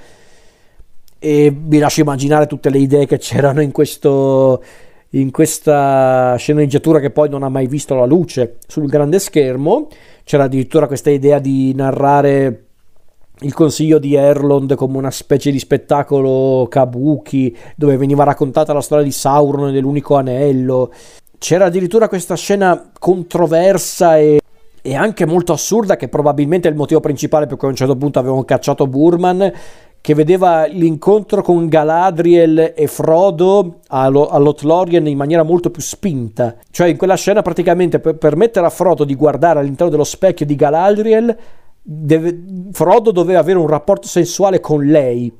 e vi lascio immaginare tutte le idee che c'erano in questo in questa sceneggiatura, che poi non ha mai visto la luce sul grande schermo. C'era addirittura questa idea di narrare il Consiglio di Erlond come una specie di spettacolo kabuki, dove veniva raccontata la storia di Sauron e dell'unico anello. C'era addirittura questa scena controversa e, e anche molto assurda, che probabilmente è il motivo principale per cui a un certo punto avevano cacciato Boorman, che vedeva l'incontro con Galadriel e Frodo all'Othlorien in maniera molto più spinta. Cioè in quella scena praticamente per permettere a Frodo di guardare all'interno dello specchio di Galadriel, Deve, Frodo doveva avere un rapporto sensuale con lei.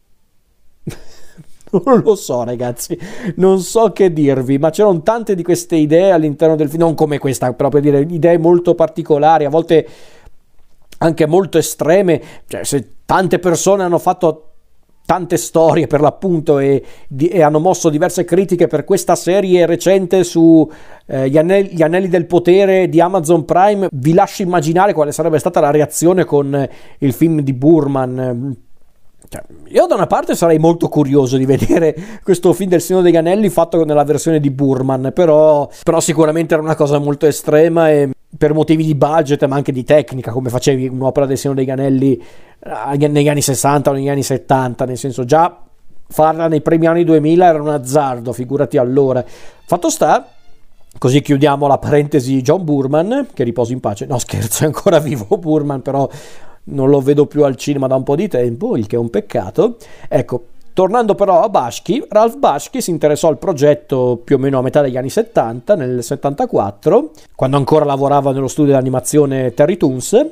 Non lo so ragazzi, non so che dirvi, ma c'erano tante di queste idee all'interno del film, non come questa, però per dire idee molto particolari, a volte anche molto estreme. Cioè, se tante persone hanno fatto tante storie per l'appunto e, di, e hanno mosso diverse critiche per questa serie recente su eh, gli, anelli, gli Anelli del Potere di Amazon Prime, vi lascio immaginare quale sarebbe stata la reazione con eh, il film di Boorman. Cioè, io da una parte sarei molto curioso di vedere questo film del Signore degli Anelli fatto nella versione di Boorman, però, però sicuramente era una cosa molto estrema, e per motivi di budget ma anche di tecnica, come facevi un'opera del Signore degli Anelli negli anni sessanta o negli anni settanta, nel senso già farla nei primi anni duemila era un azzardo, figurati allora. Fatto sta, così chiudiamo la parentesi John Boorman, che riposi in pace. No scherzo, è ancora vivo Boorman, però non lo vedo più al cinema da un po' di tempo, il che è un peccato. Ecco, Tornando però a Bakshi, Ralph Bakshi si interessò al progetto più o meno a metà degli anni settanta, nel settantaquattro, quando ancora lavorava nello studio di animazione Terry Toons,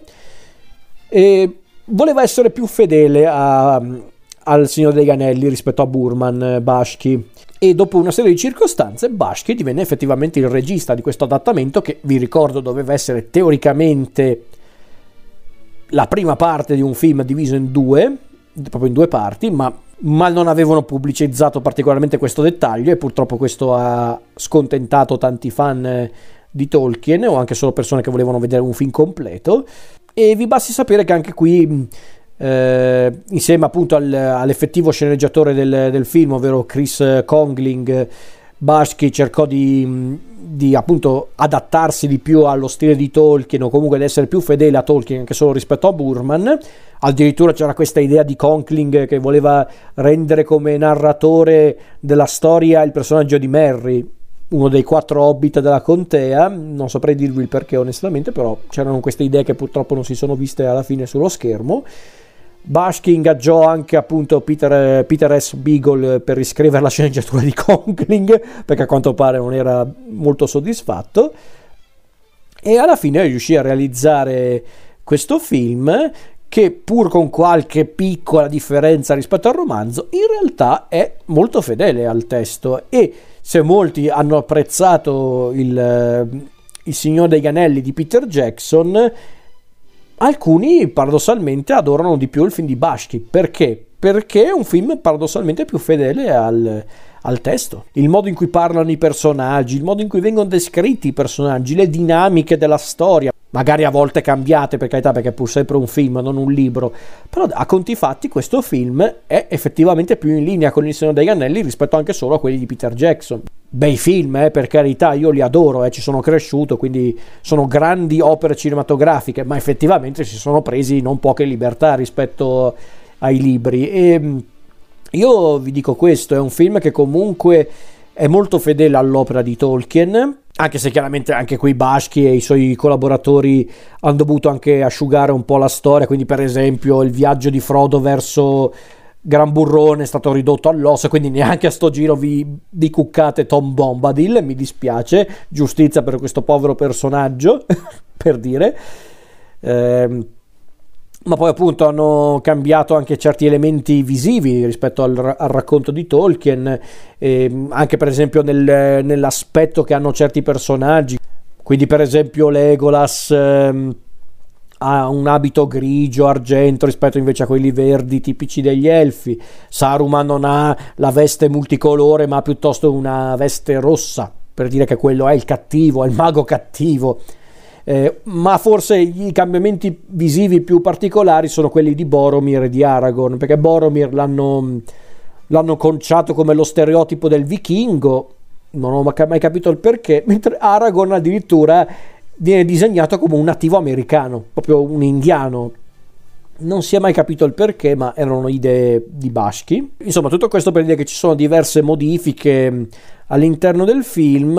e voleva essere più fedele a, al Signore degli Anelli rispetto a Boorman, Bakshi. E dopo una serie di circostanze, Bakshi divenne effettivamente il regista di questo adattamento, che vi ricordo doveva essere teoricamente la prima parte di un film diviso in due, proprio in due parti, ma, ma non avevano pubblicizzato particolarmente questo dettaglio, e purtroppo questo ha scontentato tanti fan di Tolkien, o anche solo persone che volevano vedere un film completo. E vi basti sapere che anche qui, eh, insieme appunto al, all'effettivo sceneggiatore del, del film, ovvero Chris Congling, Bakshi cercò di, di appunto adattarsi di più allo stile di Tolkien, o comunque ad essere più fedele a Tolkien anche solo rispetto a Boorman. Addirittura c'era questa idea di Conkling che voleva rendere come narratore della storia il personaggio di Merry, uno dei quattro hobbit della contea. Non saprei dirvi il perché onestamente, però c'erano queste idee che purtroppo non si sono viste alla fine sullo schermo. Bakshi ingaggiò anche appunto Peter, Peter S. Beagle per riscrivere la sceneggiatura di Conkling, perché a quanto pare non era molto soddisfatto, e alla fine riuscì a realizzare questo film che, pur con qualche piccola differenza rispetto al romanzo, in realtà è molto fedele al testo. E se molti hanno apprezzato il, il Signore degli Anelli di Peter Jackson, alcuni paradossalmente adorano di più il film di Bakshi. Perché? Perché è un film paradossalmente più fedele al, al testo. Il modo in cui parlano i personaggi, il modo in cui vengono descritti i personaggi, le dinamiche della storia, magari a volte cambiate, per carità, perché è pur sempre un film, non un libro, però a conti fatti questo film è effettivamente più in linea con Il Signore degli Anelli rispetto anche solo a quelli di Peter Jackson. Bei film, eh, per carità, io li adoro, eh, ci sono cresciuto, quindi sono grandi opere cinematografiche, ma effettivamente si sono presi non poche libertà rispetto ai libri. E io vi dico questo, è un film che comunque è molto fedele all'opera di Tolkien, anche se chiaramente anche qui Bakshi e i suoi collaboratori hanno dovuto anche asciugare un po' la storia. Quindi per esempio il viaggio di Frodo verso Gran Burrone è stato ridotto all'osso, quindi neanche a sto giro vi, vi cuccate Tom Bombadil, mi dispiace, giustizia per questo povero personaggio per dire. ehm Ma poi appunto hanno cambiato anche certi elementi visivi rispetto al, al racconto di Tolkien, eh, anche per esempio nel, nell'aspetto che hanno certi personaggi. Quindi per esempio Legolas eh, ha un abito grigio, argento rispetto invece a quelli verdi tipici degli elfi. Saruman non ha la veste multicolore ma piuttosto una veste rossa, per dire che quello è il cattivo, è il mago cattivo. Eh, ma forse i cambiamenti visivi più particolari sono quelli di Boromir e di Aragorn, perché Boromir l'hanno, l'hanno conciato come lo stereotipo del vichingo, non ho mai capito il perché, mentre Aragorn addirittura viene disegnato come un nativo americano, proprio un indiano. Non si è mai capito il perché, ma erano idee di Bakshi. Insomma, tutto questo per dire che ci sono diverse modifiche all'interno del film,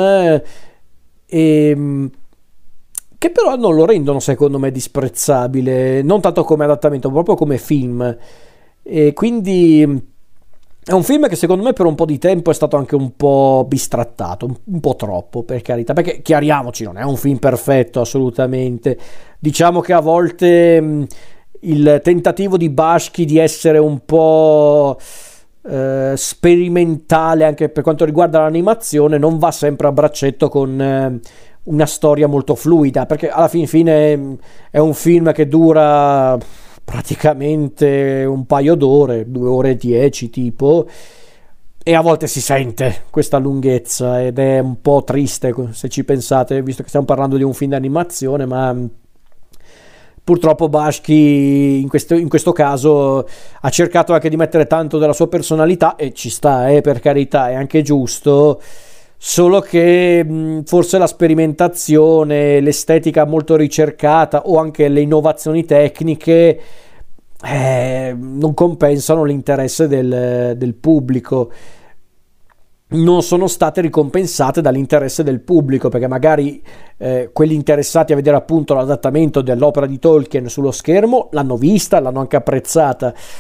e che però non lo rendono secondo me disprezzabile, non tanto come adattamento, proprio come film. E quindi è un film che secondo me per un po' di tempo è stato anche un po' bistrattato, un, un po' troppo, per carità, perché chiariamoci, non è un film perfetto assolutamente. Diciamo che a volte mh, il tentativo di Bakshi di essere un po' eh, sperimentale anche per quanto riguarda l'animazione non va sempre a braccetto con eh, una storia molto fluida, perché alla fin fine è un film che dura praticamente un paio d'ore, due ore e dieci tipo, e a volte si sente questa lunghezza ed è un po' triste se ci pensate, visto che stiamo parlando di un film d'animazione. Ma purtroppo Bakshi in questo, in questo caso ha cercato anche di mettere tanto della sua personalità, e ci sta, eh, per carità, è anche giusto. Solo che mh, forse la sperimentazione, l'estetica molto ricercata o anche le innovazioni tecniche eh, non compensano l'interesse del, del pubblico, non sono state ricompensate dall'interesse del pubblico, perché magari eh, quelli interessati a vedere appunto l'adattamento dell'opera di Tolkien sullo schermo l'hanno vista, l'hanno anche apprezzata,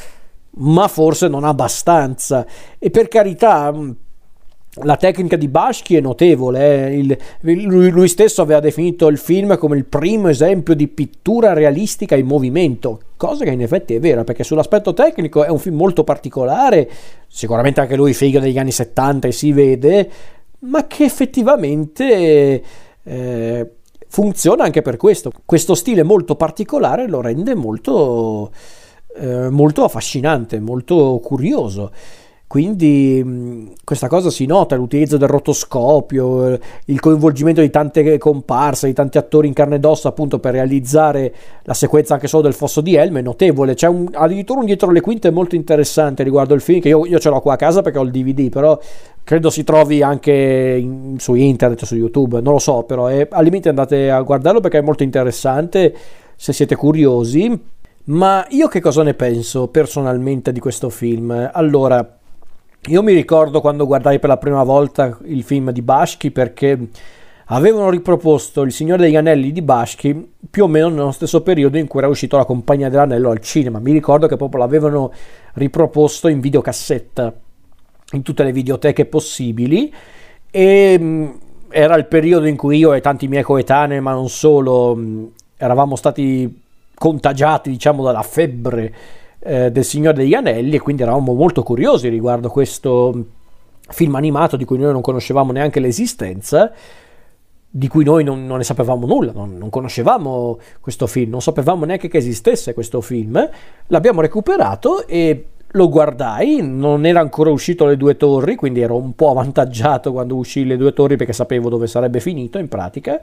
ma forse non abbastanza. E per carità, la tecnica di Bashki è notevole, eh. il, lui, lui stesso aveva definito il film come il primo esempio di pittura realistica in movimento, cosa che in effetti è vera, perché sull'aspetto tecnico è un film molto particolare, sicuramente anche lui figlio degli anni settanta e si vede, ma che effettivamente eh, funziona anche per questo. Questo stile molto particolare lo rende molto, eh, molto affascinante, molto curioso. Quindi mh, questa cosa si nota, l'utilizzo del rotoscopio, il coinvolgimento di tante comparse, di tanti attori in carne ed ossa appunto per realizzare la sequenza anche solo del fosso di Helm è notevole. C'è un, addirittura un dietro le quinte molto interessante riguardo il film, che io, io ce l'ho qua a casa perché ho il D V D, però credo si trovi anche in, su internet, su YouTube, non lo so, però è, al limite andate a guardarlo perché è molto interessante se siete curiosi. Ma io che cosa ne penso personalmente di questo film? Allora, io mi ricordo quando guardai per la prima volta il film di Bashki, perché avevano riproposto Il Signore degli Anelli di Bashki più o meno nello stesso periodo in cui era uscito La Compagnia dell'Anello al cinema. Mi ricordo che proprio l'avevano riproposto in videocassetta in tutte le videoteche possibili, e mh, era il periodo in cui io e tanti miei coetanei, ma non solo, mh, eravamo stati contagiati, diciamo, dalla febbre eh, del Signore degli Anelli, e quindi eravamo molto curiosi riguardo questo film animato di cui noi non conoscevamo neanche l'esistenza, di cui noi non, non ne sapevamo nulla, non, non conoscevamo questo film, non sapevamo neanche che esistesse questo film. L'abbiamo recuperato e lo guardai, non era ancora uscito Le Due Torri, quindi ero un po' avvantaggiato quando uscì Le Due Torri perché sapevo dove sarebbe finito in pratica,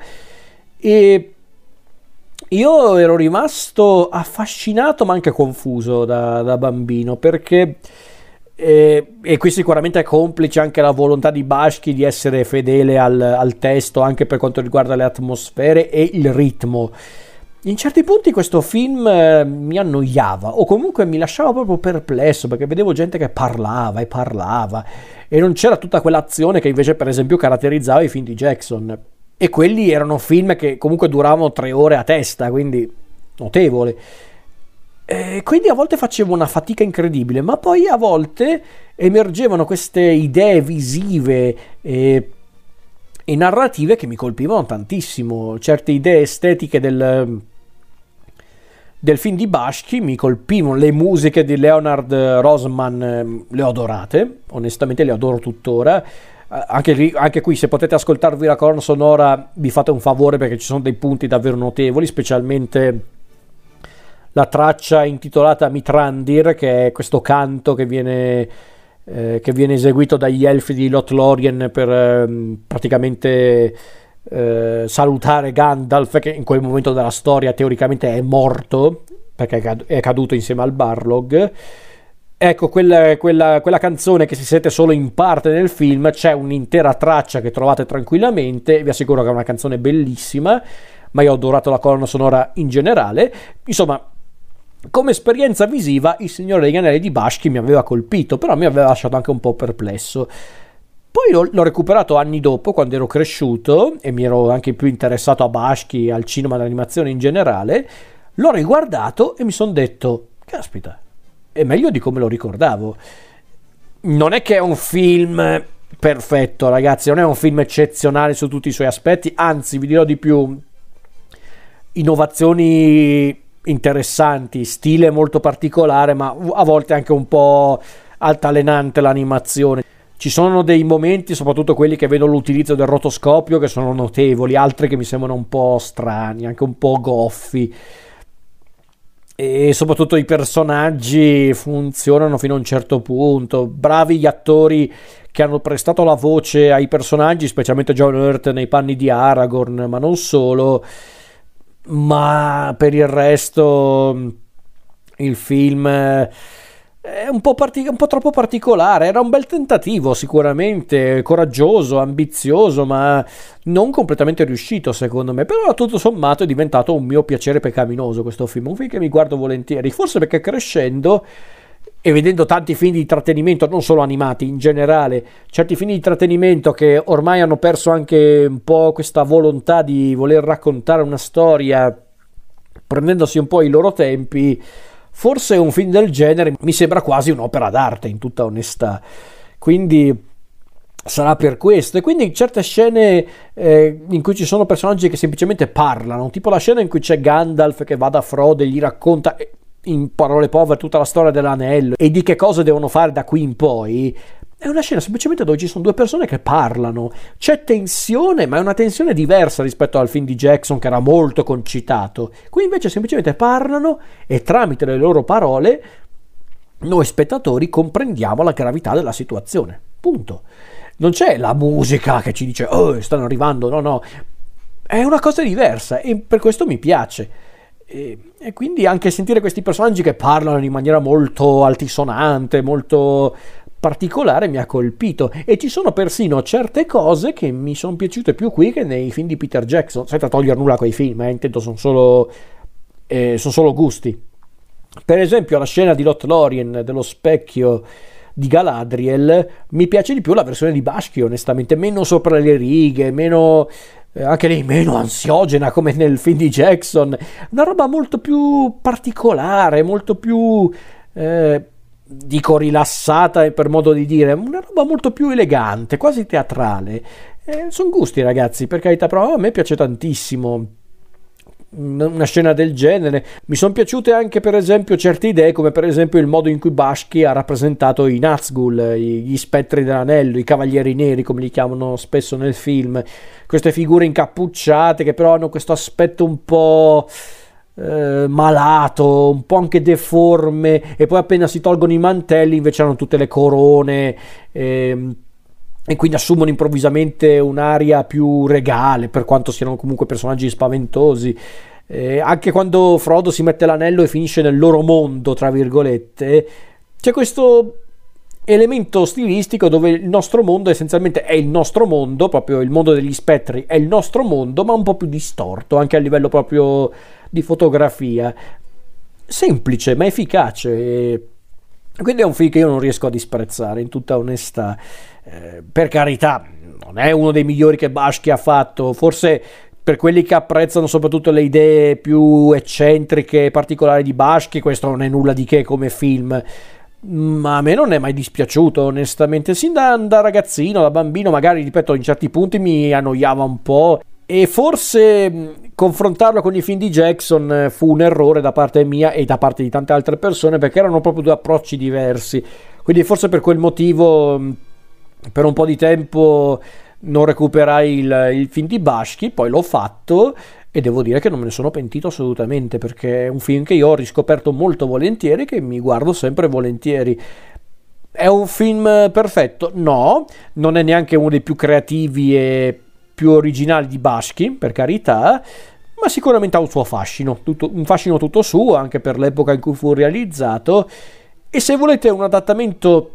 e io ero rimasto affascinato ma anche confuso da, da bambino, perché eh, e qui sicuramente è complice anche la volontà di Bashki di essere fedele al, al testo anche per quanto riguarda le atmosfere e il ritmo. In certi punti questo film eh, mi annoiava, o comunque mi lasciava proprio perplesso, perché vedevo gente che parlava e parlava e non c'era tutta quell'azione che invece per esempio caratterizzava i film di Jackson. E quelli erano film che comunque duravano tre ore a testa, quindi notevole. E quindi a volte facevo una fatica incredibile, ma poi a volte emergevano queste idee visive e, e narrative che mi colpivano tantissimo. Certe idee estetiche del, del film di Bashki mi colpivano. Le musiche di Leonard Rosman le ho adorate, onestamente le adoro tuttora. Anche, anche qui, se potete ascoltarvi la colonna sonora, vi fate un favore perché ci sono dei punti davvero notevoli, specialmente la traccia intitolata Mitrandir, che è questo canto che viene, eh, che viene eseguito dagli elfi di Lothlórien per eh, praticamente eh, salutare Gandalf, che in quel momento della storia teoricamente è morto perché è caduto insieme al Barlog. Ecco, quella, quella, quella canzone che si sente solo in parte nel film, c'è un'intera traccia che trovate tranquillamente, vi assicuro che è una canzone bellissima, ma io ho adorato la colonna sonora in generale. Insomma, come esperienza visiva Il Signore degli Anelli di Bashki mi aveva colpito, però mi aveva lasciato anche un po' perplesso. Poi l'ho, l'ho recuperato anni dopo, quando ero cresciuto e mi ero anche più interessato a Bashki, al cinema d'animazione in generale. L'ho riguardato e mi sono detto, caspita, è meglio di come lo ricordavo. Non è che è un film perfetto, ragazzi, non è un film eccezionale su tutti i suoi aspetti, anzi vi dirò di più, innovazioni interessanti, stile molto particolare, ma a volte anche un po' altalenante l'animazione. Ci sono dei momenti, soprattutto quelli che vedono l'utilizzo del rotoscopio, che sono notevoli, altri che mi sembrano un po' strani, anche un po' goffi. E soprattutto i personaggi funzionano fino a un certo punto. Bravi gli attori che hanno prestato la voce ai personaggi, specialmente John Hurt nei panni di Aragorn, ma non solo. Ma per il resto il film è un po', partic- un po' troppo particolare. Era un bel tentativo, sicuramente coraggioso, ambizioso, ma non completamente riuscito secondo me. Però tutto sommato è diventato un mio piacere peccaminoso questo film, un film che mi guardo volentieri, forse perché crescendo e vedendo tanti film di intrattenimento, non solo animati, in generale, certi film di intrattenimento che ormai hanno perso anche un po' questa volontà di voler raccontare una storia prendendosi un po' i loro tempi, forse un film del genere mi sembra quasi un'opera d'arte, in tutta onestà. Quindi sarà per questo. E quindi certe scene eh, in cui ci sono personaggi che semplicemente parlano, tipo la scena in cui c'è Gandalf che va da Frodo e gli racconta in parole povere tutta la storia dell'anello e di che cosa devono fare da qui in poi. È una scena semplicemente dove ci sono due persone che parlano, c'è tensione, ma è una tensione diversa rispetto al film di Jackson che era molto concitato. Qui invece semplicemente parlano e tramite le loro parole noi spettatori comprendiamo la gravità della situazione, punto. Non c'è la musica che ci dice oh stanno arrivando, no no, è una cosa diversa e per questo mi piace. E, e quindi anche sentire questi personaggi che parlano in maniera molto altisonante, molto particolare, mi ha colpito. E ci sono persino certe cose che mi sono piaciute più qui che nei film di Peter Jackson, senza togliere nulla a quei film, eh, intendo sono solo, eh, sono solo gusti. Per esempio la scena di Lothlórien dello specchio di Galadriel mi piace di più la versione di Bashki, onestamente, meno sopra le righe, meno eh, anche lei meno ansiogena come nel film di Jackson, una roba molto più particolare, molto più eh, dico rilassata per modo di dire, una roba molto più elegante, quasi teatrale. Eh, sono gusti, ragazzi, per carità, però a me piace tantissimo una scena del genere. Mi sono piaciute anche per esempio certe idee, come per esempio il modo in cui Bashki ha rappresentato i Nazgûl, gli spettri dell'anello, i cavalieri neri come li chiamano spesso nel film, queste figure incappucciate che però hanno questo aspetto un po' eh, malato, un po' anche deforme, e poi appena si tolgono i mantelli invece hanno tutte le corone ehm, e quindi assumono improvvisamente un'aria più regale, per quanto siano comunque personaggi spaventosi. Eh, anche quando Frodo si mette l'anello e finisce nel loro mondo, tra virgolette, c'è questo elemento stilistico dove il nostro mondo essenzialmente è il nostro mondo, proprio il mondo degli spettri è il nostro mondo, ma un po' più distorto, anche a livello proprio di fotografia. Semplice, ma efficace. E quindi è un film che io non riesco a disprezzare, in tutta onestà. Eh, per carità, non è uno dei migliori che Bashki ha fatto, forse per quelli che apprezzano soprattutto le idee più eccentriche e particolari di Bashki questo non è nulla di che come film, ma a me non è mai dispiaciuto, onestamente. Sin da, da ragazzino, da bambino, magari, ripeto, in certi punti mi annoiava un po', e forse mh, confrontarlo con i film di Jackson eh, fu un errore da parte mia e da parte di tante altre persone, perché erano proprio due approcci diversi. Quindi forse per quel motivo mh, per un po' di tempo non recuperai il, il film di Bashki, poi l'ho fatto e devo dire che non me ne sono pentito assolutamente, perché è un film che io ho riscoperto molto volentieri, che mi guardo sempre volentieri. È un film perfetto? No, non è neanche uno dei più creativi e più originali di Bashki, per carità, ma sicuramente ha un suo fascino, tutto, un fascino tutto suo, anche per l'epoca in cui fu realizzato. E se volete un adattamento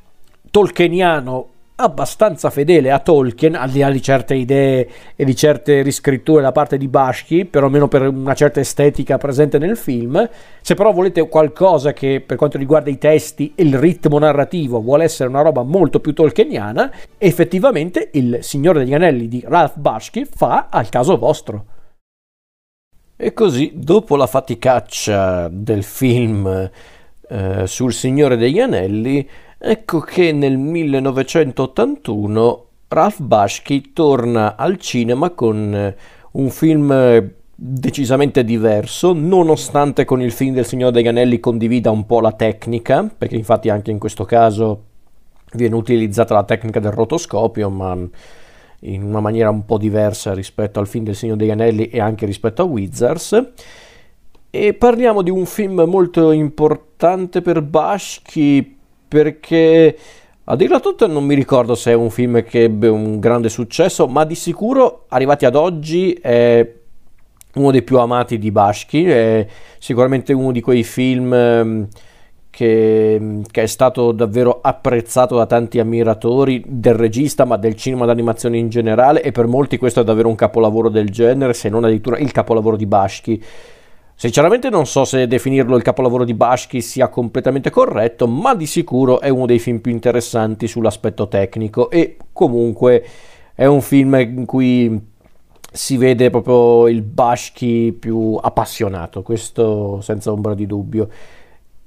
tolkieniano abbastanza fedele a Tolkien, al di là di certe idee e di certe riscritture da parte di Bashki, perlomeno per una certa estetica presente nel film, se però volete qualcosa che per quanto riguarda i testi e il ritmo narrativo vuole essere una roba molto più tolkieniana, effettivamente Il Signore degli Anelli di Ralph Bashki fa al caso vostro. E così, dopo la faticaccia del film eh, sul Signore degli Anelli, ecco che nel millenovecentottantuno Ralph Bashki torna al cinema con un film decisamente diverso, nonostante con il film del Signore degli Anelli condivida un po' la tecnica, perché infatti anche in questo caso viene utilizzata la tecnica del rotoscopio, ma in una maniera un po' diversa rispetto al film del Signore degli Anelli e anche rispetto a Wizards. E parliamo di un film molto importante per Bashki, perché a dirla tutta non mi ricordo se è un film che ebbe un grande successo, ma di sicuro arrivati ad oggi è uno dei più amati di Bashki, è sicuramente uno di quei film che, che è stato davvero apprezzato da tanti ammiratori del regista, ma del cinema d'animazione in generale, e per molti questo è davvero un capolavoro del genere, se non addirittura il capolavoro di Bashki. Sinceramente non so se definirlo il capolavoro di Bashki sia completamente corretto, ma di sicuro è uno dei film più interessanti sull'aspetto tecnico, e comunque è un film in cui si vede proprio il Bashki più appassionato, questo senza ombra di dubbio.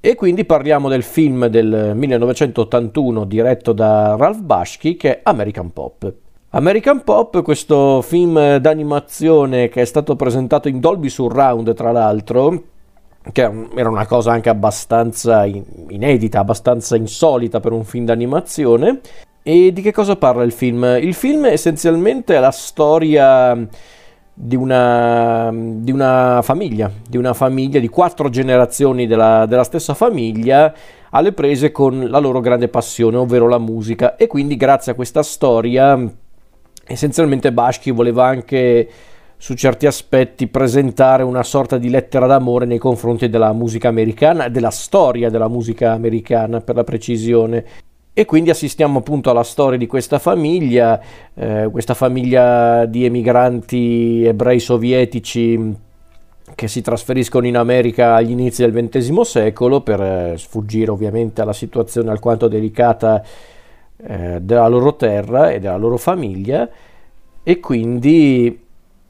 E quindi parliamo del film del millenovecentottantuno diretto da Ralph Bakshi, che è American Pop. American Pop, questo film d'animazione che è stato presentato in Dolby Surround, tra l'altro, che era una cosa anche abbastanza inedita, abbastanza insolita per un film d'animazione. E di che cosa parla il film? Il film essenzialmente è la storia di una, di una famiglia, di una famiglia di quattro generazioni della, della stessa famiglia, alle prese con la loro grande passione, ovvero la musica. E quindi grazie a questa storia essenzialmente Bakshi voleva anche su certi aspetti presentare una sorta di lettera d'amore nei confronti della musica americana, della storia della musica americana per la precisione. E quindi assistiamo appunto alla storia di questa famiglia, eh, questa famiglia di emigranti ebrei sovietici che si trasferiscono in America agli inizi del ventesimo secolo per eh, sfuggire ovviamente alla situazione alquanto delicata eh, della loro terra e della loro famiglia. E quindi,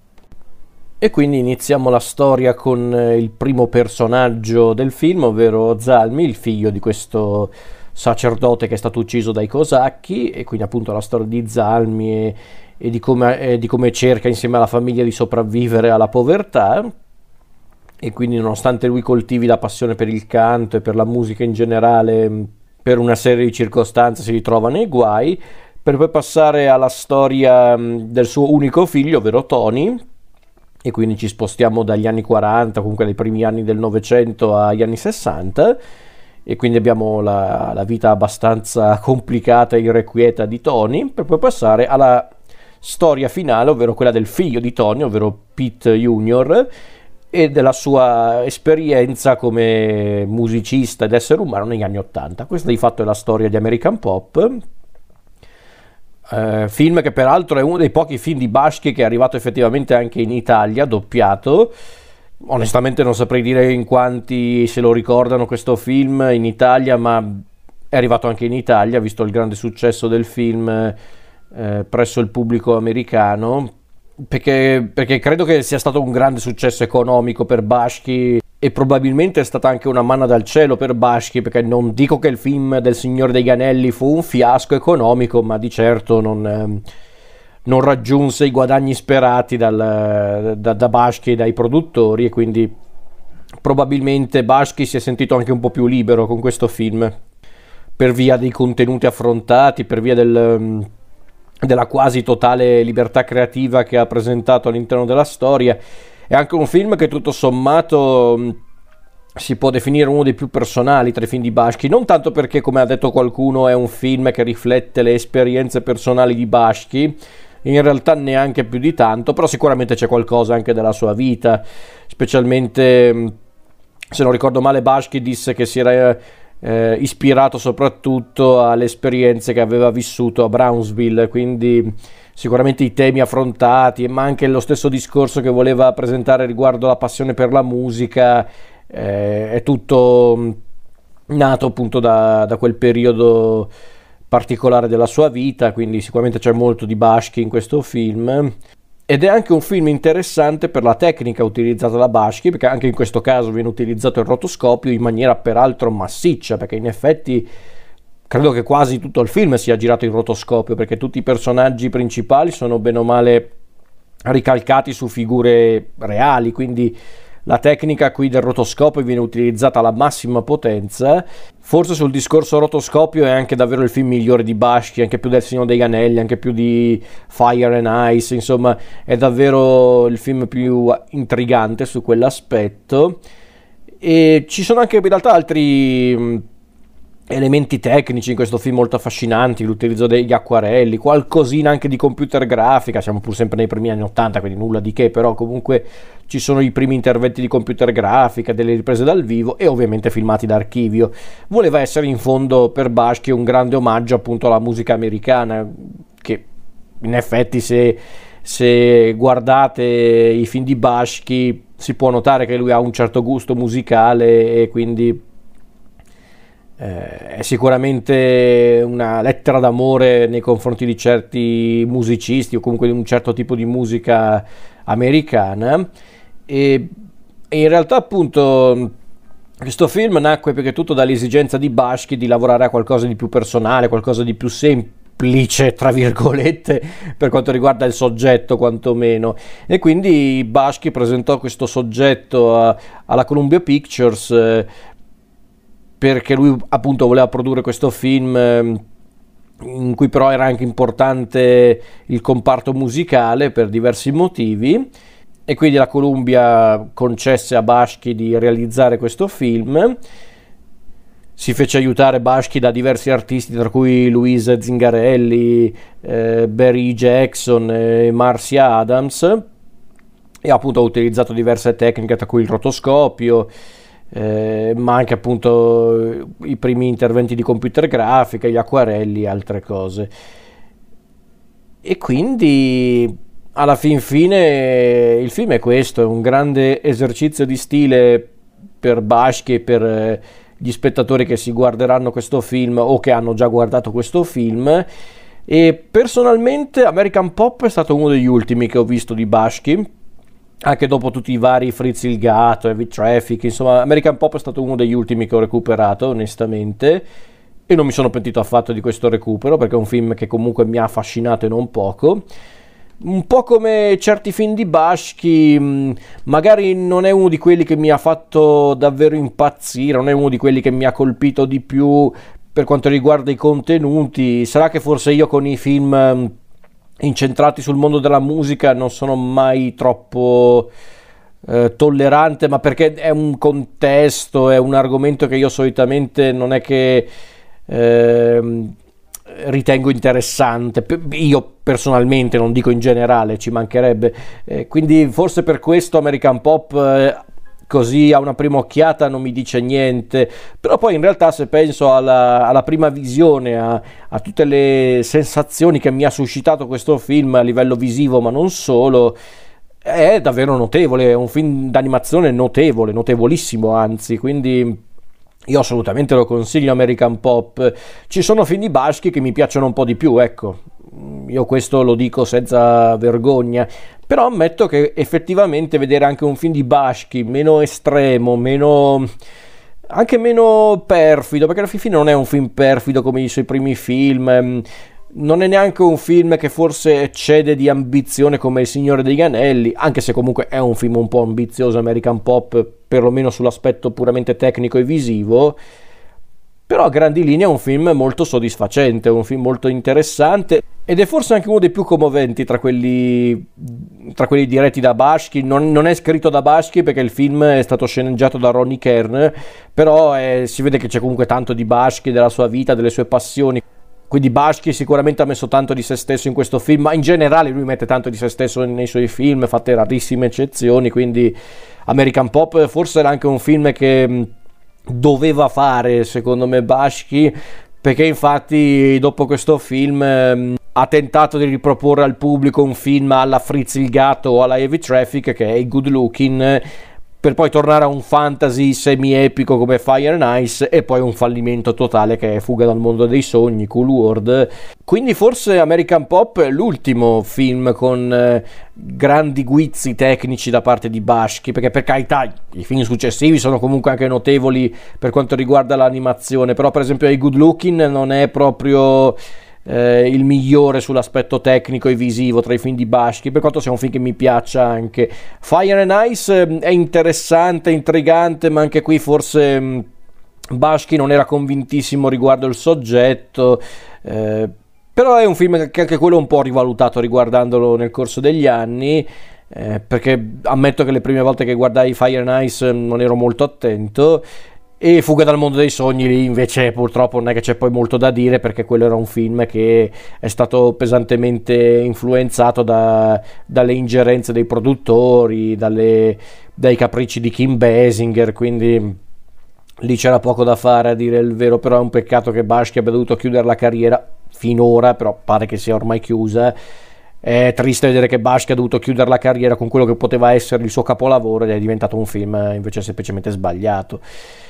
e quindi iniziamo la storia con eh, il primo personaggio del film, ovvero Zalmi, il figlio di questo sacerdote che è stato ucciso dai cosacchi, e quindi appunto la storia di Zalmi e, e, di come, e di come cerca insieme alla famiglia di sopravvivere alla povertà. E quindi nonostante lui coltivi la passione per il canto e per la musica in generale, per una serie di circostanze si ritrova nei guai, per poi passare alla storia del suo unico figlio, ovvero Tony. E quindi ci spostiamo dagli anni quaranta, comunque dai primi anni del Novecento agli anni sessanta, e quindi abbiamo la, la vita abbastanza complicata e irrequieta di Tony, per poi passare alla storia finale, ovvero quella del figlio di Tony, ovvero Pete Junior, e della sua esperienza come musicista ed essere umano negli anni Ottanta. Questa di fatto è la storia di American Pop, eh, film che peraltro è uno dei pochi film di Bakshi che è arrivato effettivamente anche in Italia, doppiato. Onestamente non saprei dire in quanti se lo ricordano questo film in Italia, ma è arrivato anche in Italia, visto il grande successo del film eh, presso il pubblico americano, perché, perché credo che sia stato un grande successo economico per Bakshi, e probabilmente è stata anche una manna dal cielo per Bakshi, perché non dico che il film del Signore degli Anelli fu un fiasco economico, ma di certo non... Eh, non raggiunse i guadagni sperati dal, da, da Bakshi e dai produttori, e quindi probabilmente Bakshi si è sentito anche un po' più libero con questo film, per via dei contenuti affrontati, per via del, della quasi totale libertà creativa che ha presentato all'interno della storia. È anche un film che tutto sommato si può definire uno dei più personali tra i film di Bakshi, non tanto perché, come ha detto qualcuno, è un film che riflette le esperienze personali di Bakshi, in realtà neanche più di tanto, però sicuramente c'è qualcosa anche della sua vita, specialmente, se non ricordo male, Bakshi disse che si era eh, ispirato soprattutto alle esperienze che aveva vissuto a Brownsville, quindi sicuramente i temi affrontati, ma anche lo stesso discorso che voleva presentare riguardo la passione per la musica, eh, è tutto nato appunto da, da quel periodo particolare della sua vita, quindi sicuramente c'è molto di Bakshi in questo film. Ed è anche un film interessante per la tecnica utilizzata da Bakshi, perché anche in questo caso viene utilizzato il rotoscopio in maniera peraltro massiccia, perché in effetti credo che quasi tutto il film sia girato in rotoscopio, perché tutti i personaggi principali sono bene o male ricalcati su figure reali, quindi la tecnica qui del rotoscopio viene utilizzata alla massima potenza. Forse sul discorso rotoscopio è anche davvero il film migliore di Bakshi, anche più del Signore degli Anelli, anche più di Fire and Ice, insomma è davvero il film più intrigante su quell'aspetto. E ci sono anche in realtà altri elementi tecnici in questo film molto affascinanti, l'utilizzo degli acquarelli, qualcosina anche di computer grafica, siamo pur sempre nei primi anni ottanta, quindi nulla di che, però comunque ci sono i primi interventi di computer grafica, delle riprese dal vivo e ovviamente filmati d'archivio. Voleva essere in fondo per Bakshi un grande omaggio appunto alla musica americana, che in effetti se, se guardate i film di Bakshi si può notare che lui ha un certo gusto musicale, e quindi Eh, è sicuramente una lettera d'amore nei confronti di certi musicisti o comunque di un certo tipo di musica americana, e, e in realtà appunto Questo film nacque perché tutto dall'esigenza di Bashki di lavorare a qualcosa di più personale, qualcosa di più semplice, tra virgolette, per quanto riguarda il soggetto quantomeno. E quindi Bashki presentò questo soggetto a, alla Columbia Pictures eh, perché lui appunto voleva produrre questo film eh, in cui però era anche importante il comparto musicale per diversi motivi. E quindi la Columbia concesse a Bashki di realizzare questo film. Si fece aiutare Bashki da diversi artisti, tra cui Louise Zingarelli, eh, Barry Jackson e Marcia Adams, e appunto ha utilizzato diverse tecniche, tra cui il rotoscopio, eh, ma anche appunto i primi interventi di computer grafica, gli acquarelli e altre cose. E quindi alla fin fine il film è questo, è un grande esercizio di stile per Bashki e per gli spettatori che si guarderanno questo film o che hanno già guardato questo film. E personalmente American Pop è stato uno degli ultimi che ho visto di Bashki, anche dopo tutti i vari Fritz il Gatto, Heavy Traffic, insomma American Pop è stato uno degli ultimi che ho recuperato onestamente, e non mi sono pentito affatto di questo recupero perché è un film che comunque mi ha affascinato e non poco. Un po' come certi film di Bashki, magari non è uno di quelli che mi ha fatto davvero impazzire, non è uno di quelli che mi ha colpito di più per quanto riguarda i contenuti. Sarà che forse io con i film incentrati sul mondo della musica non sono mai troppo eh, tollerante, ma perché è un contesto, è un argomento che io solitamente non è che eh, ritengo interessante, io personalmente, non dico in generale, ci mancherebbe, eh, quindi forse per questo American Pop eh, così a una prima occhiata non mi dice niente, però poi in realtà se penso alla, alla prima visione, a, a tutte le sensazioni che mi ha suscitato questo film a livello visivo ma non solo, è davvero notevole, è un film d'animazione notevole, notevolissimo anzi, quindi io assolutamente lo consiglio American Pop. Ci sono film di Bashki che mi piacciono un po' di più, ecco, io questo lo dico senza vergogna, però ammetto che effettivamente vedere anche un film di Bashki meno estremo, meno anche meno perfido, perché alla fine non è un film perfido come i suoi primi film, non è neanche un film che forse eccede di ambizione come Il Signore degli Anelli, anche se comunque è un film un po' ambizioso American Pop, perlomeno sull'aspetto puramente tecnico e visivo, però a grandi linee è un film molto soddisfacente, un film molto interessante ed è forse anche uno dei più commoventi tra quelli, tra quelli diretti da Bashki. Non, non è scritto da Bashki perché il film è stato sceneggiato da Ronnie Kern, però eh, si vede che c'è comunque tanto di Bashki, della sua vita, delle sue passioni. Quindi Bashki sicuramente ha messo tanto di se stesso in questo film, ma in generale lui mette tanto di se stesso nei suoi film, fatte rarissime eccezioni, quindi American Pop forse era anche un film che doveva fare secondo me Bashki, perché infatti dopo questo film ehm, ha tentato di riproporre al pubblico un film alla Fritz il Gatto o alla Heavy Traffic, che è i Good Looking, per poi tornare a un fantasy semi-epico come Fire and Ice e poi un fallimento totale che è Fuga dal mondo dei sogni, Cool World. Quindi forse American Pop è l'ultimo film con eh, grandi guizzi tecnici da parte di Bashki, perché per carità i film successivi sono comunque anche notevoli per quanto riguarda l'animazione, però per esempio i Good Looking non è proprio Eh, il migliore sull'aspetto tecnico e visivo tra i film di Bashki, per quanto sia un film che mi piaccia anche. Fire and Ice eh, è interessante, intrigante, ma anche qui forse mh, Bashki non era convintissimo riguardo il soggetto, eh, però è un film che anche quello un po' rivalutato riguardandolo nel corso degli anni, eh, perché ammetto che le prime volte che guardai Fire and Ice non ero molto attento. E Fuga dal mondo dei sogni lì invece purtroppo non è che c'è poi molto da dire, perché quello era un film che è stato pesantemente influenzato da, dalle ingerenze dei produttori, dalle, dai capricci di Kim Basinger, quindi lì c'era poco da fare a dire il vero. Però è un peccato che Bashki abbia dovuto chiudere la carriera finora, però pare che sia ormai chiusa. È triste vedere che Bashki ha dovuto chiudere la carriera con quello che poteva essere il suo capolavoro ed è diventato un film invece semplicemente sbagliato.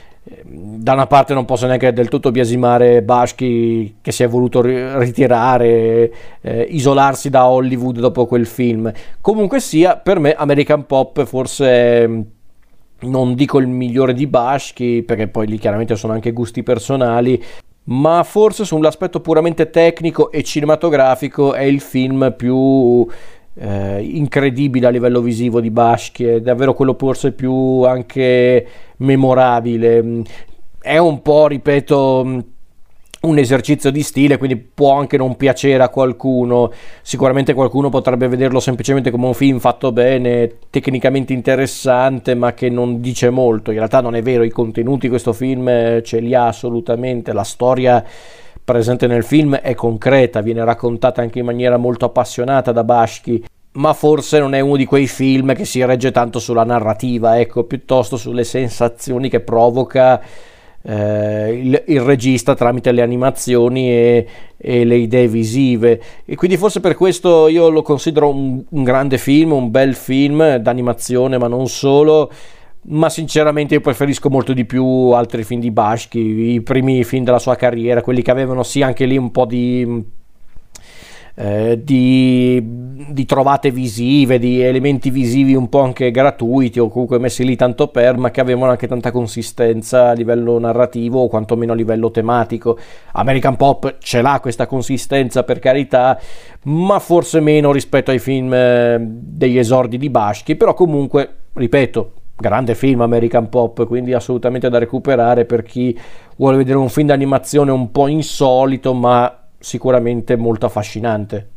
Da una parte non posso neanche del tutto biasimare Bashki, che si è voluto ritirare, eh, isolarsi da Hollywood dopo quel film. Comunque sia, per me American Pop forse è non dico il migliore di Bashki, perché poi lì chiaramente sono anche gusti personali, ma forse sull'aspetto puramente tecnico e cinematografico è il film più eh, incredibile a livello visivo di Bashki, è davvero quello forse più anche memorabile. È un po', ripeto, un esercizio di stile, quindi può anche non piacere a qualcuno. Sicuramente qualcuno potrebbe vederlo semplicemente come un film fatto bene, tecnicamente interessante, ma che non dice molto. In realtà non è vero, i contenuti di questo film ce li ha assolutamente, la storia presente nel film è concreta, viene raccontata anche in maniera molto appassionata da Bashki, ma forse non è uno di quei film che si regge tanto sulla narrativa, ecco, piuttosto sulle sensazioni che provoca eh, il, il regista tramite le animazioni e, e le idee visive. E quindi forse per questo io lo considero un, un grande film, un bel film d'animazione, ma non solo. Ma sinceramente io preferisco molto di più altri film di Bashki, i primi film della sua carriera, quelli che avevano sì anche lì un po' di Eh, di, di trovate visive, di elementi visivi un po' anche gratuiti o comunque messi lì tanto per, ma che avevano anche tanta consistenza a livello narrativo o quantomeno a livello tematico. American Pop ce l'ha questa consistenza, per carità, ma forse meno rispetto ai film eh, degli esordi di Bashki, però comunque, ripeto, grande film American Pop, quindi assolutamente da recuperare per chi vuole vedere un film d'animazione un po' insolito, ma sicuramente molto affascinante.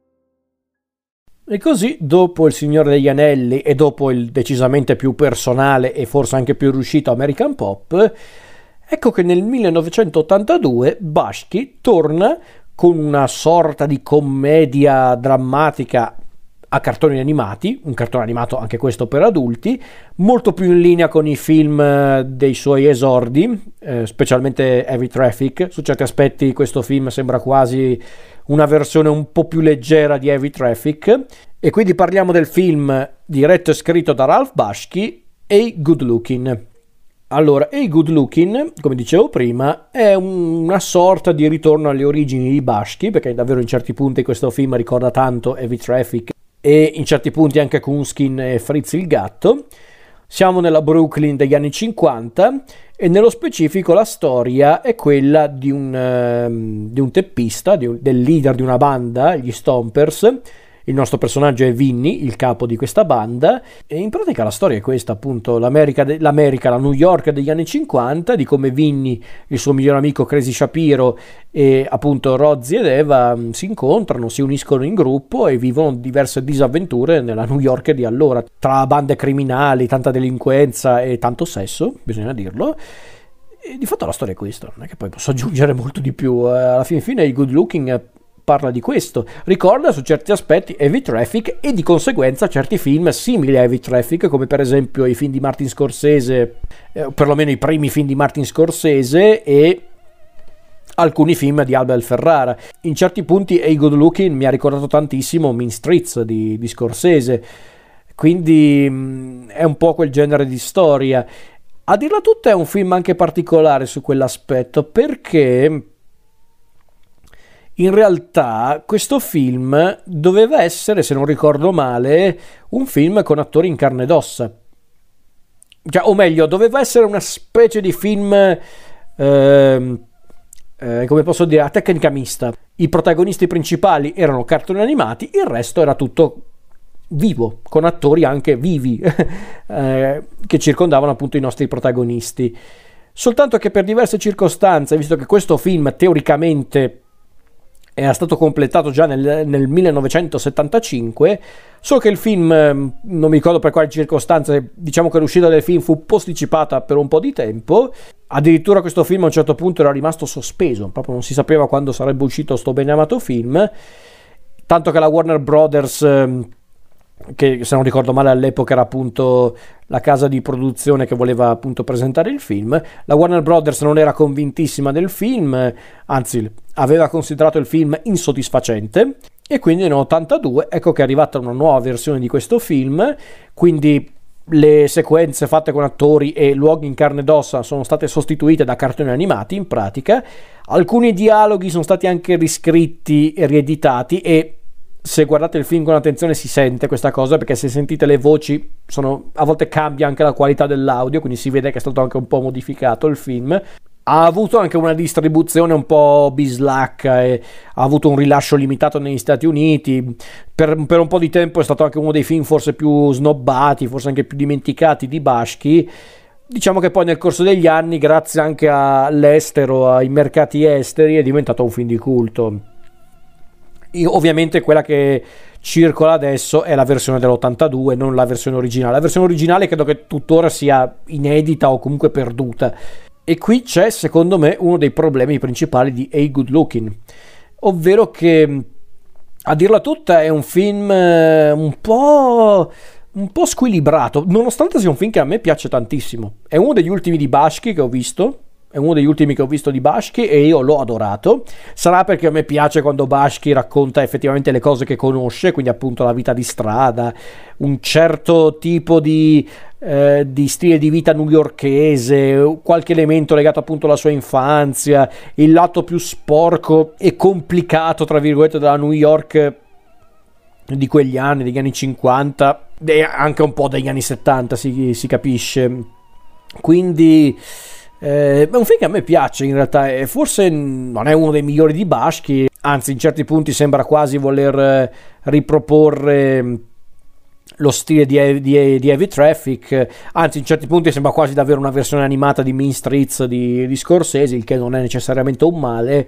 E così, dopo Il Signore degli Anelli e dopo il decisamente più personale e forse anche più riuscito American Pop, ecco che nel millenovecentottantadue Bashki torna con una sorta di commedia drammatica a cartoni animati, un cartone animato anche questo per adulti, molto più in linea con i film dei suoi esordi, eh, specialmente Heavy Traffic. Su certi aspetti questo film sembra quasi una versione un po' più leggera di Heavy Traffic, e quindi parliamo del film diretto e scritto da Ralph Bakshi, Hey Good Looking. Allora, Hey Good Looking, come dicevo prima, è una sorta di ritorno alle origini di Bakshi, perché davvero in certi punti questo film ricorda tanto Heavy Traffic e in certi punti anche Coonskin e Fritz il gatto. Siamo nella Brooklyn degli anni cinquanta e nello specifico la storia è quella di un, um, di un teppista, di un, del leader di una banda, gli Stompers. Il nostro personaggio è Vinny, il capo di questa banda, e in pratica la storia è questa, appunto, l'America, de- l'America, la New York degli anni cinquanta, di come Vinny, il suo migliore amico Crazy Shapiro e appunto Rozzy ed Eva mh, si incontrano, si uniscono in gruppo e vivono diverse disavventure nella New York di allora, tra bande criminali, tanta delinquenza e tanto sesso, bisogna dirlo. E di fatto la storia è questa, non è che poi posso aggiungere molto di più. Eh, alla fine fine il Good Looking parla di questo, ricorda su certi aspetti Heavy Traffic e di conseguenza certi film simili a Heavy Traffic, come per esempio i film di Martin Scorsese, eh, perlomeno i primi film di Martin Scorsese e alcuni film di Abel Ferrara. In certi punti Hey Good Looking mi ha ricordato tantissimo Mean Streets di, di Scorsese, quindi mh, è un po' quel genere di storia. A dirla tutta è un film anche particolare su quell'aspetto, perché in realtà questo film doveva essere, se non ricordo male, un film con attori in carne ed ossa. Cioè, o meglio, doveva essere una specie di film, eh, eh, come posso dire, a tecnica mista. I protagonisti principali erano cartoni animati, il resto era tutto vivo, con attori anche vivi, eh, che circondavano appunto i nostri protagonisti. Soltanto che per diverse circostanze, visto che questo film teoricamente era stato completato già nel, nel millenovecentosettantacinque, solo che il film, non mi ricordo per quali circostanze, diciamo che l'uscita del film fu posticipata per un po' di tempo. Addirittura questo film a un certo punto era rimasto sospeso, proprio non si sapeva quando sarebbe uscito sto ben amato film, tanto che la Warner Brothers, che se non ricordo male all'epoca era appunto la casa di produzione che voleva appunto presentare il film, la Warner Brothers non era convintissima del film, anzi aveva considerato il film insoddisfacente, e quindi nel ottantadue ecco che è arrivata una nuova versione di questo film. Quindi le sequenze fatte con attori e luoghi in carne ed ossa sono state sostituite da cartoni animati, in pratica alcuni dialoghi sono stati anche riscritti e rieditati, e se guardate il film con attenzione si sente questa cosa, perché se sentite le voci sono, a volte cambia anche la qualità dell'audio, quindi si vede che è stato anche un po' modificato il film. Ha avuto anche una distribuzione un po' bislacca e ha avuto un rilascio limitato negli Stati Uniti. Per, per un po' di tempo è stato anche uno dei film forse più snobbati, forse anche più dimenticati di Bashki. Diciamo che poi nel corso degli anni, grazie anche all'estero, ai mercati esteri, è diventato un film di culto. Io, ovviamente quella che circola adesso è la versione dell'ottantadue, non la versione originale. La versione originale credo che tuttora sia inedita o comunque perduta. E qui c'è, secondo me, uno dei problemi principali di A Good Looking, ovvero che, a dirla tutta, è un film un po'... un po' squilibrato, nonostante sia un film che a me piace tantissimo. È uno degli ultimi di Bashki che ho visto, è uno degli ultimi che ho visto di Bashki e io l'ho adorato. Sarà perché a me piace quando Bashki racconta effettivamente le cose che conosce, quindi appunto la vita di strada, un certo tipo di, eh, di stile di vita newyorkese, qualche elemento legato appunto alla sua infanzia, il lato più sporco e complicato, tra virgolette, della New York di quegli anni, degli anni cinquanta e anche un po' degli anni settanta, si, si capisce. Quindi eh, è un film che a me piace in realtà, e forse non è uno dei migliori di Bashki, anzi in certi punti sembra quasi voler riproporre lo stile di, di, di Heavy Traffic, anzi in certi punti sembra quasi davvero una versione animata di Mean Streets di, di Scorsese, il che non è necessariamente un male.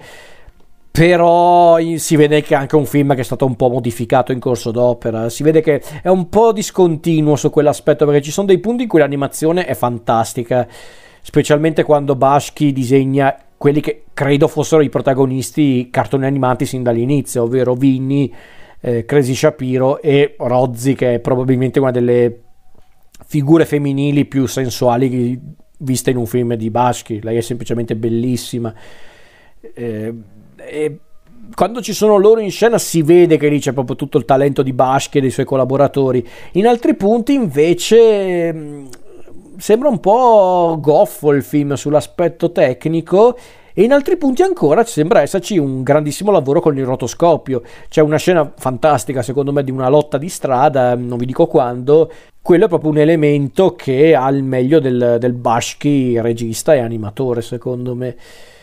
Però si vede che è anche un film che è stato un po' modificato in corso d'opera, si vede che è un po' discontinuo su quell'aspetto, perché ci sono dei punti in cui l'animazione è fantastica, specialmente quando Bashki disegna quelli che credo fossero i protagonisti cartoni animati sin dall'inizio, ovvero Vinny, eh, Crazy Shapiro e Rozzy, che è probabilmente una delle figure femminili più sensuali viste in un film di Bashki. Lei è semplicemente bellissima. Eh, E quando ci sono loro in scena si vede che lì c'è proprio tutto il talento di Bashki e dei suoi collaboratori. In altri punti invece mh, sembra un po' goffo il film sull'aspetto tecnico, e in altri punti ancora sembra esserci un grandissimo lavoro con il rotoscopio. C'è una scena fantastica secondo me di una lotta di strada, non vi dico quando. Quello è proprio un elemento che ha il meglio del, del Bashki regista e animatore, secondo me.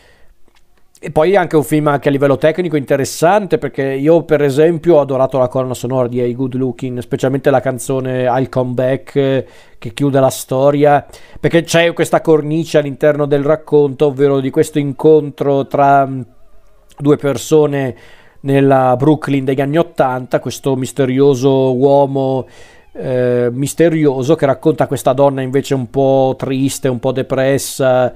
E poi è anche un film anche a livello tecnico interessante, perché io per esempio ho adorato la colonna sonora di A Good Looking, specialmente la canzone I'll Come Back, che chiude la storia, perché c'è questa cornice all'interno del racconto, ovvero di questo incontro tra due persone nella Brooklyn degli anni Ottanta, questo misterioso uomo eh, misterioso che racconta questa donna invece un po' triste, un po' depressa.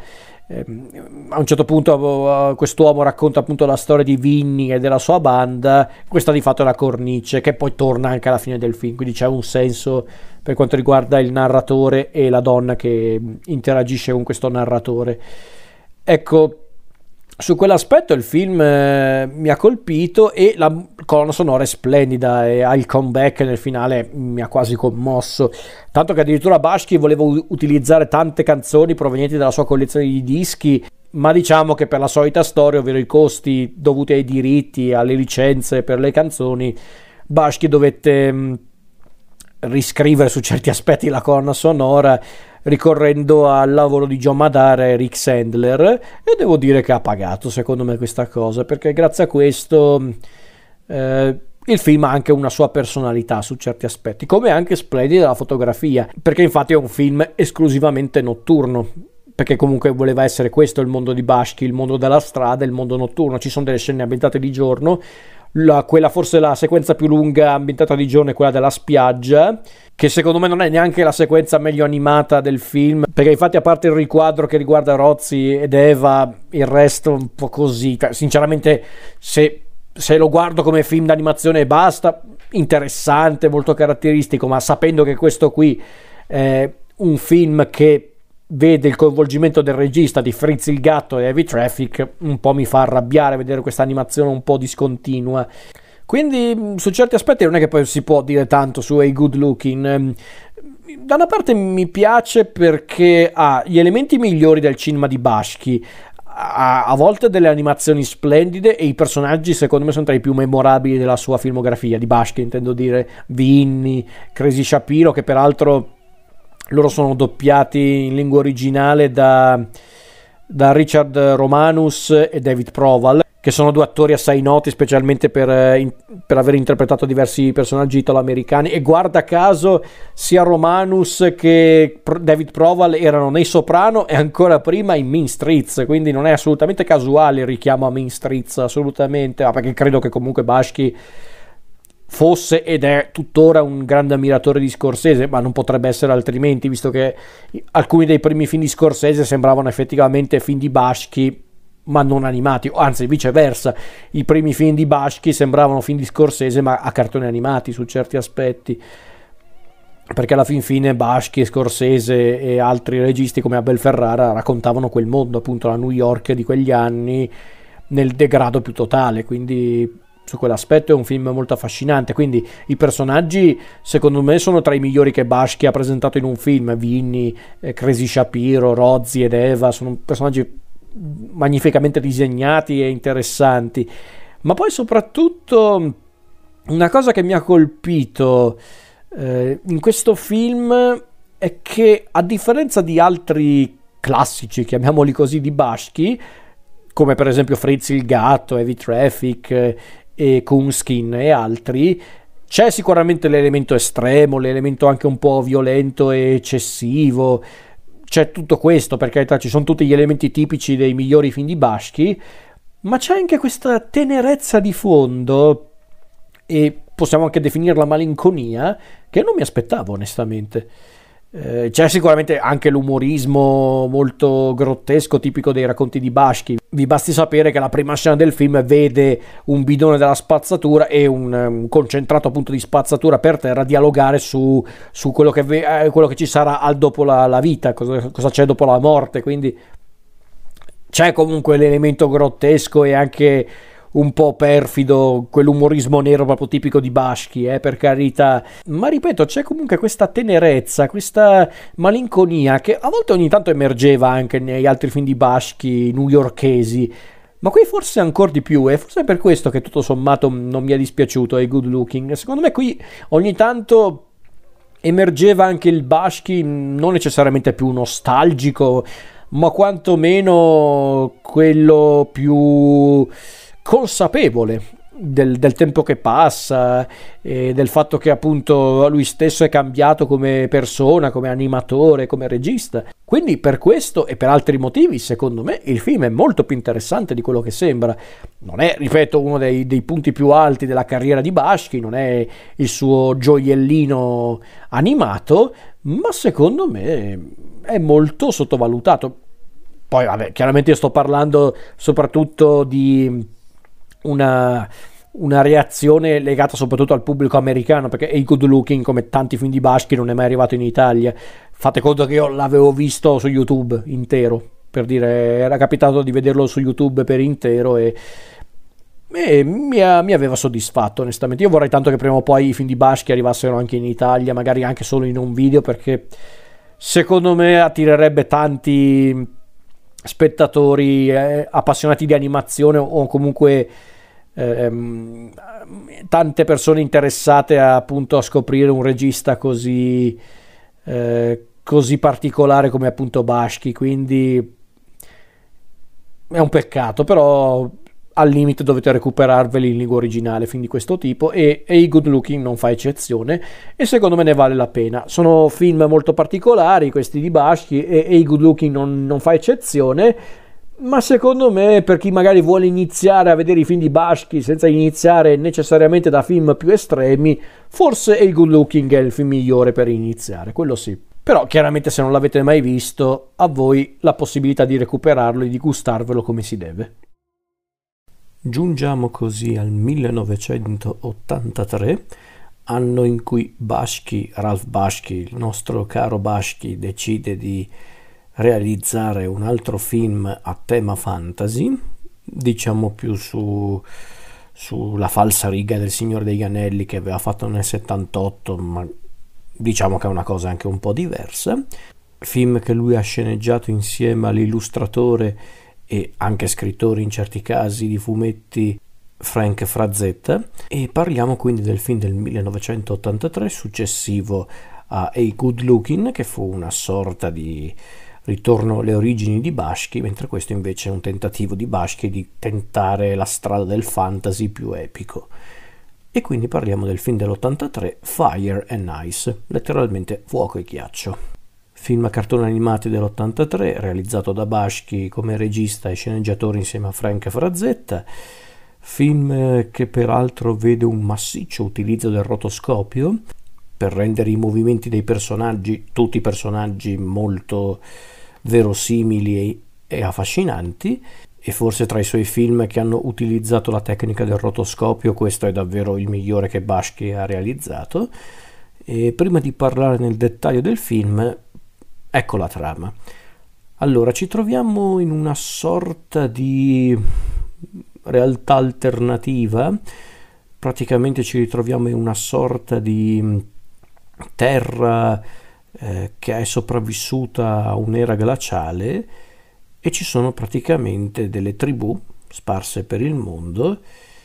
A un certo punto uh, quest'uomo racconta appunto la storia di Vinny e della sua banda. Questa di fatto è la cornice che poi torna anche alla fine del film, quindi c'è un senso per quanto riguarda il narratore e la donna che interagisce con questo narratore. Ecco, su quell'aspetto il film eh, mi ha colpito, e la colonna sonora è splendida, e I'll Come Back nel finale mi ha quasi commosso, tanto che addirittura Bashki voleva u- utilizzare tante canzoni provenienti dalla sua collezione di dischi, ma diciamo che per la solita storia, ovvero i costi dovuti ai diritti, alle licenze per le canzoni, Bashki dovette mh, riscrivere su certi aspetti la colonna sonora, ricorrendo al lavoro di John Madara e Rick Sandler, e devo dire che ha pagato secondo me questa cosa, perché grazie a questo eh, il film ha anche una sua personalità su certi aspetti, come anche splendida la fotografia, perché infatti è un film esclusivamente notturno, perché comunque voleva essere questo il mondo di Bashki, il mondo della strada, il mondo notturno. Ci sono delle scene ambientate di giorno. La, quella forse la sequenza più lunga ambientata di giorno è quella della spiaggia, che secondo me non è neanche la sequenza meglio animata del film, perché infatti a parte il riquadro che riguarda Rozzy ed Eva, il resto un po' così. Sinceramente se, se lo guardo come film d'animazione e basta, interessante, molto caratteristico, ma sapendo che questo qui è un film che vede il coinvolgimento del regista di Fritz il gatto e Heavy Traffic, un po' mi fa arrabbiare vedere questa animazione un po' discontinua. Quindi su certi aspetti non è che poi si può dire tanto su A Good Looking. Da una parte mi piace perché ha gli elementi migliori del cinema di Bashki, ha a volte delle animazioni splendide e i personaggi secondo me sono tra i più memorabili della sua filmografia, di Bashki intendo dire, Vinny, Crazy Shapiro, che peraltro loro sono doppiati in lingua originale da, da Richard Romanus e David Proval, che sono due attori assai noti specialmente per, in, per aver interpretato diversi personaggi italo-americani, e guarda caso sia Romanus che David Proval erano nei Soprano e ancora prima in Mean Streets, quindi non è assolutamente casuale il richiamo a Mean Streets, assolutamente, ah, perché credo che comunque Bashki fosse ed è tuttora un grande ammiratore di Scorsese, ma non potrebbe essere altrimenti, visto che alcuni dei primi film di Scorsese sembravano effettivamente film di Bashki ma non animati, o anzi viceversa, i primi film di Bashki sembravano film di Scorsese ma a cartoni animati su certi aspetti, perché alla fin fine Bashki, Scorsese e altri registi come Abel Ferrara raccontavano quel mondo, appunto la New York di quegli anni nel degrado più totale, quindi su quell'aspetto è un film molto affascinante. Quindi i personaggi secondo me sono tra i migliori che Bashki ha presentato in un film, Vinny, eh, Crazy Shapiro, Rozzi ed Eva, sono personaggi magnificamente disegnati e interessanti. Ma poi soprattutto una cosa che mi ha colpito eh, in questo film è che, a differenza di altri classici, chiamiamoli così, di Bashki, come per esempio Fritz il gatto, Heavy Traffic eh, e Coonskin e altri, c'è sicuramente l'elemento estremo, l'elemento anche un po' violento e eccessivo, c'è tutto questo, per carità, ci sono tutti gli elementi tipici dei migliori film di Bashki, ma c'è anche questa tenerezza di fondo, e possiamo anche definirla malinconia, che non mi aspettavo onestamente. Eh, c'è sicuramente anche l'umorismo molto grottesco tipico dei racconti di Bashki. Vi basti sapere che la prima scena del film vede un bidone della spazzatura e un, un concentrato appunto di spazzatura per terra dialogare su, su quello, che, eh, quello che ci sarà al dopo la, la vita, cosa, cosa c'è dopo la morte, quindi c'è comunque l'elemento grottesco e anche un po' perfido, quell'umorismo nero proprio tipico di Bashki, eh, per carità, ma ripeto, c'è comunque questa tenerezza, questa malinconia che a volte ogni tanto emergeva anche negli altri film di Bashki newyorkesi, ma qui forse ancora di più, e forse è per questo che tutto sommato non mi è dispiaciuto ai Good Looking. Secondo me qui ogni tanto emergeva anche il Bashki non necessariamente più nostalgico, ma quantomeno quello più consapevole del, del tempo che passa e del fatto che appunto lui stesso è cambiato come persona, come animatore, come regista. Quindi per questo e per altri motivi secondo me il film è molto più interessante di quello che sembra. Non è, ripeto, uno dei, dei punti più alti della carriera di Bashki, non è il suo gioiellino animato, ma secondo me è molto sottovalutato. Poi vabbè, chiaramente io sto parlando soprattutto di Una, una reazione legata soprattutto al pubblico americano, perché A Good Looking, come tanti film di Bashki, non è mai arrivato in Italia. Fate conto che io l'avevo visto su YouTube intero, per dire, era capitato di vederlo su YouTube per intero e, e mi, mi aveva soddisfatto onestamente. Io vorrei tanto che prima o poi i film di Bashki arrivassero anche in Italia, magari anche solo in un video, perché secondo me attirerebbe tanti spettatori eh, appassionati di animazione o comunque Ehm, tante persone interessate a, appunto a scoprire un regista così eh, così particolare come appunto Bashki, quindi è un peccato, però al limite dovete recuperarveli in lingua originale film di questo tipo, e, e i Good Looking non fa eccezione e secondo me ne vale la pena. Sono film molto particolari questi di Bashki e, e i Good Looking non, non fa eccezione, ma secondo me per chi magari vuole iniziare a vedere i film di Bashki senza iniziare necessariamente da film più estremi, forse A Good Looking è il film migliore per iniziare, quello sì. Però chiaramente se non l'avete mai visto, a voi la possibilità di recuperarlo e di gustarvelo come si deve. Giungiamo così al millenovecentottantatré, anno in cui Bashki, Ralph Bashki, il nostro caro Bashki, decide di realizzare un altro film a tema fantasy, diciamo più su sulla falsa riga del Signore degli Anelli che aveva fatto nel settantotto, ma diciamo che è una cosa anche un po' diversa. Film che lui ha sceneggiato insieme all'illustratore e anche scrittore in certi casi di fumetti, Frank Frazetta, e parliamo quindi del film del millenovecentottantatré successivo a A Good Looking, che fu una sorta di ritorno alle origini di Bakshi, mentre questo invece è un tentativo di Bakshi di tentare la strada del fantasy più epico. E quindi parliamo del film dell'ottantatré, Fire and Ice, letteralmente fuoco e ghiaccio. Film a cartoni animati dell'ottantatré, realizzato da Bakshi come regista e sceneggiatore insieme a Frank Frazetta. Film che peraltro vede un massiccio utilizzo del rotoscopio per rendere i movimenti dei personaggi, tutti personaggi molto verosimili e affascinanti, e forse tra i suoi film che hanno utilizzato la tecnica del rotoscopio questo è davvero il migliore che Bakshi ha realizzato. E prima di parlare nel dettaglio del film, ecco la trama. Allora, ci troviamo in una sorta di realtà alternativa, praticamente ci ritroviamo in una sorta di terra eh, che è sopravvissuta a un'era glaciale, e ci sono praticamente delle tribù sparse per il mondo,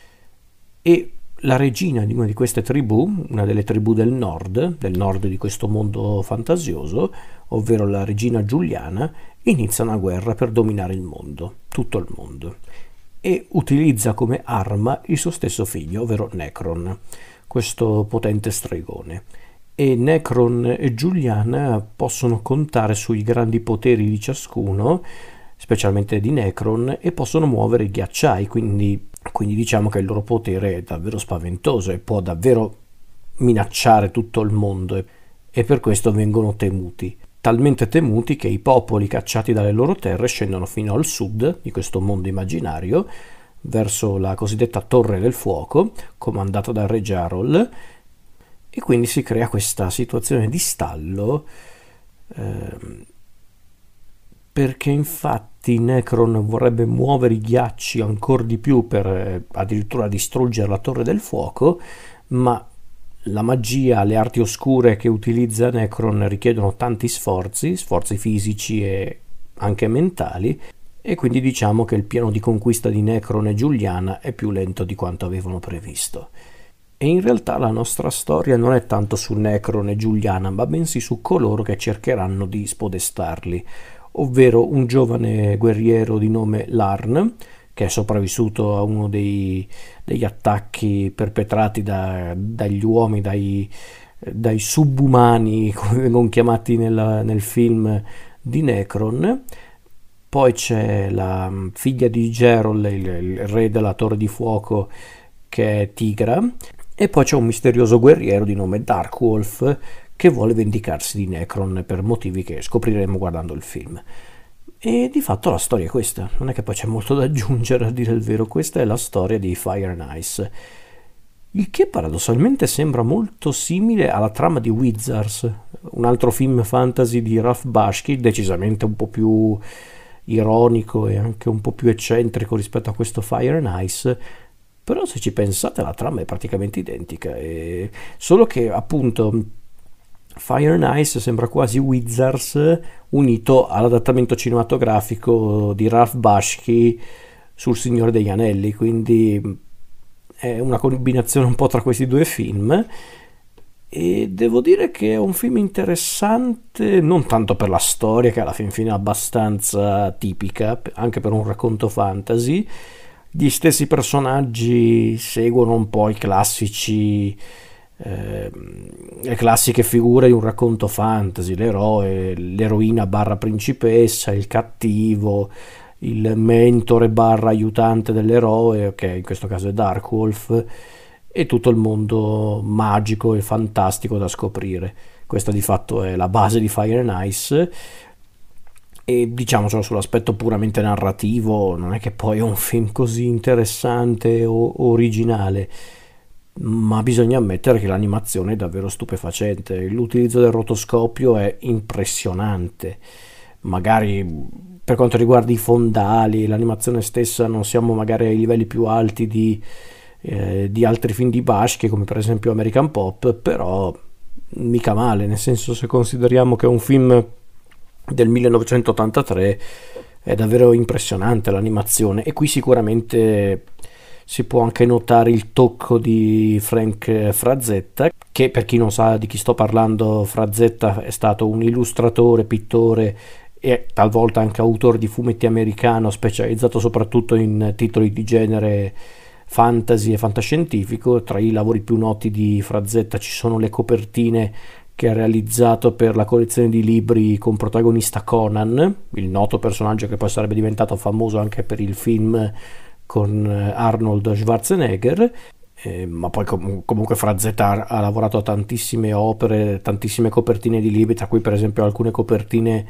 e la regina di una di queste tribù, una delle tribù del nord, del nord di questo mondo fantasioso, ovvero la regina Giuliana, inizia una guerra per dominare il mondo, tutto il mondo, e utilizza come arma il suo stesso figlio, ovvero Necron, questo potente stregone. E Necron e Giuliana possono contare sui grandi poteri di ciascuno, specialmente di Necron, e possono muovere i ghiacciai, quindi, quindi diciamo che il loro potere è davvero spaventoso e può davvero minacciare tutto il mondo, e, e per questo vengono temuti. Talmente temuti che i popoli cacciati dalle loro terre scendono fino al sud di questo mondo immaginario, verso la cosiddetta Torre del Fuoco, comandata dal re Jarol, e quindi si crea questa situazione di stallo, ehm, perché infatti Necron vorrebbe muovere i ghiacci ancora di più per eh, addirittura distruggere la Torre del Fuoco, ma la magia, le arti oscure che utilizza Necron richiedono tanti sforzi, sforzi fisici e anche mentali, e quindi diciamo che il piano di conquista di Necron e Giuliana è più lento di quanto avevano previsto. E in realtà la nostra storia non è tanto su Necron e Giuliana, ma bensì su coloro che cercheranno di spodestarli, ovvero un giovane guerriero di nome Larn, che è sopravvissuto a uno dei, degli attacchi perpetrati da, dagli uomini, dai, dai subumani, come vengono chiamati nel, nel film di Necron. Poi c'è la figlia di Gerol, il, il re della Torre di Fuoco, che è Tigra, e poi c'è un misterioso guerriero di nome Darkwolf che vuole vendicarsi di Necron per motivi che scopriremo guardando il film. E di fatto la storia è questa, non è che poi c'è molto da aggiungere, a dire il vero. Questa è la storia di Fire and Ice, il che paradossalmente sembra molto simile alla trama di Wizards, un altro film fantasy di Ralph Bakshi, decisamente un po' più ironico e anche un po' più eccentrico rispetto a questo Fire and Ice. Però se ci pensate la trama è praticamente identica, e... solo che appunto Fire and Ice sembra quasi Wizards unito all'adattamento cinematografico di Ralph Bakshi sul Signore degli Anelli, quindi è una combinazione un po' tra questi due film, e devo dire che è un film interessante non tanto per la storia, che alla fin fine è abbastanza tipica anche per un racconto fantasy. Gli stessi personaggi seguono un po' i classici eh, le classiche figure di un racconto fantasy, l'eroe, l'eroina barra principessa, il cattivo, il mentore barra aiutante dell'eroe, che in questo caso è Darkwolf, e tutto il mondo magico e fantastico da scoprire. Questa di fatto è la base di Fire and Ice. E diciamocelo, sull'aspetto puramente narrativo non è che poi è un film così interessante o originale, ma bisogna ammettere che l'animazione è davvero stupefacente. L'utilizzo del rotoscopio è impressionante. Magari per quanto riguarda i fondali, l'animazione stessa, non siamo magari ai livelli più alti di, eh, di altri film di Bakshi, come per esempio American Pop, però mica male, nel senso, se consideriamo che è un film del millenovecentottantatré, è davvero impressionante l'animazione, e qui sicuramente si può anche notare il tocco di Frank Frazetta, che per chi non sa di chi sto parlando, Frazetta è stato un illustratore, pittore e talvolta anche autore di fumetti americano, specializzato soprattutto in titoli di genere fantasy e fantascientifico. Tra i lavori più noti di Frazetta ci sono le copertine che ha realizzato per la collezione di libri con protagonista Conan, il noto personaggio che poi sarebbe diventato famoso anche per il film con Arnold Schwarzenegger. Eh, ma poi com- comunque Frazetta ha, ha lavorato a tantissime opere, tantissime copertine di libri, tra cui per esempio alcune copertine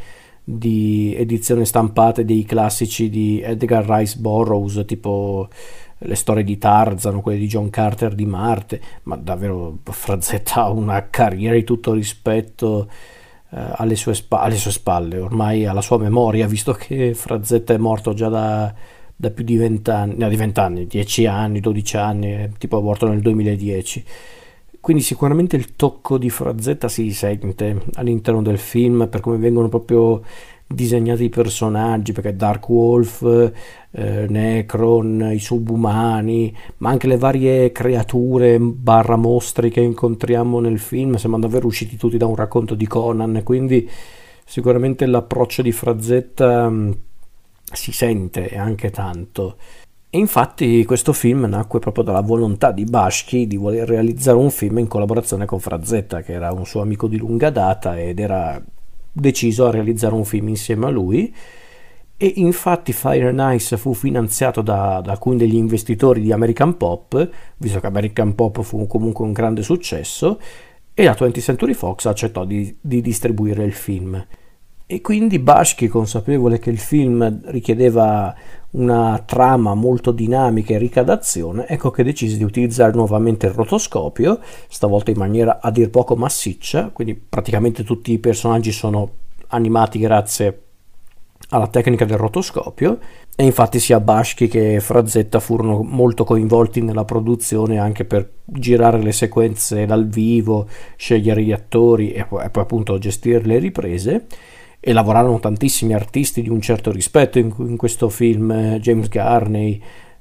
di edizione stampate dei classici di Edgar Rice Burroughs, tipo le storie di Tarzan, quelle di John Carter di Marte. Ma davvero Frazetta ha una carriera di tutto rispetto eh, alle, sue spa- alle sue spalle, ormai alla sua memoria, visto che Frazetta è morto già da, da più di vent'anni, no, di vent'anni, dieci anni, dodici anni, tipo è morto nel duemiladieci. Quindi sicuramente il tocco di Frazetta si sente all'interno del film, per come vengono proprio disegnati i personaggi, perché Dark Wolf, eh, Necron, i subumani, ma anche le varie creature barra mostri che incontriamo nel film sembrano davvero usciti tutti da un racconto di Conan. Quindi sicuramente l'approccio di Frazetta mh, si sente anche tanto. E infatti questo film nacque proprio dalla volontà di Bashki di voler realizzare un film in collaborazione con Frazetta, che era un suo amico di lunga data, ed era deciso a realizzare un film insieme a lui. E infatti Fire and Ice fu finanziato da, da alcuni degli investitori di American Pop, visto che American Pop fu comunque un grande successo, e la twentieth Century Fox accettò di, di distribuire il film. E quindi Bashki, consapevole che il film richiedeva una trama molto dinamica e ricca d'azione, ecco che decise di utilizzare nuovamente il rotoscopio, stavolta in maniera a dir poco massiccia, quindi praticamente tutti i personaggi sono animati grazie alla tecnica del rotoscopio. E infatti sia Bashki che Frazetta furono molto coinvolti nella produzione, anche per girare le sequenze dal vivo, scegliere gli attori e poi, e poi appunto gestire le riprese. E lavorarono tantissimi artisti di un certo rispetto in, in questo film, eh, James Gurney,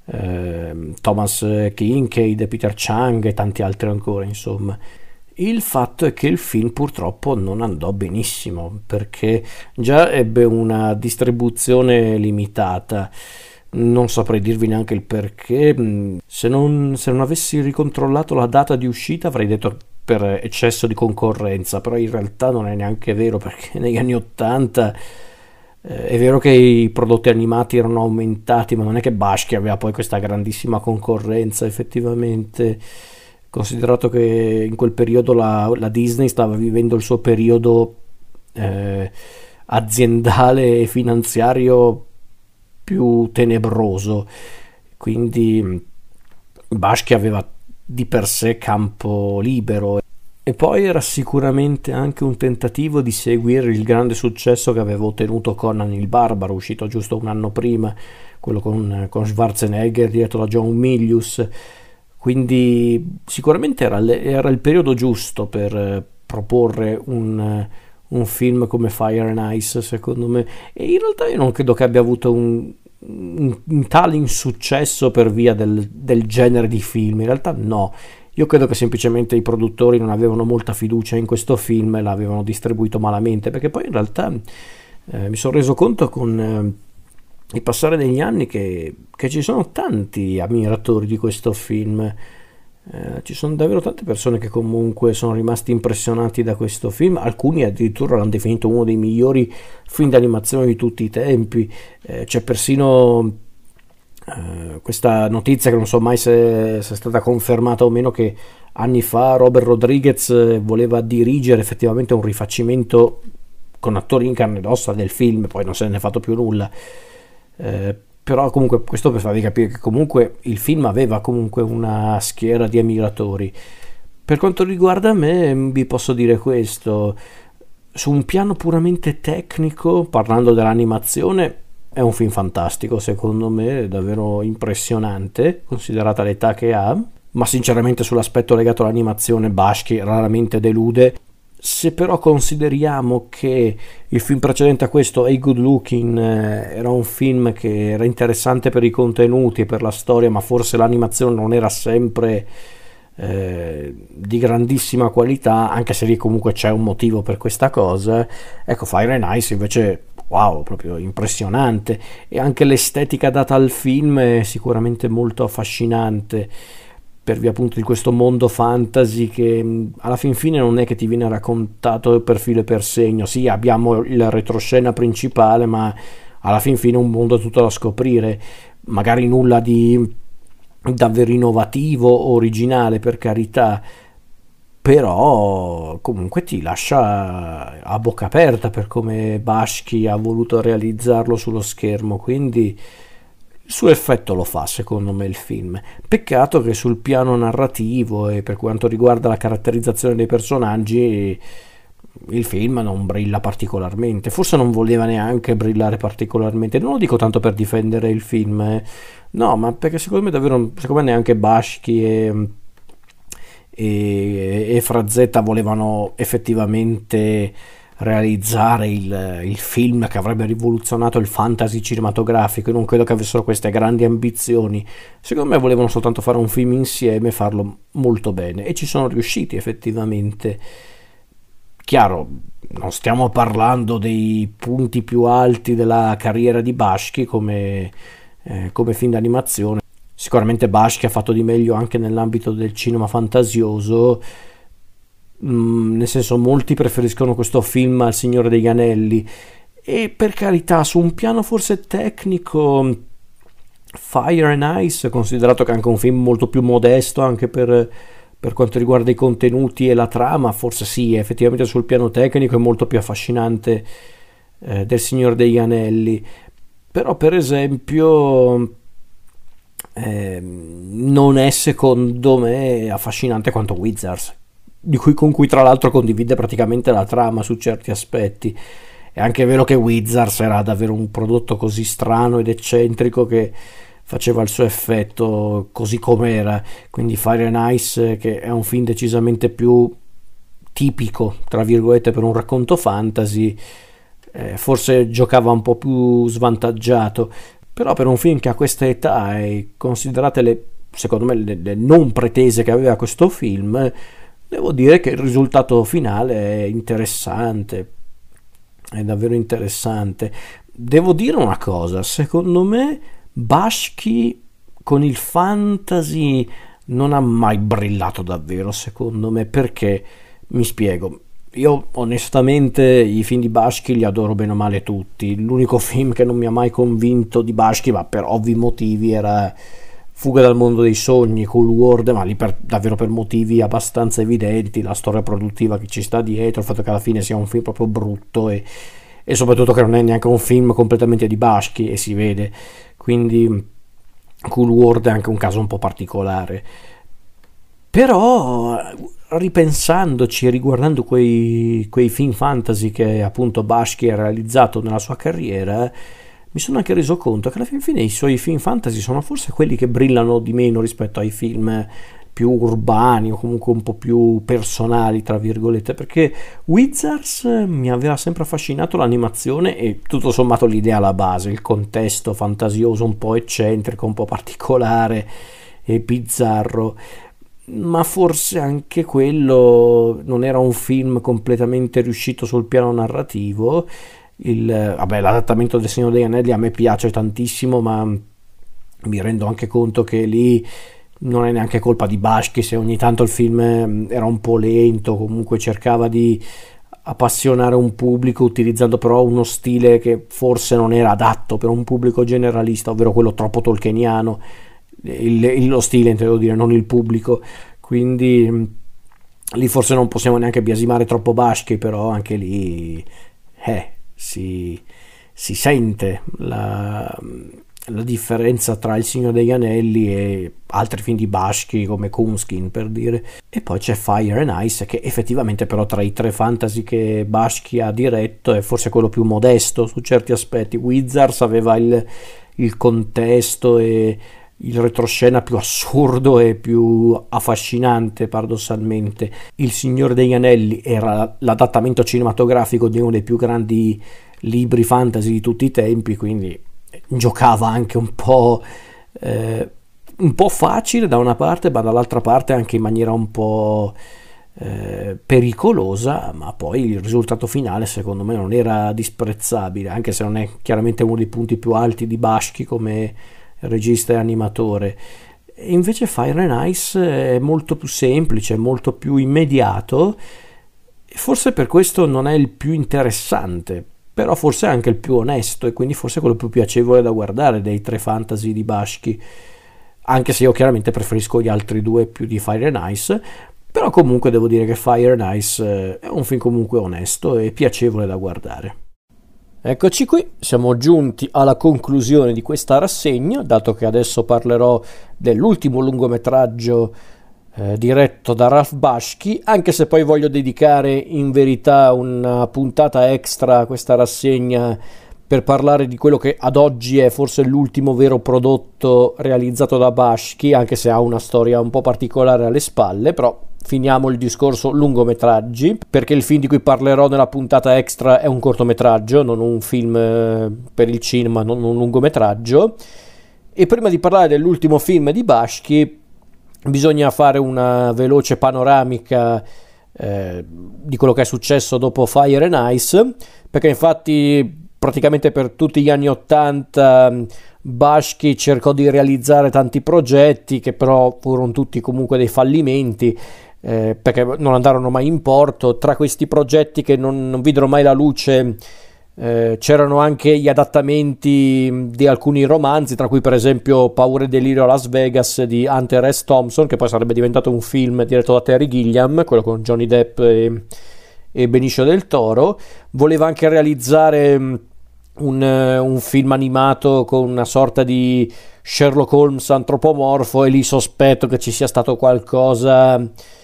eh, Thomas Kincaid, Peter Chung e tanti altri ancora, insomma. Il fatto è che il film purtroppo non andò benissimo, perché già ebbe una distribuzione limitata. Non saprei dirvi neanche il perché. Se non, se non avessi ricontrollato la data di uscita avrei detto per eccesso di concorrenza, però in realtà non è neanche vero, perché negli anni ottanta eh, è vero che i prodotti animati erano aumentati, ma non è che Bashki aveva poi questa grandissima concorrenza effettivamente, considerato che in quel periodo la, la Disney stava vivendo il suo periodo eh, aziendale e finanziario più tenebroso, quindi Bashki aveva di per sé campo libero. E poi era sicuramente anche un tentativo di seguire il grande successo che aveva ottenuto Conan il Barbaro, uscito giusto un anno prima, quello con, con Schwarzenegger diretto da John Milius. Quindi sicuramente era, era il periodo giusto per eh, proporre un, un film come Fire and Ice, secondo me. E in realtà io non credo che abbia avuto un, un, un tale insuccesso per via del, del genere di film. In realtà no, io credo che semplicemente i produttori non avevano molta fiducia in questo film e l'avevano distribuito malamente, perché poi in realtà eh, mi sono reso conto con eh, il passare degli anni che, che ci sono tanti ammiratori di questo film. Eh, ci sono davvero tante persone che comunque sono rimasti impressionati da questo film, alcuni addirittura l'hanno definito uno dei migliori film d'animazione di tutti i tempi. Eh, c'è persino eh, questa notizia, che non so mai se, se è stata confermata o meno, che anni fa Robert Rodriguez voleva dirigere effettivamente un rifacimento con attori in carne ed ossa del film, poi non se ne è fatto più nulla. Eh, però comunque questo per farvi capire che comunque il film aveva comunque una schiera di ammiratori. Per quanto riguarda me, vi posso dire questo: su un piano puramente tecnico, parlando dell'animazione, è un film fantastico, secondo me, è davvero impressionante considerata l'età che ha, ma sinceramente sull'aspetto legato all'animazione Bashki raramente delude. Se però consideriamo che il film precedente a questo, A Good Looking, eh, era un film che era interessante per i contenuti e per la storia, ma forse l'animazione non era sempre eh, di grandissima qualità, anche se lì comunque c'è un motivo per questa cosa. Ecco, Fire and Ice invece, wow, proprio impressionante, e anche l'estetica data al film è sicuramente molto affascinante, per via appunto di questo mondo fantasy che mh, alla fin fine non è che ti viene raccontato per filo e per segno. Sì, abbiamo il retroscena principale, ma alla fin fine è un mondo tutto da scoprire, magari nulla di davvero innovativo o originale, per carità, però comunque ti lascia a bocca aperta per come Bashki ha voluto realizzarlo sullo schermo, quindi il suo effetto lo fa secondo me il film. Peccato che sul piano narrativo e per quanto riguarda la caratterizzazione dei personaggi il film non brilla particolarmente, forse non voleva neanche brillare particolarmente, non lo dico tanto per difendere il film, eh. No, ma perché secondo me davvero, secondo me neanche Bashki e, e, e Frazetta volevano effettivamente realizzare il, il film che avrebbe rivoluzionato il fantasy cinematografico. Io non credo che avessero queste grandi ambizioni, secondo me volevano soltanto fare un film insieme e farlo molto bene, e ci sono riusciti effettivamente. Chiaro, non stiamo parlando dei punti più alti della carriera di Bashki come, eh, come film d'animazione. Sicuramente Bashki ha fatto di meglio anche nell'ambito del cinema fantasioso. Mm, nel senso, molti preferiscono questo film al Signore degli Anelli, e per carità, su un piano forse tecnico, Fire and Ice, considerato che è anche un film molto più modesto anche per, per quanto riguarda i contenuti e la trama, forse sì, effettivamente sul piano tecnico è molto più affascinante eh, del Signore degli Anelli. Però per esempio eh, non è secondo me affascinante quanto Wizards, di cui, con cui tra l'altro condivide praticamente la trama su certi aspetti. È anche vero che Wizards era davvero un prodotto così strano ed eccentrico che faceva il suo effetto così com'era, quindi Fire and Ice, che è un film decisamente più tipico tra virgolette per un racconto fantasy, eh, forse giocava un po' più svantaggiato, però per un film che ha questa età e considerate le, secondo me, le, le non pretese che aveva questo film, devo dire che il risultato finale è interessante, è davvero interessante. Devo dire una cosa, secondo me Bashki con il fantasy non ha mai brillato davvero, secondo me, perché mi spiego. Io onestamente i film di Bashki li adoro bene o male tutti. L'unico film che non mi ha mai convinto di Bashki, ma per ovvi motivi, era Fuga dal mondo dei sogni, Cool World, ma lì per, davvero per motivi abbastanza evidenti, la storia produttiva che ci sta dietro, il fatto che alla fine sia un film proprio brutto e, e soprattutto che non è neanche un film completamente di Bashki, e si vede. Quindi Cool World è anche un caso un po' particolare. Però ripensandoci e riguardando quei, quei film fantasy che appunto Bashki ha realizzato nella sua carriera, mi sono anche reso conto che alla fin fine i suoi film fantasy sono forse quelli che brillano di meno rispetto ai film più urbani o comunque un po' più personali, tra virgolette, perché Wizards mi aveva sempre affascinato l'animazione e tutto sommato l'idea alla base, il contesto fantasioso un po' eccentrico, un po' particolare e bizzarro, ma forse anche quello non era un film completamente riuscito sul piano narrativo. Il, vabbè, l'adattamento del Signore degli Anelli a me piace tantissimo, ma mi rendo anche conto che lì non è neanche colpa di Bashki se ogni tanto il film era un po' lento, comunque cercava di appassionare un pubblico utilizzando però uno stile che forse non era adatto per un pubblico generalista, ovvero quello troppo tolkieniano, il, il, lo stile intendo dire, non il pubblico, quindi lì forse non possiamo neanche biasimare troppo Bashki, però anche lì eh Si, si sente la, la differenza tra Il Signore degli Anelli e altri film di Bashki come Coonskin, per dire. E poi c'è Fire and Ice, che effettivamente però tra i tre fantasy che Bashki ha diretto è forse quello più modesto su certi aspetti. Wizards aveva il, il contesto e il retroscena più assurdo e più affascinante, paradossalmente. Il Signore degli Anelli era l'adattamento cinematografico di uno dei più grandi libri fantasy di tutti i tempi, quindi giocava anche un po', eh, un po' facile da una parte, ma dall'altra parte anche in maniera un po' eh, pericolosa, ma poi il risultato finale secondo me non era disprezzabile, anche se non è chiaramente uno dei punti più alti di Bashki come regista e animatore. E invece Fire and Ice è molto più semplice, molto più immediato, e forse per questo non è il più interessante, però forse è anche il più onesto e quindi forse quello più piacevole da guardare dei tre fantasy di Bashki, anche se io chiaramente preferisco gli altri due più di Fire and Ice. Però comunque devo dire che Fire and Ice è un film comunque onesto e piacevole da guardare. Eccoci qui, siamo giunti alla conclusione di questa rassegna, dato che adesso parlerò dell'ultimo lungometraggio eh, diretto da Ralph Bakshi, anche se poi voglio dedicare in verità una puntata extra a questa rassegna per parlare di quello che ad oggi è forse l'ultimo vero prodotto realizzato da Bakshi, anche se ha una storia un po' particolare alle spalle, però finiamo il discorso lungometraggi, perché il film di cui parlerò nella puntata extra è un cortometraggio, non un film eh, per il cinema, non un lungometraggio. E prima di parlare dell'ultimo film di Bakshi bisogna fare una veloce panoramica eh, di quello che è successo dopo Fire and Ice, perché infatti praticamente per tutti gli anni ottanta Bakshi cercò di realizzare tanti progetti che però furono tutti comunque dei fallimenti, eh, perché non andarono mai in porto. Tra questi progetti che non, non videro mai la luce eh, c'erano anche gli adattamenti di alcuni romanzi, tra cui per esempio Paura e delirio a Las Vegas di Hunter S. Thompson, che poi sarebbe diventato un film diretto da Terry Gilliam, quello con Johnny Depp e, e Benicio del Toro. Voleva anche realizzare un, un film animato con una sorta di Sherlock Holmes antropomorfo, e lì sospetto che ci sia stato qualcosa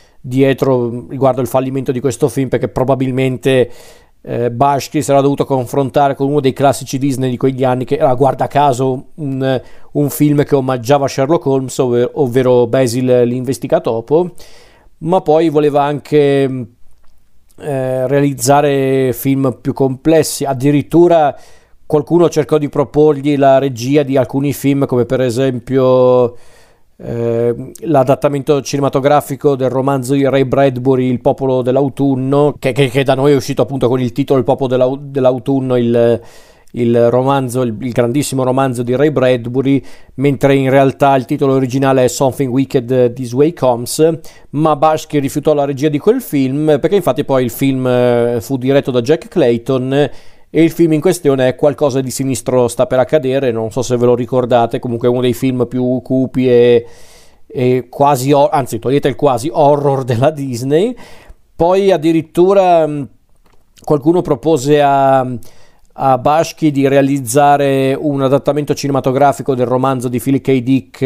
dietro riguardo il fallimento di questo film, perché probabilmente eh, Bakshi si era dovuto confrontare con uno dei classici Disney di quegli anni, che era guarda caso un, un film che omaggiava Sherlock Holmes, ovvero, ovvero Basil l'investigatopo, ma poi voleva anche eh, realizzare film più complessi. Addirittura qualcuno cercò di proporgli la regia di alcuni film, come per esempio eh, l'adattamento cinematografico del romanzo di Ray Bradbury Il popolo dell'autunno, che, che, che da noi è uscito appunto con il titolo Il popolo dell'au- dell'autunno, il, il romanzo, il, il grandissimo romanzo di Ray Bradbury, mentre in realtà il titolo originale è Something Wicked This Way Comes. Ma Bakshi rifiutò la regia di quel film, perché infatti poi il film fu diretto da Jack Clayton, e il film in questione è Qualcosa di sinistro sta per accadere. Non so se ve lo ricordate, comunque è uno dei film più cupi e, e quasi, anzi togliete il quasi, horror della Disney. Poi addirittura qualcuno propose a, a Bakshi di realizzare un adattamento cinematografico del romanzo di Philip K. Dick,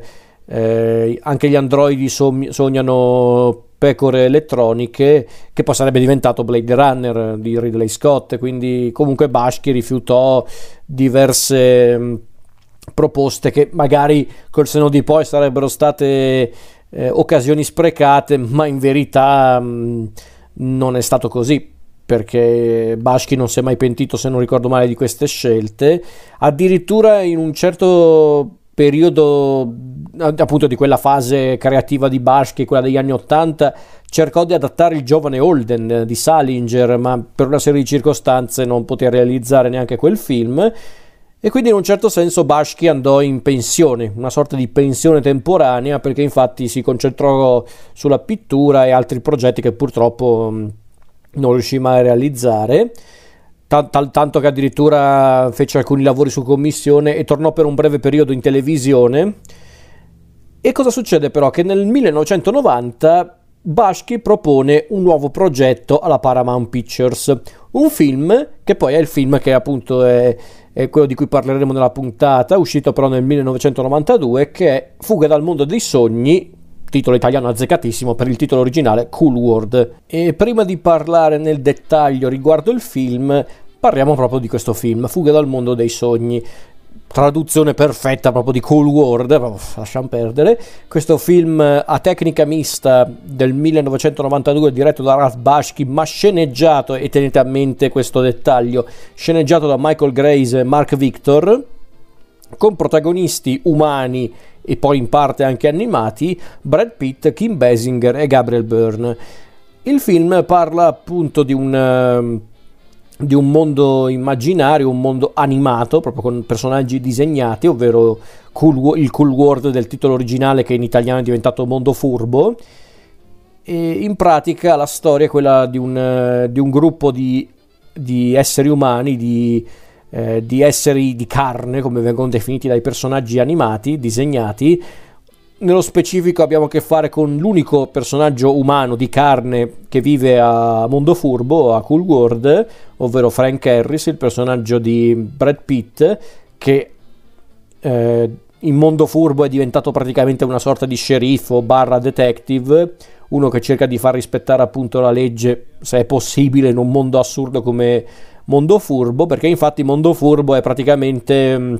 eh, Anche gli androidi som- sognano pecore elettroniche, che poi sarebbe diventato Blade Runner di Ridley Scott. Quindi comunque Bakshi rifiutò diverse mh, proposte che magari col senno di poi sarebbero state eh, occasioni sprecate, ma in verità mh, non è stato così, perché Bakshi non si è mai pentito, se non ricordo male, di queste scelte. Addirittura in un certo periodo appunto di quella fase creativa di Bakshi, quella degli anni ottanta, cercò di adattare Il giovane Holden di Salinger, ma per una serie di circostanze non poté realizzare neanche quel film, e quindi in un certo senso Bakshi andò in pensione, una sorta di pensione temporanea, perché infatti si concentrò sulla pittura e altri progetti che purtroppo non riuscì mai a realizzare. Tanto che addirittura fece alcuni lavori su commissione e tornò per un breve periodo in televisione. E cosa succede però? Che nel millenovecentonovanta Bakshi propone un nuovo progetto alla Paramount Pictures, un film che poi è il film che appunto è, è quello di cui parleremo nella puntata, uscito però nel millenovecentonovantadue, che è Fuga dal mondo dei sogni, titolo italiano azzeccatissimo, per il titolo originale Cool World. E prima di parlare nel dettaglio riguardo il film, parliamo proprio di questo film, Fuga dal mondo dei sogni. traduzione perfetta proprio di Cool World, proprio, lasciamo perdere. Questo film a tecnica mista del millenovecentonovantadue diretto da Ralph Bakshi, ma sceneggiato, e tenete a mente questo dettaglio, sceneggiato da Michael Grace e Mark Victor, con protagonisti umani e poi in parte anche animati, Brad Pitt, Kim Basinger e Gabriel Byrne. Il film parla appunto di un, di un mondo immaginario, un mondo animato, proprio con personaggi disegnati, ovvero cool, il Cool World del titolo originale, che in italiano è diventato Mondo Furbo. E in pratica la storia è quella di un, di un gruppo di, di esseri umani, di, eh, di esseri di carne, come vengono definiti dai personaggi animati, disegnati. Nello specifico abbiamo a che fare con l'unico personaggio umano di carne che vive a Mondo Furbo, a Cool World, ovvero Frank Harris, il personaggio di Brad Pitt, che eh, in Mondo Furbo è diventato praticamente una sorta di sceriffo barra detective, uno che cerca di far rispettare appunto la legge, se è possibile, in un mondo assurdo come Mondo Furbo, perché infatti Mondo Furbo è praticamente mh,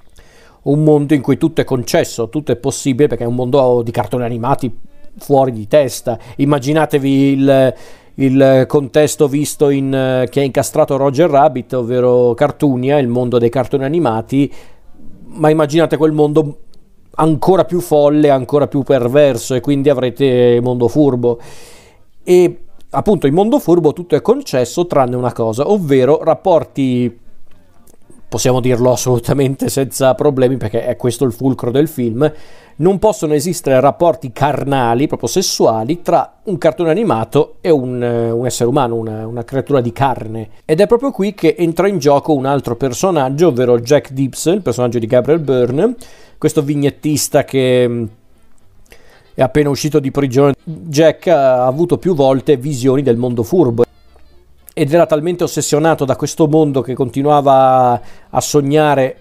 un mondo in cui tutto è concesso, tutto è possibile, perché è un mondo di cartoni animati fuori di testa. Immaginatevi il, il contesto visto in, che ha incastrato Roger Rabbit, ovvero Cartoonia, il mondo dei cartoni animati, ma immaginate quel mondo ancora più folle, ancora più perverso, e quindi avrete Mondo Furbo. E appunto in Mondo Furbo tutto è concesso tranne una cosa, ovvero rapporti, possiamo dirlo assolutamente senza problemi perché è questo il fulcro del film, non possono esistere rapporti carnali, proprio sessuali, tra un cartone animato e un, un essere umano, una, una creatura di carne. Ed è proprio qui che entra in gioco un altro personaggio, ovvero Jack Dibbs, il personaggio di Gabriel Byrne, questo vignettista che è appena uscito di prigione. Jack ha avuto più volte visioni del Mondo Furbo ed era talmente ossessionato da questo mondo che continuava a sognare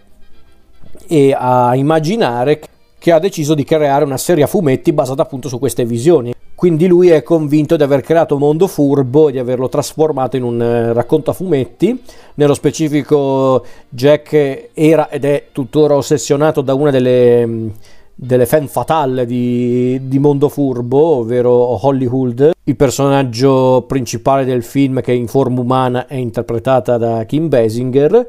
e a immaginare che ha deciso di creare una serie a fumetti basata appunto su queste visioni. Quindi lui è convinto di aver creato Mondo Furbo e di averlo trasformato in un uh, racconto a fumetti. Nello specifico Jack era ed è tuttora ossessionato da una delle, delle femme fatale di, di Mondo Furbo, ovvero Hollywood, il personaggio principale del film, che in forma umana è interpretata da Kim Basinger.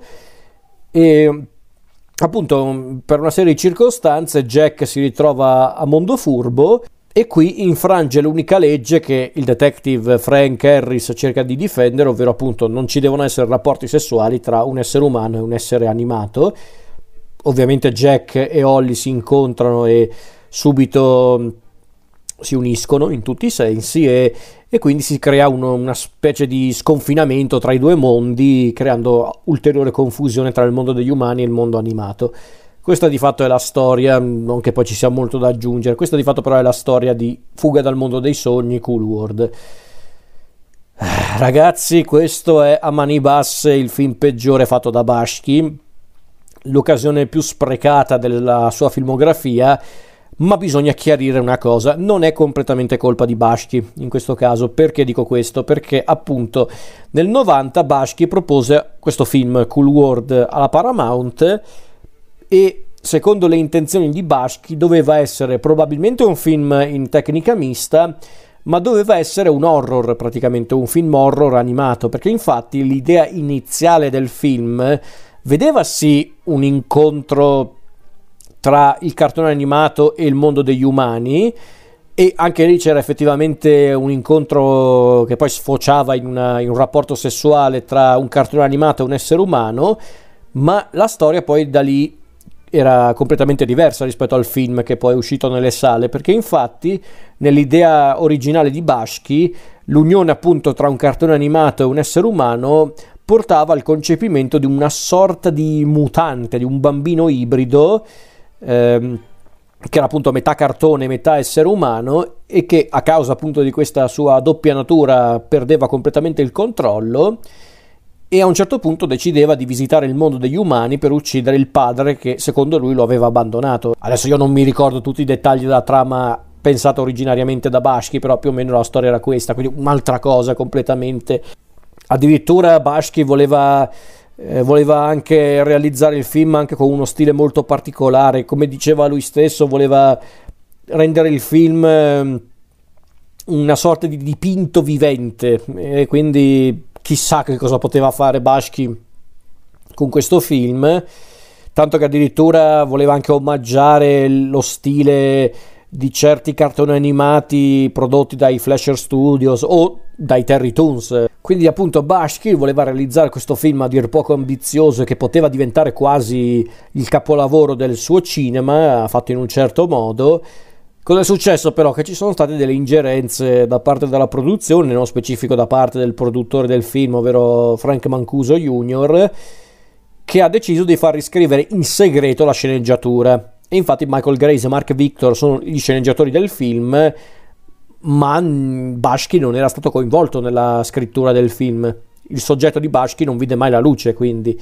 E appunto per una serie di circostanze Jack si ritrova a Mondo Furbo e qui infrange l'unica legge che il detective Frank Harris cerca di difendere, ovvero appunto non ci devono essere rapporti sessuali tra un essere umano e un essere animato. Ovviamente Jack e Holly si incontrano e subito si uniscono in tutti i sensi e, e quindi si crea uno, una specie di sconfinamento tra i due mondi, creando ulteriore confusione tra il mondo degli umani e il mondo animato. Questa di fatto è la storia, non che poi ci sia molto da aggiungere, questa di fatto però è la storia di Fuga dal mondo dei sogni, Cool World. Ragazzi, questo è a mani basse il film peggiore fatto da Bakshi, l'occasione più sprecata della sua filmografia, ma bisogna chiarire una cosa, non è completamente colpa di Bakshi in questo caso. Perché dico questo? Perché appunto nel novanta Bakshi propose questo film Cool World alla Paramount e secondo le intenzioni di Bakshi doveva essere probabilmente un film in tecnica mista, ma doveva essere un horror, praticamente un film horror animato, perché infatti l'idea iniziale del film vedeva sì un incontro tra il cartone animato e il mondo degli umani, e anche lì c'era effettivamente un incontro che poi sfociava in, una, in un rapporto sessuale tra un cartone animato e un essere umano, ma la storia poi da lì era completamente diversa rispetto al film che poi è uscito nelle sale, perché infatti nell'idea originale di Bakshi l'unione appunto tra un cartone animato e un essere umano portava al concepimento di una sorta di mutante, di un bambino ibrido ehm, che era appunto metà cartone, metà essere umano, e che a causa appunto di questa sua doppia natura perdeva completamente il controllo e a un certo punto decideva di visitare il mondo degli umani per uccidere il padre che secondo lui lo aveva abbandonato. Adesso io non mi ricordo tutti i dettagli della trama pensata originariamente da Bakshi, però più o meno la storia era questa, quindi un'altra cosa completamente. Addirittura Bakshi voleva eh, voleva anche realizzare il film anche con uno stile molto particolare, come diceva lui stesso, voleva rendere il film eh, una sorta di dipinto vivente, e quindi chissà che cosa poteva fare Bashki con questo film, tanto che addirittura voleva anche omaggiare lo stile di certi cartoni animati prodotti dai Fleischer Studios o dai Terry Toons. Quindi appunto Bashki voleva realizzare questo film a dir poco ambizioso e che poteva diventare quasi il capolavoro del suo cinema, fatto in un certo modo. Cosa è successo però? Che ci sono state delle ingerenze da parte della produzione, nello specifico da parte del produttore del film, ovvero Frank Mancuso junior, che ha deciso di far riscrivere in segreto la sceneggiatura. E infatti Michael Grace e Mark Victor sono gli sceneggiatori del film, ma Bashki non era stato coinvolto nella scrittura del film. Il soggetto di Bashki non vide mai la luce, quindi.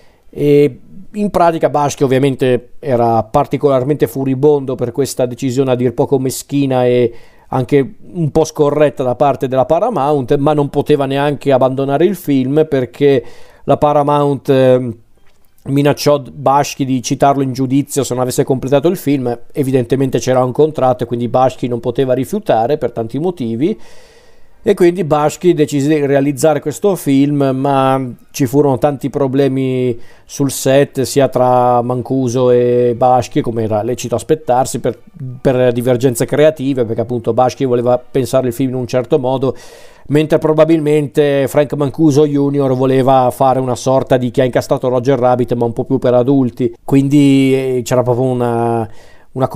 E in pratica Bashki ovviamente era particolarmente furibondo per questa decisione a dir poco meschina e anche un po' scorretta da parte della Paramount, ma non poteva neanche abbandonare il film perché la Paramount eh, minacciò Bashki di citarlo in giudizio se non avesse completato il film. Evidentemente c'era un contratto e quindi Bashki non poteva rifiutare per tanti motivi, e quindi Bashki decise di realizzare questo film, ma ci furono tanti problemi sul set sia tra Mancuso e Bashki, come era lecito aspettarsi, per, per divergenze creative, perché appunto Bashki voleva pensare il film in un certo modo, mentre probabilmente Frank Mancuso junior voleva fare una sorta di Chi ha incastrato Roger Rabbit, ma un po' più per adulti. Quindi c'era proprio una, una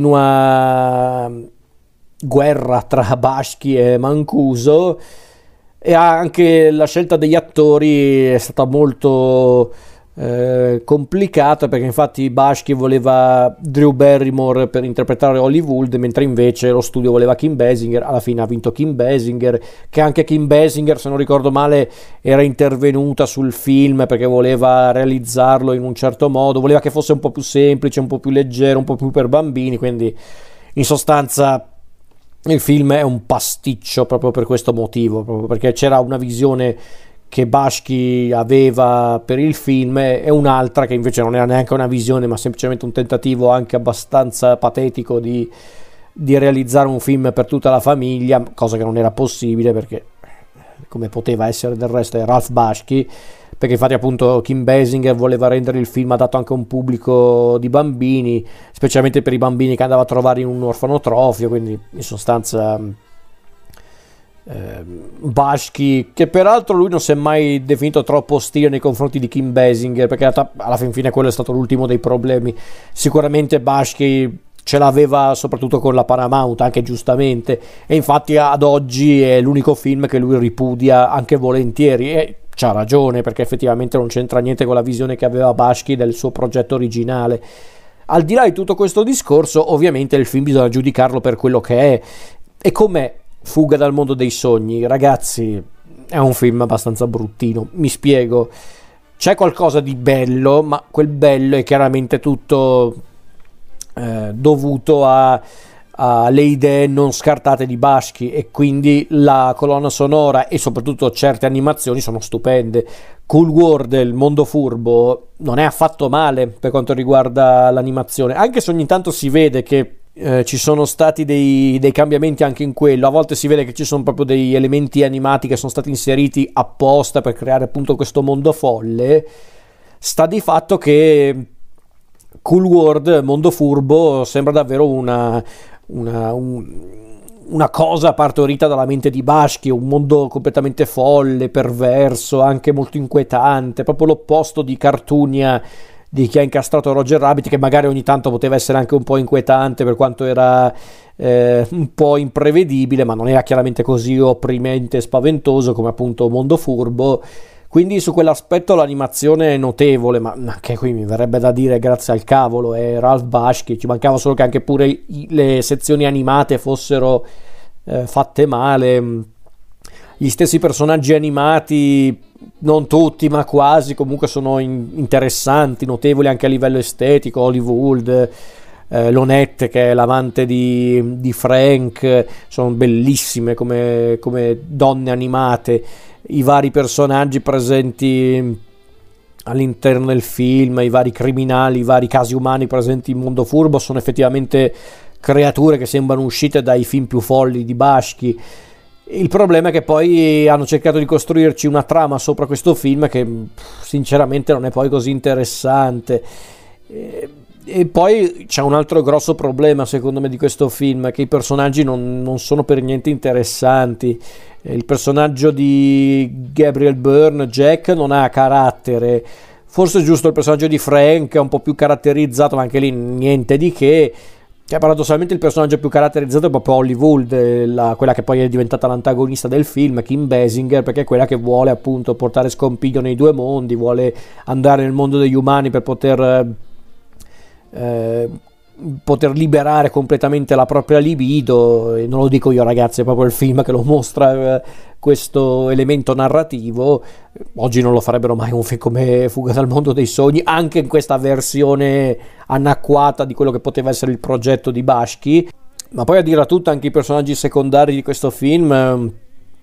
continua guerra tra Bashki e Mancuso, e anche la scelta degli attori è stata molto eh, complicata, perché infatti Bashki voleva Drew Barrymore per interpretare Hollywood, mentre invece lo studio voleva Kim Basinger. Alla fine ha vinto Kim Basinger, che anche Kim Basinger, se non ricordo male, era intervenuta sul film perché voleva realizzarlo in un certo modo, voleva che fosse un po' più semplice, un po' più leggero, un po' più per bambini. Quindi in sostanza il film è un pasticcio proprio per questo motivo, proprio perché c'era una visione che Bashki aveva per il film e un'altra che invece non era neanche una visione, ma semplicemente un tentativo anche abbastanza patetico di, di realizzare un film per tutta la famiglia, cosa che non era possibile perché, come poteva essere del resto, è Ralph Bashki, perché infatti appunto Kim Basinger voleva rendere il film adatto anche a un pubblico di bambini, specialmente per i bambini che andava a trovare in un orfanotrofio. Quindi in sostanza eh, Bashki, che peraltro lui non si è mai definito troppo ostile nei confronti di Kim Basinger, perché alla fin fine quello è stato l'ultimo dei problemi. Sicuramente Bashki ce l'aveva soprattutto con la Paramount, anche giustamente, e infatti ad oggi è l'unico film che lui ripudia anche volentieri, e c'ha ragione, perché effettivamente non c'entra niente con la visione che aveva Bashki del suo progetto originale. Al di là di tutto questo discorso, ovviamente il film bisogna giudicarlo per quello che è. E com'è Fuga dal mondo dei sogni? Ragazzi, è un film abbastanza bruttino, mi spiego. C'è qualcosa di bello, ma quel bello è chiaramente tutto eh, dovuto a alle idee non scartate di Bashki, e quindi la colonna sonora e soprattutto certe animazioni sono stupende. Cool World, il mondo furbo, non è affatto male per quanto riguarda l'animazione, anche se ogni tanto si vede che eh, ci sono stati dei, dei cambiamenti anche in quello. A volte si vede che ci sono proprio degli elementi animati che sono stati inseriti apposta per creare appunto questo mondo folle. Sta di fatto che Cool World, mondo furbo, sembra davvero una Una, un, una cosa partorita dalla mente di Bashki, un mondo completamente folle, perverso, anche molto inquietante, proprio l'opposto di cartunia di Chi ha incastrato Roger Rabbit, che magari ogni tanto poteva essere anche un po' inquietante per quanto era eh, un po' imprevedibile, ma non era chiaramente così opprimente e spaventoso come appunto Mondo Furbo. Quindi su quell'aspetto l'animazione è notevole, ma anche qui mi verrebbe da dire grazie al cavolo, è Ralph Bashki. Ci mancava solo che anche pure i, le sezioni animate fossero eh, fatte male. Gli stessi personaggi animati, non tutti ma quasi, comunque sono in, interessanti, notevoli anche a livello estetico. Hollywood, eh, Lonette che è l'amante di, di Frank, sono bellissime come, come donne animate. I vari personaggi presenti all'interno del film, i vari criminali, i vari casi umani presenti in Mondo Furbo sono effettivamente creature che sembrano uscite dai film più folli di Bashki. Il problema è che poi hanno cercato di costruirci una trama sopra questo film che sinceramente non è poi così interessante. E, e poi c'è un altro grosso problema secondo me di questo film, che i personaggi non, non sono per niente interessanti. Il personaggio di Gabriel Byrne, Jack, non ha carattere. Forse è giusto il personaggio di Frank, è un po' più caratterizzato, ma anche lì niente di che. Cioè, paradossalmente il personaggio più caratterizzato è proprio Hollywood, la, quella che poi è diventata l'antagonista del film, Kim Basinger, perché è quella che vuole appunto portare scompiglio nei due mondi, vuole andare nel mondo degli umani per poter eh, poter liberare completamente la propria libido. E non lo dico io, ragazzi, è proprio il film che lo mostra, eh, questo elemento narrativo. Oggi non lo farebbero mai un film come Fuga dal mondo dei sogni, anche in questa versione anacquata di quello che poteva essere il progetto di Bashki. Ma poi, a dirla tutta, anche i personaggi secondari di questo film eh,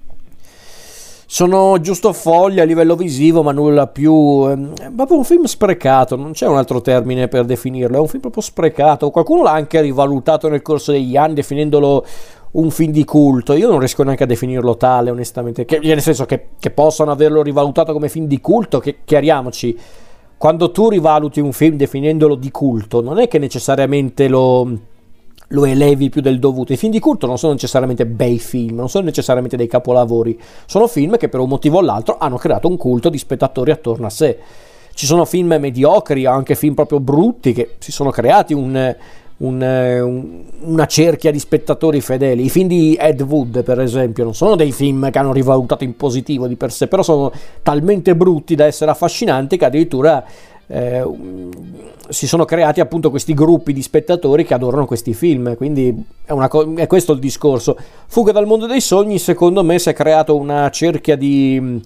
sono giusto fogli a livello visivo, ma nulla più. È proprio un film sprecato, non c'è un altro termine per definirlo, è un film proprio sprecato. Qualcuno l'ha anche rivalutato nel corso degli anni definendolo un film di culto. Io non riesco neanche a definirlo tale, onestamente, che, nel senso che, che possano averlo rivalutato come film di culto, che chiariamoci, quando tu rivaluti un film definendolo di culto, non è che necessariamente lo, lo elevi più del dovuto. I film di culto non sono necessariamente bei film, non sono necessariamente dei capolavori, sono film che per un motivo o l'altro hanno creato un culto di spettatori attorno a sé. Ci sono film mediocri, anche film proprio brutti, che si sono creati un... Un, un, una cerchia di spettatori fedeli. I film di Ed Wood, per esempio, non sono dei film che hanno rivalutato in positivo di per sé, però sono talmente brutti da essere affascinanti che addirittura eh, si sono creati appunto questi gruppi di spettatori che adorano questi film. Quindi è, una co- è questo il discorso. Fuga dal mondo dei sogni, secondo me, si è creato una cerchia di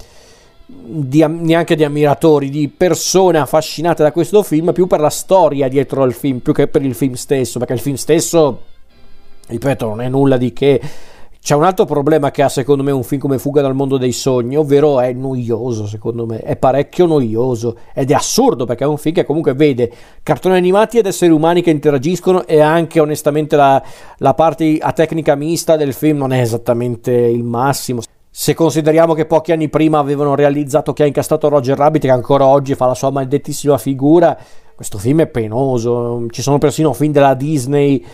Di, neanche di ammiratori, di persone affascinate da questo film, più per la storia dietro al film, più che per il film stesso, perché il film stesso, ripeto, non è nulla di che. C'è un altro problema che ha secondo me un film come Fuga dal mondo dei sogni, ovvero è noioso. Secondo me è parecchio noioso, ed è assurdo, perché è un film che comunque vede cartoni animati ed esseri umani che interagiscono, e anche onestamente la, la parte a tecnica mista del film non è esattamente il massimo. Se consideriamo che pochi anni prima avevano realizzato Chi ha incastrato Roger Rabbit, che ancora oggi fa la sua maledettissima figura, questo film è penoso. Ci sono persino film della Disney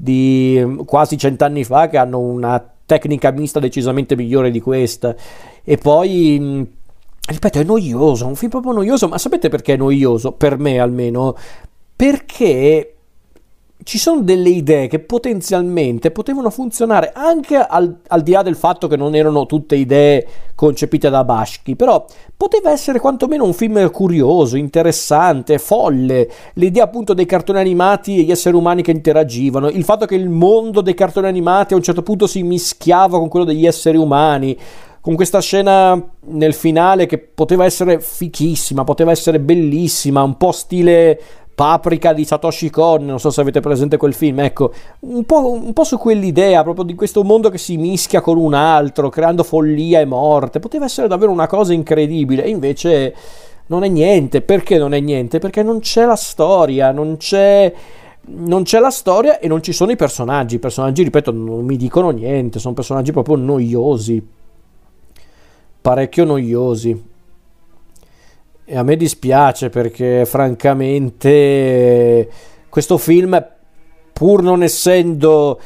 di quasi cent'anni fa che hanno una tecnica mista decisamente migliore di questa. E poi, ripeto, è noioso, è un film proprio noioso. Ma sapete perché è noioso? Per me almeno, perché ci sono delle idee che potenzialmente potevano funzionare anche al, al di là del fatto che non erano tutte idee concepite da Bashki, però poteva essere quantomeno un film curioso, interessante, folle. L'idea appunto dei cartoni animati e gli esseri umani che interagivano, il fatto che il mondo dei cartoni animati a un certo punto si mischiava con quello degli esseri umani, con questa scena nel finale che poteva essere fichissima, poteva essere bellissima, un po' stile Paprika di Satoshi Kon, non so se avete presente quel film. Ecco, un po', un po' su quell'idea proprio di questo mondo che si mischia con un altro, creando follia e morte. Poteva essere davvero una cosa incredibile, e invece non è niente. Perché non è niente? Perché non c'è la storia, non c'è non c'è la storia e non ci sono i personaggi. I personaggi, ripeto, non mi dicono niente, sono personaggi proprio noiosi, parecchio noiosi. E a me dispiace, perché francamente questo film, pur non essendo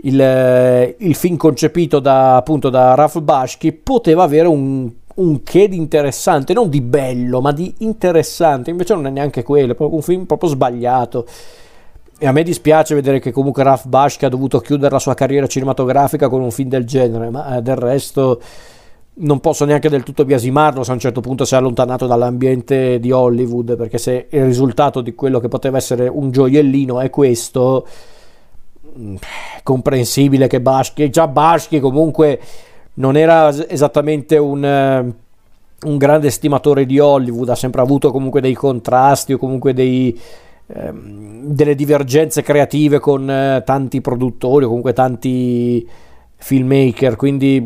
il, il film concepito da appunto da Ralph Bashki, poteva avere un, un che di interessante, non di bello ma di interessante. Invece non è neanche quello, è proprio un film proprio sbagliato. E a me dispiace vedere che comunque Ralph Bashki ha dovuto chiudere la sua carriera cinematografica con un film del genere, ma del resto non posso neanche del tutto biasimarlo se a un certo punto si è allontanato dall'ambiente di Hollywood, perché se il risultato di quello che poteva essere un gioiellino è questo, è comprensibile che Bashki, già Bashki comunque non era esattamente un, un grande estimatore di Hollywood, ha sempre avuto comunque dei contrasti o comunque dei, ehm, delle divergenze creative con eh, tanti produttori o comunque tanti filmmaker, quindi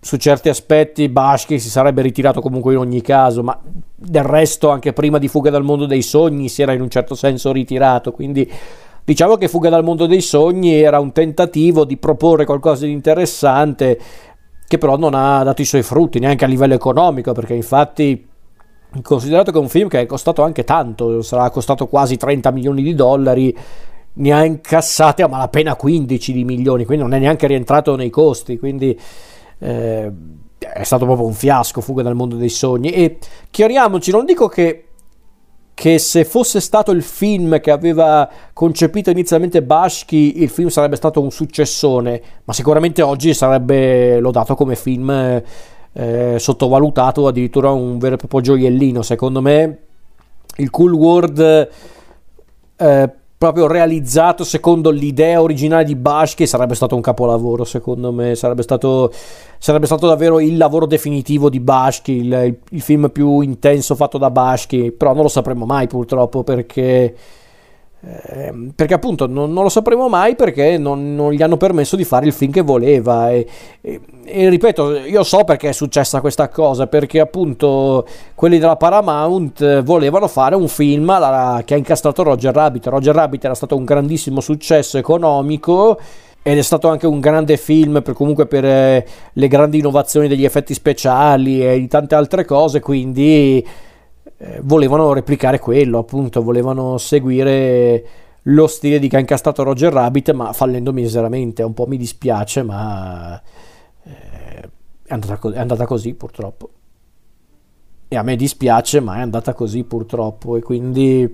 su certi aspetti Bashki si sarebbe ritirato comunque in ogni caso, ma del resto anche prima di Fuga dal mondo dei sogni si era in un certo senso ritirato, quindi diciamo che Fuga dal mondo dei sogni era un tentativo di proporre qualcosa di interessante che però non ha dato i suoi frutti neanche a livello economico, perché infatti, considerato che è un film che è costato anche tanto, sarà costato quasi trenta milioni di dollari, ne ha incassati a malapena quindici di milioni, quindi non è neanche rientrato nei costi, quindi eh, è stato proprio un fiasco Fuga dal mondo dei sogni. E chiariamoci, non dico che, che se fosse stato il film che aveva concepito inizialmente Bashki, il film sarebbe stato un successone, ma sicuramente oggi sarebbe lodato come film eh, sottovalutato, addirittura un vero e proprio gioiellino. Secondo me il Cool World eh, proprio realizzato secondo l'idea originale di Bashki sarebbe stato un capolavoro, secondo me sarebbe stato, sarebbe stato davvero il lavoro definitivo di Bashki, il, il, il film più intenso fatto da Bashki, però non lo sapremo mai purtroppo, perché eh, perché appunto non, non lo sapremo mai, perché non, non gli hanno permesso di fare il film che voleva e, e, e ripeto, io so perché è successa questa cosa, perché appunto quelli della Paramount volevano fare un film alla, che ha incastrato Roger Rabbit. Roger Rabbit era stato un grandissimo successo economico ed è stato anche un grande film per, comunque per eh, le grandi innovazioni degli effetti speciali e di tante altre cose, quindi eh, volevano replicare quello, appunto volevano seguire lo stile di che ha incastrato Roger Rabbit, ma fallendo miseramente. Un po' mi dispiace, ma eh, è, andata co- è andata così purtroppo, e a me dispiace, ma è andata così purtroppo, e quindi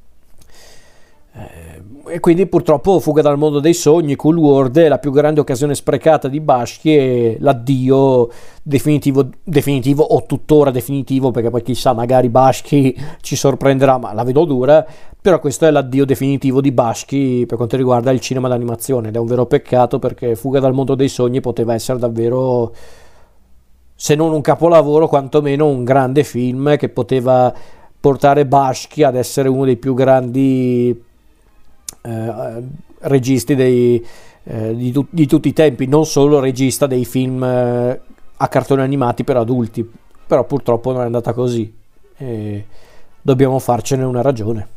eh, e quindi purtroppo Fuga dal mondo dei sogni, Cool World, è la più grande occasione sprecata di Bashki e l'addio definitivo, definitivo o tuttora definitivo, perché poi chissà, magari Bashki ci sorprenderà, ma la vedo dura. Però questo è l'addio definitivo di Bashki per quanto riguarda il cinema d'animazione, ed è un vero peccato, perché Fuga dal mondo dei sogni poteva essere davvero, se non un capolavoro, quantomeno un grande film che poteva portare Bashki ad essere uno dei più grandi eh, registi dei, eh, di, tu- di tutti i tempi, non solo regista dei film eh, a cartoni animati per adulti. Però purtroppo non è andata così e dobbiamo farcene una ragione.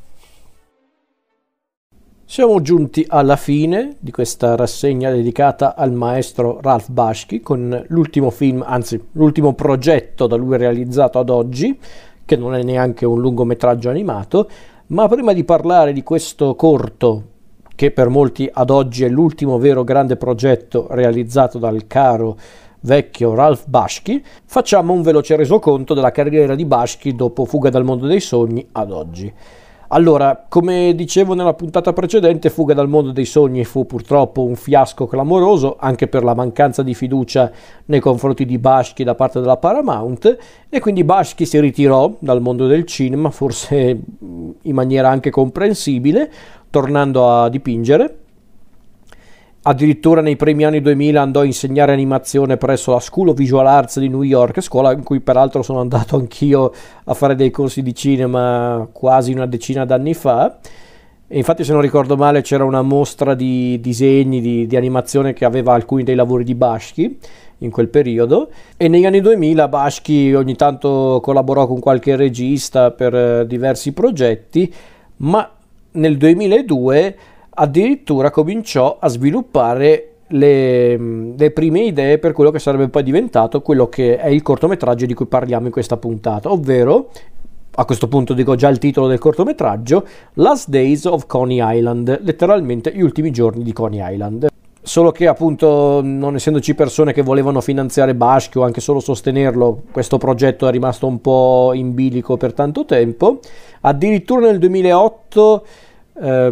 Siamo giunti alla fine di questa rassegna dedicata al maestro Ralph Bashki, con l'ultimo film, anzi l'ultimo progetto da lui realizzato ad oggi, che non è neanche un lungometraggio animato. Ma prima di parlare di questo corto, che per molti ad oggi è l'ultimo vero grande progetto realizzato dal caro vecchio Ralph Bashki, facciamo un veloce resoconto della carriera di Bashki dopo Fuga dal mondo dei sogni ad oggi. Allora, come dicevo nella puntata precedente, Fuga dal mondo dei sogni fu purtroppo un fiasco clamoroso, anche per la mancanza di fiducia nei confronti di Bashki da parte della Paramount, e quindi Bashki si ritirò dal mondo del cinema, forse in maniera anche comprensibile, tornando a dipingere. Addirittura nei primi anni duemila andò a insegnare animazione presso la School of Visual Arts di New York, scuola in cui peraltro sono andato anch'io a fare dei corsi di cinema quasi una decina d'anni fa. E infatti, se non ricordo male, c'era una mostra di disegni di, di animazione che aveva alcuni dei lavori di Bashki in quel periodo. E negli anni duemila Bashki ogni tanto collaborò con qualche regista per eh, diversi progetti, ma nel duemiladue addirittura cominciò a sviluppare le, le prime idee per quello che sarebbe poi diventato quello che è il cortometraggio di cui parliamo in questa puntata, ovvero, a questo punto dico già il titolo del cortometraggio, Last Days of Coney Island, letteralmente gli ultimi giorni di Coney Island. Solo che appunto, non essendoci persone che volevano finanziare Bashki o anche solo sostenerlo, questo progetto è rimasto un po' in bilico per tanto tempo. Addirittura nel duemilaotto eh,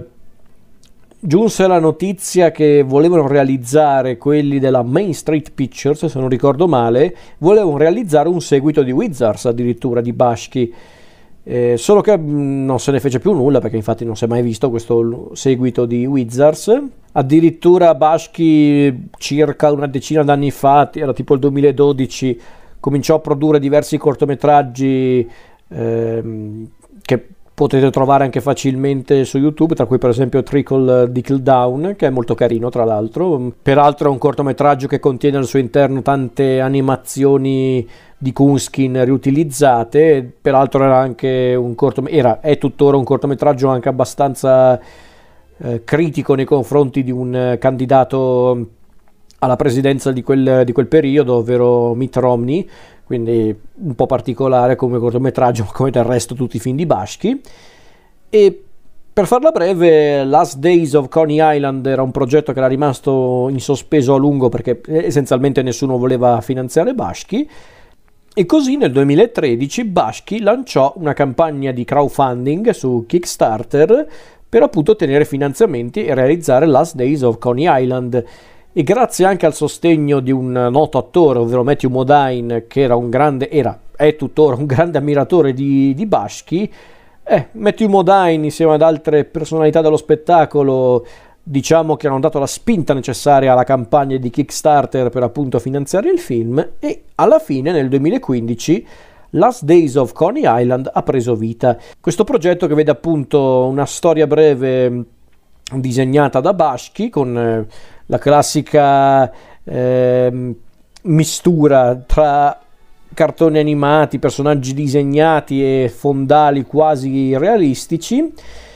giunse la notizia che volevano realizzare, quelli della Main Street Pictures, se non ricordo male, volevano realizzare un seguito di Wizards addirittura di Bashki, eh, solo che mh, non se ne fece più nulla, perché infatti non si è mai visto questo seguito di Wizards. Addirittura Bashki circa una decina d'anni fa, era tipo il duemiladodici, cominciò a produrre diversi cortometraggi ehm, che potete trovare anche facilmente su YouTube, tra cui per esempio Trickle Dickle Down, che è molto carino tra l'altro. Peraltro è un cortometraggio che contiene al suo interno tante animazioni di Coonskin riutilizzate. Peraltro era anche un corto, era, è tuttora un cortometraggio anche abbastanza eh, critico nei confronti di un eh, candidato alla presidenza di quel, di quel periodo, ovvero Mitt Romney, quindi un po' particolare come cortometraggio, come del resto tutti i film di Bashki. E per farla breve, Last Days of Coney Island era un progetto che era rimasto in sospeso a lungo perché essenzialmente nessuno voleva finanziare Bashki, e così nel duemilatredici Bashki lanciò una campagna di crowdfunding su Kickstarter per appunto ottenere finanziamenti e realizzare Last Days of Coney Island. E grazie anche al sostegno di un noto attore, ovvero Matthew Modine, che era un grande, era, è tuttora un grande ammiratore di, di Bashki, eh, Matthew Modine insieme ad altre personalità dello spettacolo, diciamo che hanno dato la spinta necessaria alla campagna di Kickstarter per appunto finanziare il film, e alla fine nel duemilaquindici Last Days of Coney Island ha preso vita. Questo progetto che vede appunto una storia breve disegnata da Bashki con eh, la classica eh, mistura tra cartoni animati, personaggi disegnati e fondali quasi realistici,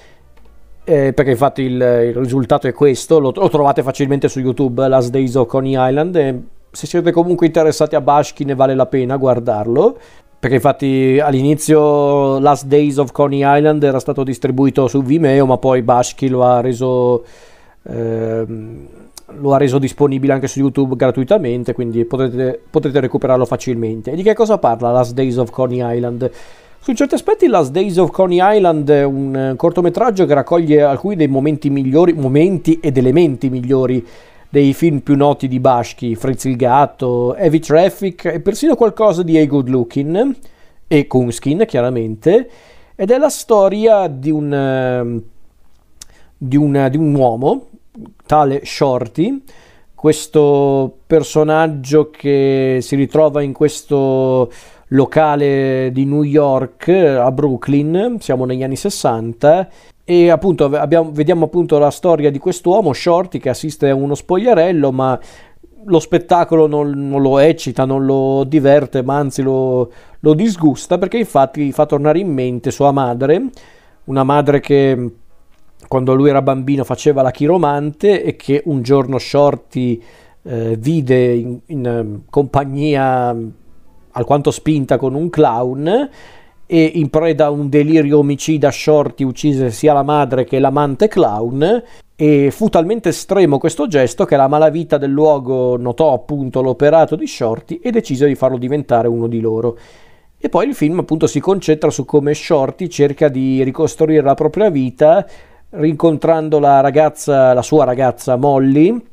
eh, perché infatti il, il risultato è questo. Lo, lo trovate facilmente su YouTube, Last Days of Coney Island, e se siete comunque interessati a Bashki ne vale la pena guardarlo, perché infatti all'inizio Last Days of Coney Island era stato distribuito su Vimeo, ma poi Bashki lo ha reso ehm, lo ha reso disponibile anche su YouTube gratuitamente, quindi potete, potete recuperarlo facilmente. E di che cosa parla Last Days of Coney Island? Su certi aspetti Last Days of Coney Island è un cortometraggio che raccoglie alcuni dei momenti migliori, momenti ed elementi migliori dei film più noti di Bashki, Fritz il gatto, Heavy Traffic e persino qualcosa di A Good Looking e Coonskin chiaramente, ed è la storia di un, di un, di un uomo, tale Shorty, questo personaggio che si ritrova in questo locale di New York a Brooklyn, siamo negli anni sessanta, e appunto abbiamo, vediamo appunto la storia di quest'uomo Shorty che assiste a uno spogliarello, ma lo spettacolo non, non lo eccita, non lo diverte, ma anzi lo, lo disgusta, perché infatti fa tornare in mente sua madre, una madre che quando lui era bambino faceva la chiromante e che un giorno Shorty eh, vide in, in eh, compagnia alquanto spinta con un clown, e in preda a un delirio omicida Shorty uccise sia la madre che l'amante clown, e fu talmente estremo questo gesto che la malavita del luogo notò appunto l'operato di Shorty e decise di farlo diventare uno di loro. E poi il film appunto si concentra su come Shorty cerca di ricostruire la propria vita rincontrando la ragazza, la sua ragazza Molly.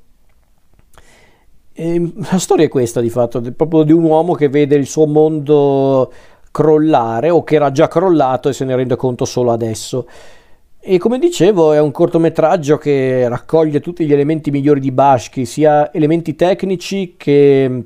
E la storia è questa di fatto, proprio di un uomo che vede il suo mondo crollare, o che era già crollato e se ne rende conto solo adesso. E come dicevo è un cortometraggio che raccoglie tutti gli elementi migliori di Bashki, sia elementi tecnici che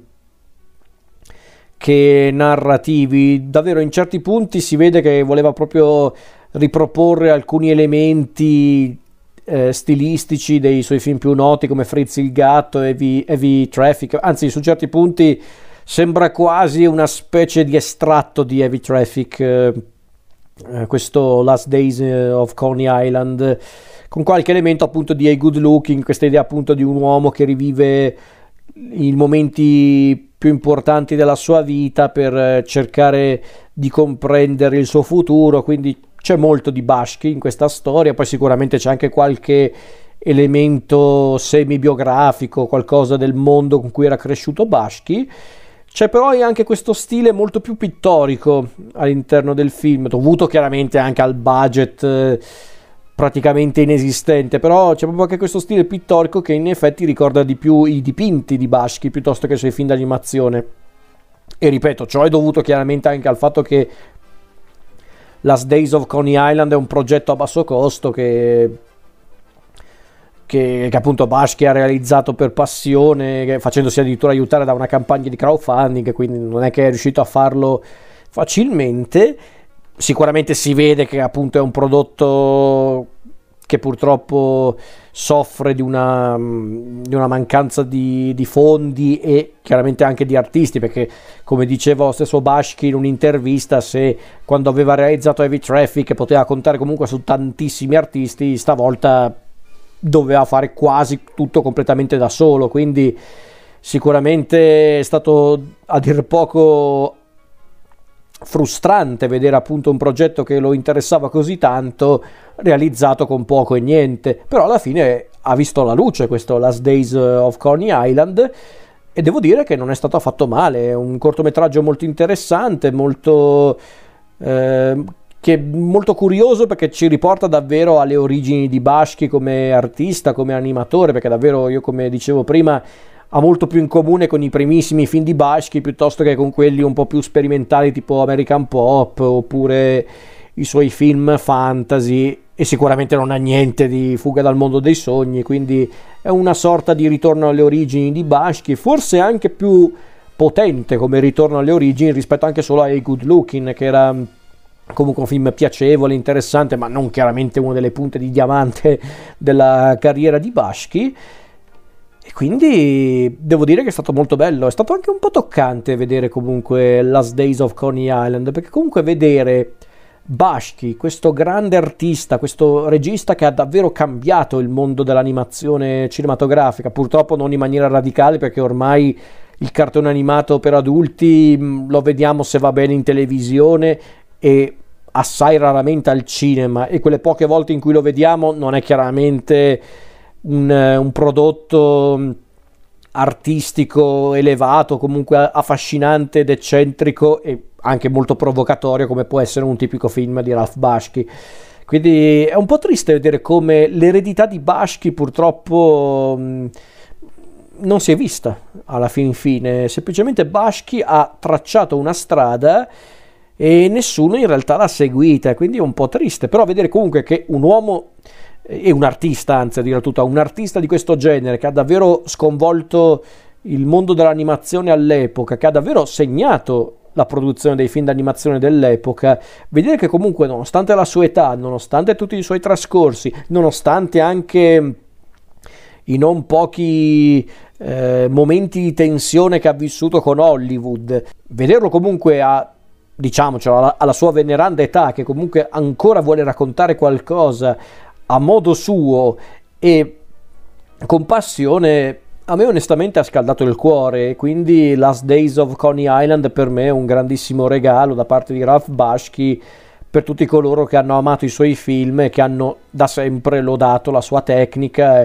che narrativi. Davvero in certi punti si vede che voleva proprio riproporre alcuni elementi eh, stilistici dei suoi film più noti come Fritz il gatto e Heavy, Heavy Traffic, anzi su certi punti sembra quasi una specie di estratto di Heavy Traffic, eh, eh, questo Last Days of Coney Island, con qualche elemento appunto di A Good Looking, questa idea appunto di un uomo che rivive i momenti più importanti della sua vita per cercare di comprendere il suo futuro. Quindi c'è molto di Bashki in questa storia, poi sicuramente c'è anche qualche elemento semi-biografico, qualcosa del mondo con cui era cresciuto Bashki. C'è però anche questo stile molto più pittorico all'interno del film, dovuto chiaramente anche al budget eh, praticamente inesistente, però c'è proprio anche questo stile pittorico che in effetti ricorda di più i dipinti di Bashki piuttosto che i suoi film d'animazione. E ripeto, ciò è dovuto chiaramente anche al fatto che Last Days of Coney Island è un progetto a basso costo che, che, che appunto Bashki ha realizzato per passione, che, facendosi addirittura aiutare da una campagna di crowdfunding, quindi non è che è riuscito a farlo facilmente. sicuramente si vede che appunto è un prodotto che purtroppo soffre di una, di una mancanza di, di fondi e chiaramente anche di artisti, perché come diceva lo stesso Bashki in un'intervista, se quando aveva realizzato Heavy Traffic poteva contare comunque su tantissimi artisti, stavolta doveva fare quasi tutto completamente da solo, quindi sicuramente è stato a dir poco frustrante vedere appunto un progetto che lo interessava così tanto realizzato con poco e niente, però alla fine ha visto la luce questo Last Days of Coney Island e devo dire che non è stato affatto male, è un cortometraggio molto interessante, molto eh, che è molto curioso, perché ci riporta davvero alle origini di Bashki come artista, come animatore, perché davvero, io come dicevo prima, ha molto più in comune con i primissimi film di Bashki piuttosto che con quelli un po' più sperimentali tipo American Pop oppure i suoi film fantasy, e sicuramente non ha niente di Fuga dal mondo dei sogni, quindi è una sorta di ritorno alle origini di Bashki, forse anche più potente come ritorno alle origini rispetto anche solo a A Good Looking, che era comunque un film piacevole, interessante, ma non chiaramente una delle punte di diamante della carriera di Bashki. E quindi devo dire che è stato molto bello, è stato anche un po' toccante vedere comunque Last Days of Coney Island, perché comunque vedere Bashki, questo grande artista, questo regista che ha davvero cambiato il mondo dell'animazione cinematografica, purtroppo non in maniera radicale, perché ormai il cartone animato per adulti mh, lo vediamo, se va bene, in televisione e assai raramente al cinema, e quelle poche volte in cui lo vediamo non è chiaramente un, un prodotto artistico elevato, comunque affascinante ed eccentrico e anche molto provocatorio come può essere un tipico film di Ralph Bashki. Quindi è un po' triste vedere come l'eredità di Bashki purtroppo mh, non si è vista alla fin fine. Semplicemente Bashki ha tracciato una strada e nessuno in realtà l'ha seguita, quindi è un po' triste. Però vedere comunque che un uomo e un artista, anzi a dire tutto, un artista di questo genere che ha davvero sconvolto il mondo dell'animazione all'epoca, che ha davvero segnato la produzione dei film d'animazione dell'epoca, vedere che comunque nonostante la sua età, nonostante tutti i suoi trascorsi, nonostante anche i non pochi eh, momenti di tensione che ha vissuto con Hollywood, vederlo comunque a, diciamocelo, alla, alla sua veneranda età, che comunque ancora vuole raccontare qualcosa a modo suo e con passione, a me onestamente ha scaldato il cuore. Quindi Last Days of Coney Island per me è un grandissimo regalo da parte di Ralph Bashki per tutti coloro che hanno amato i suoi film e che hanno da sempre lodato la sua tecnica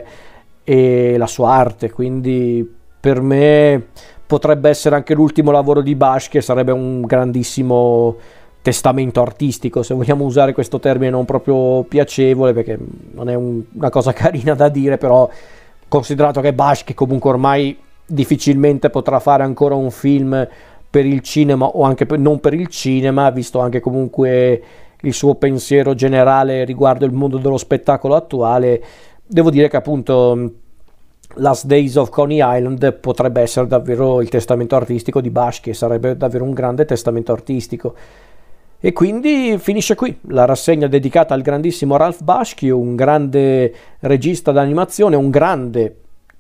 e la sua arte. Quindi per me potrebbe essere anche l'ultimo lavoro di Bashki e sarebbe un grandissimo testamento artistico, se vogliamo usare questo termine non proprio piacevole, perché non è un, una cosa carina da dire, però considerato che Bashki comunque ormai difficilmente potrà fare ancora un film per il cinema o anche per, non per il cinema, visto anche comunque il suo pensiero generale riguardo il mondo dello spettacolo attuale, devo dire che appunto Last Days of Coney Island potrebbe essere davvero il testamento artistico di Bashki, sarebbe davvero un grande testamento artistico. E quindi finisce qui la rassegna dedicata al grandissimo Ralph Bashki, un grande regista d'animazione, un grande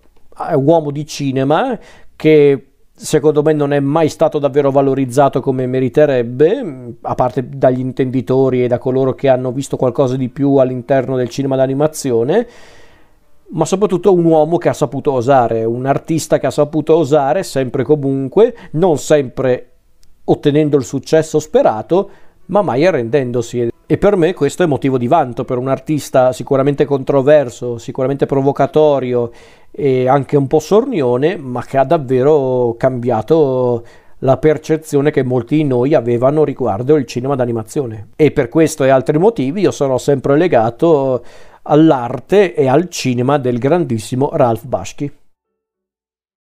uomo di cinema che secondo me non è mai stato davvero valorizzato come meriterebbe, a parte dagli intenditori e da coloro che hanno visto qualcosa di più all'interno del cinema d'animazione, ma soprattutto un uomo che ha saputo osare, un artista che ha saputo osare sempre e comunque, non sempre ottenendo il successo sperato, ma mai arrendendosi. E per me questo è motivo di vanto per un artista sicuramente controverso, sicuramente provocatorio e anche un po' sornione, ma che ha davvero cambiato la percezione che molti di noi avevano riguardo il cinema d'animazione. E per questo e altri motivi io sarò sempre legato all'arte e al cinema del grandissimo Ralph Bashki.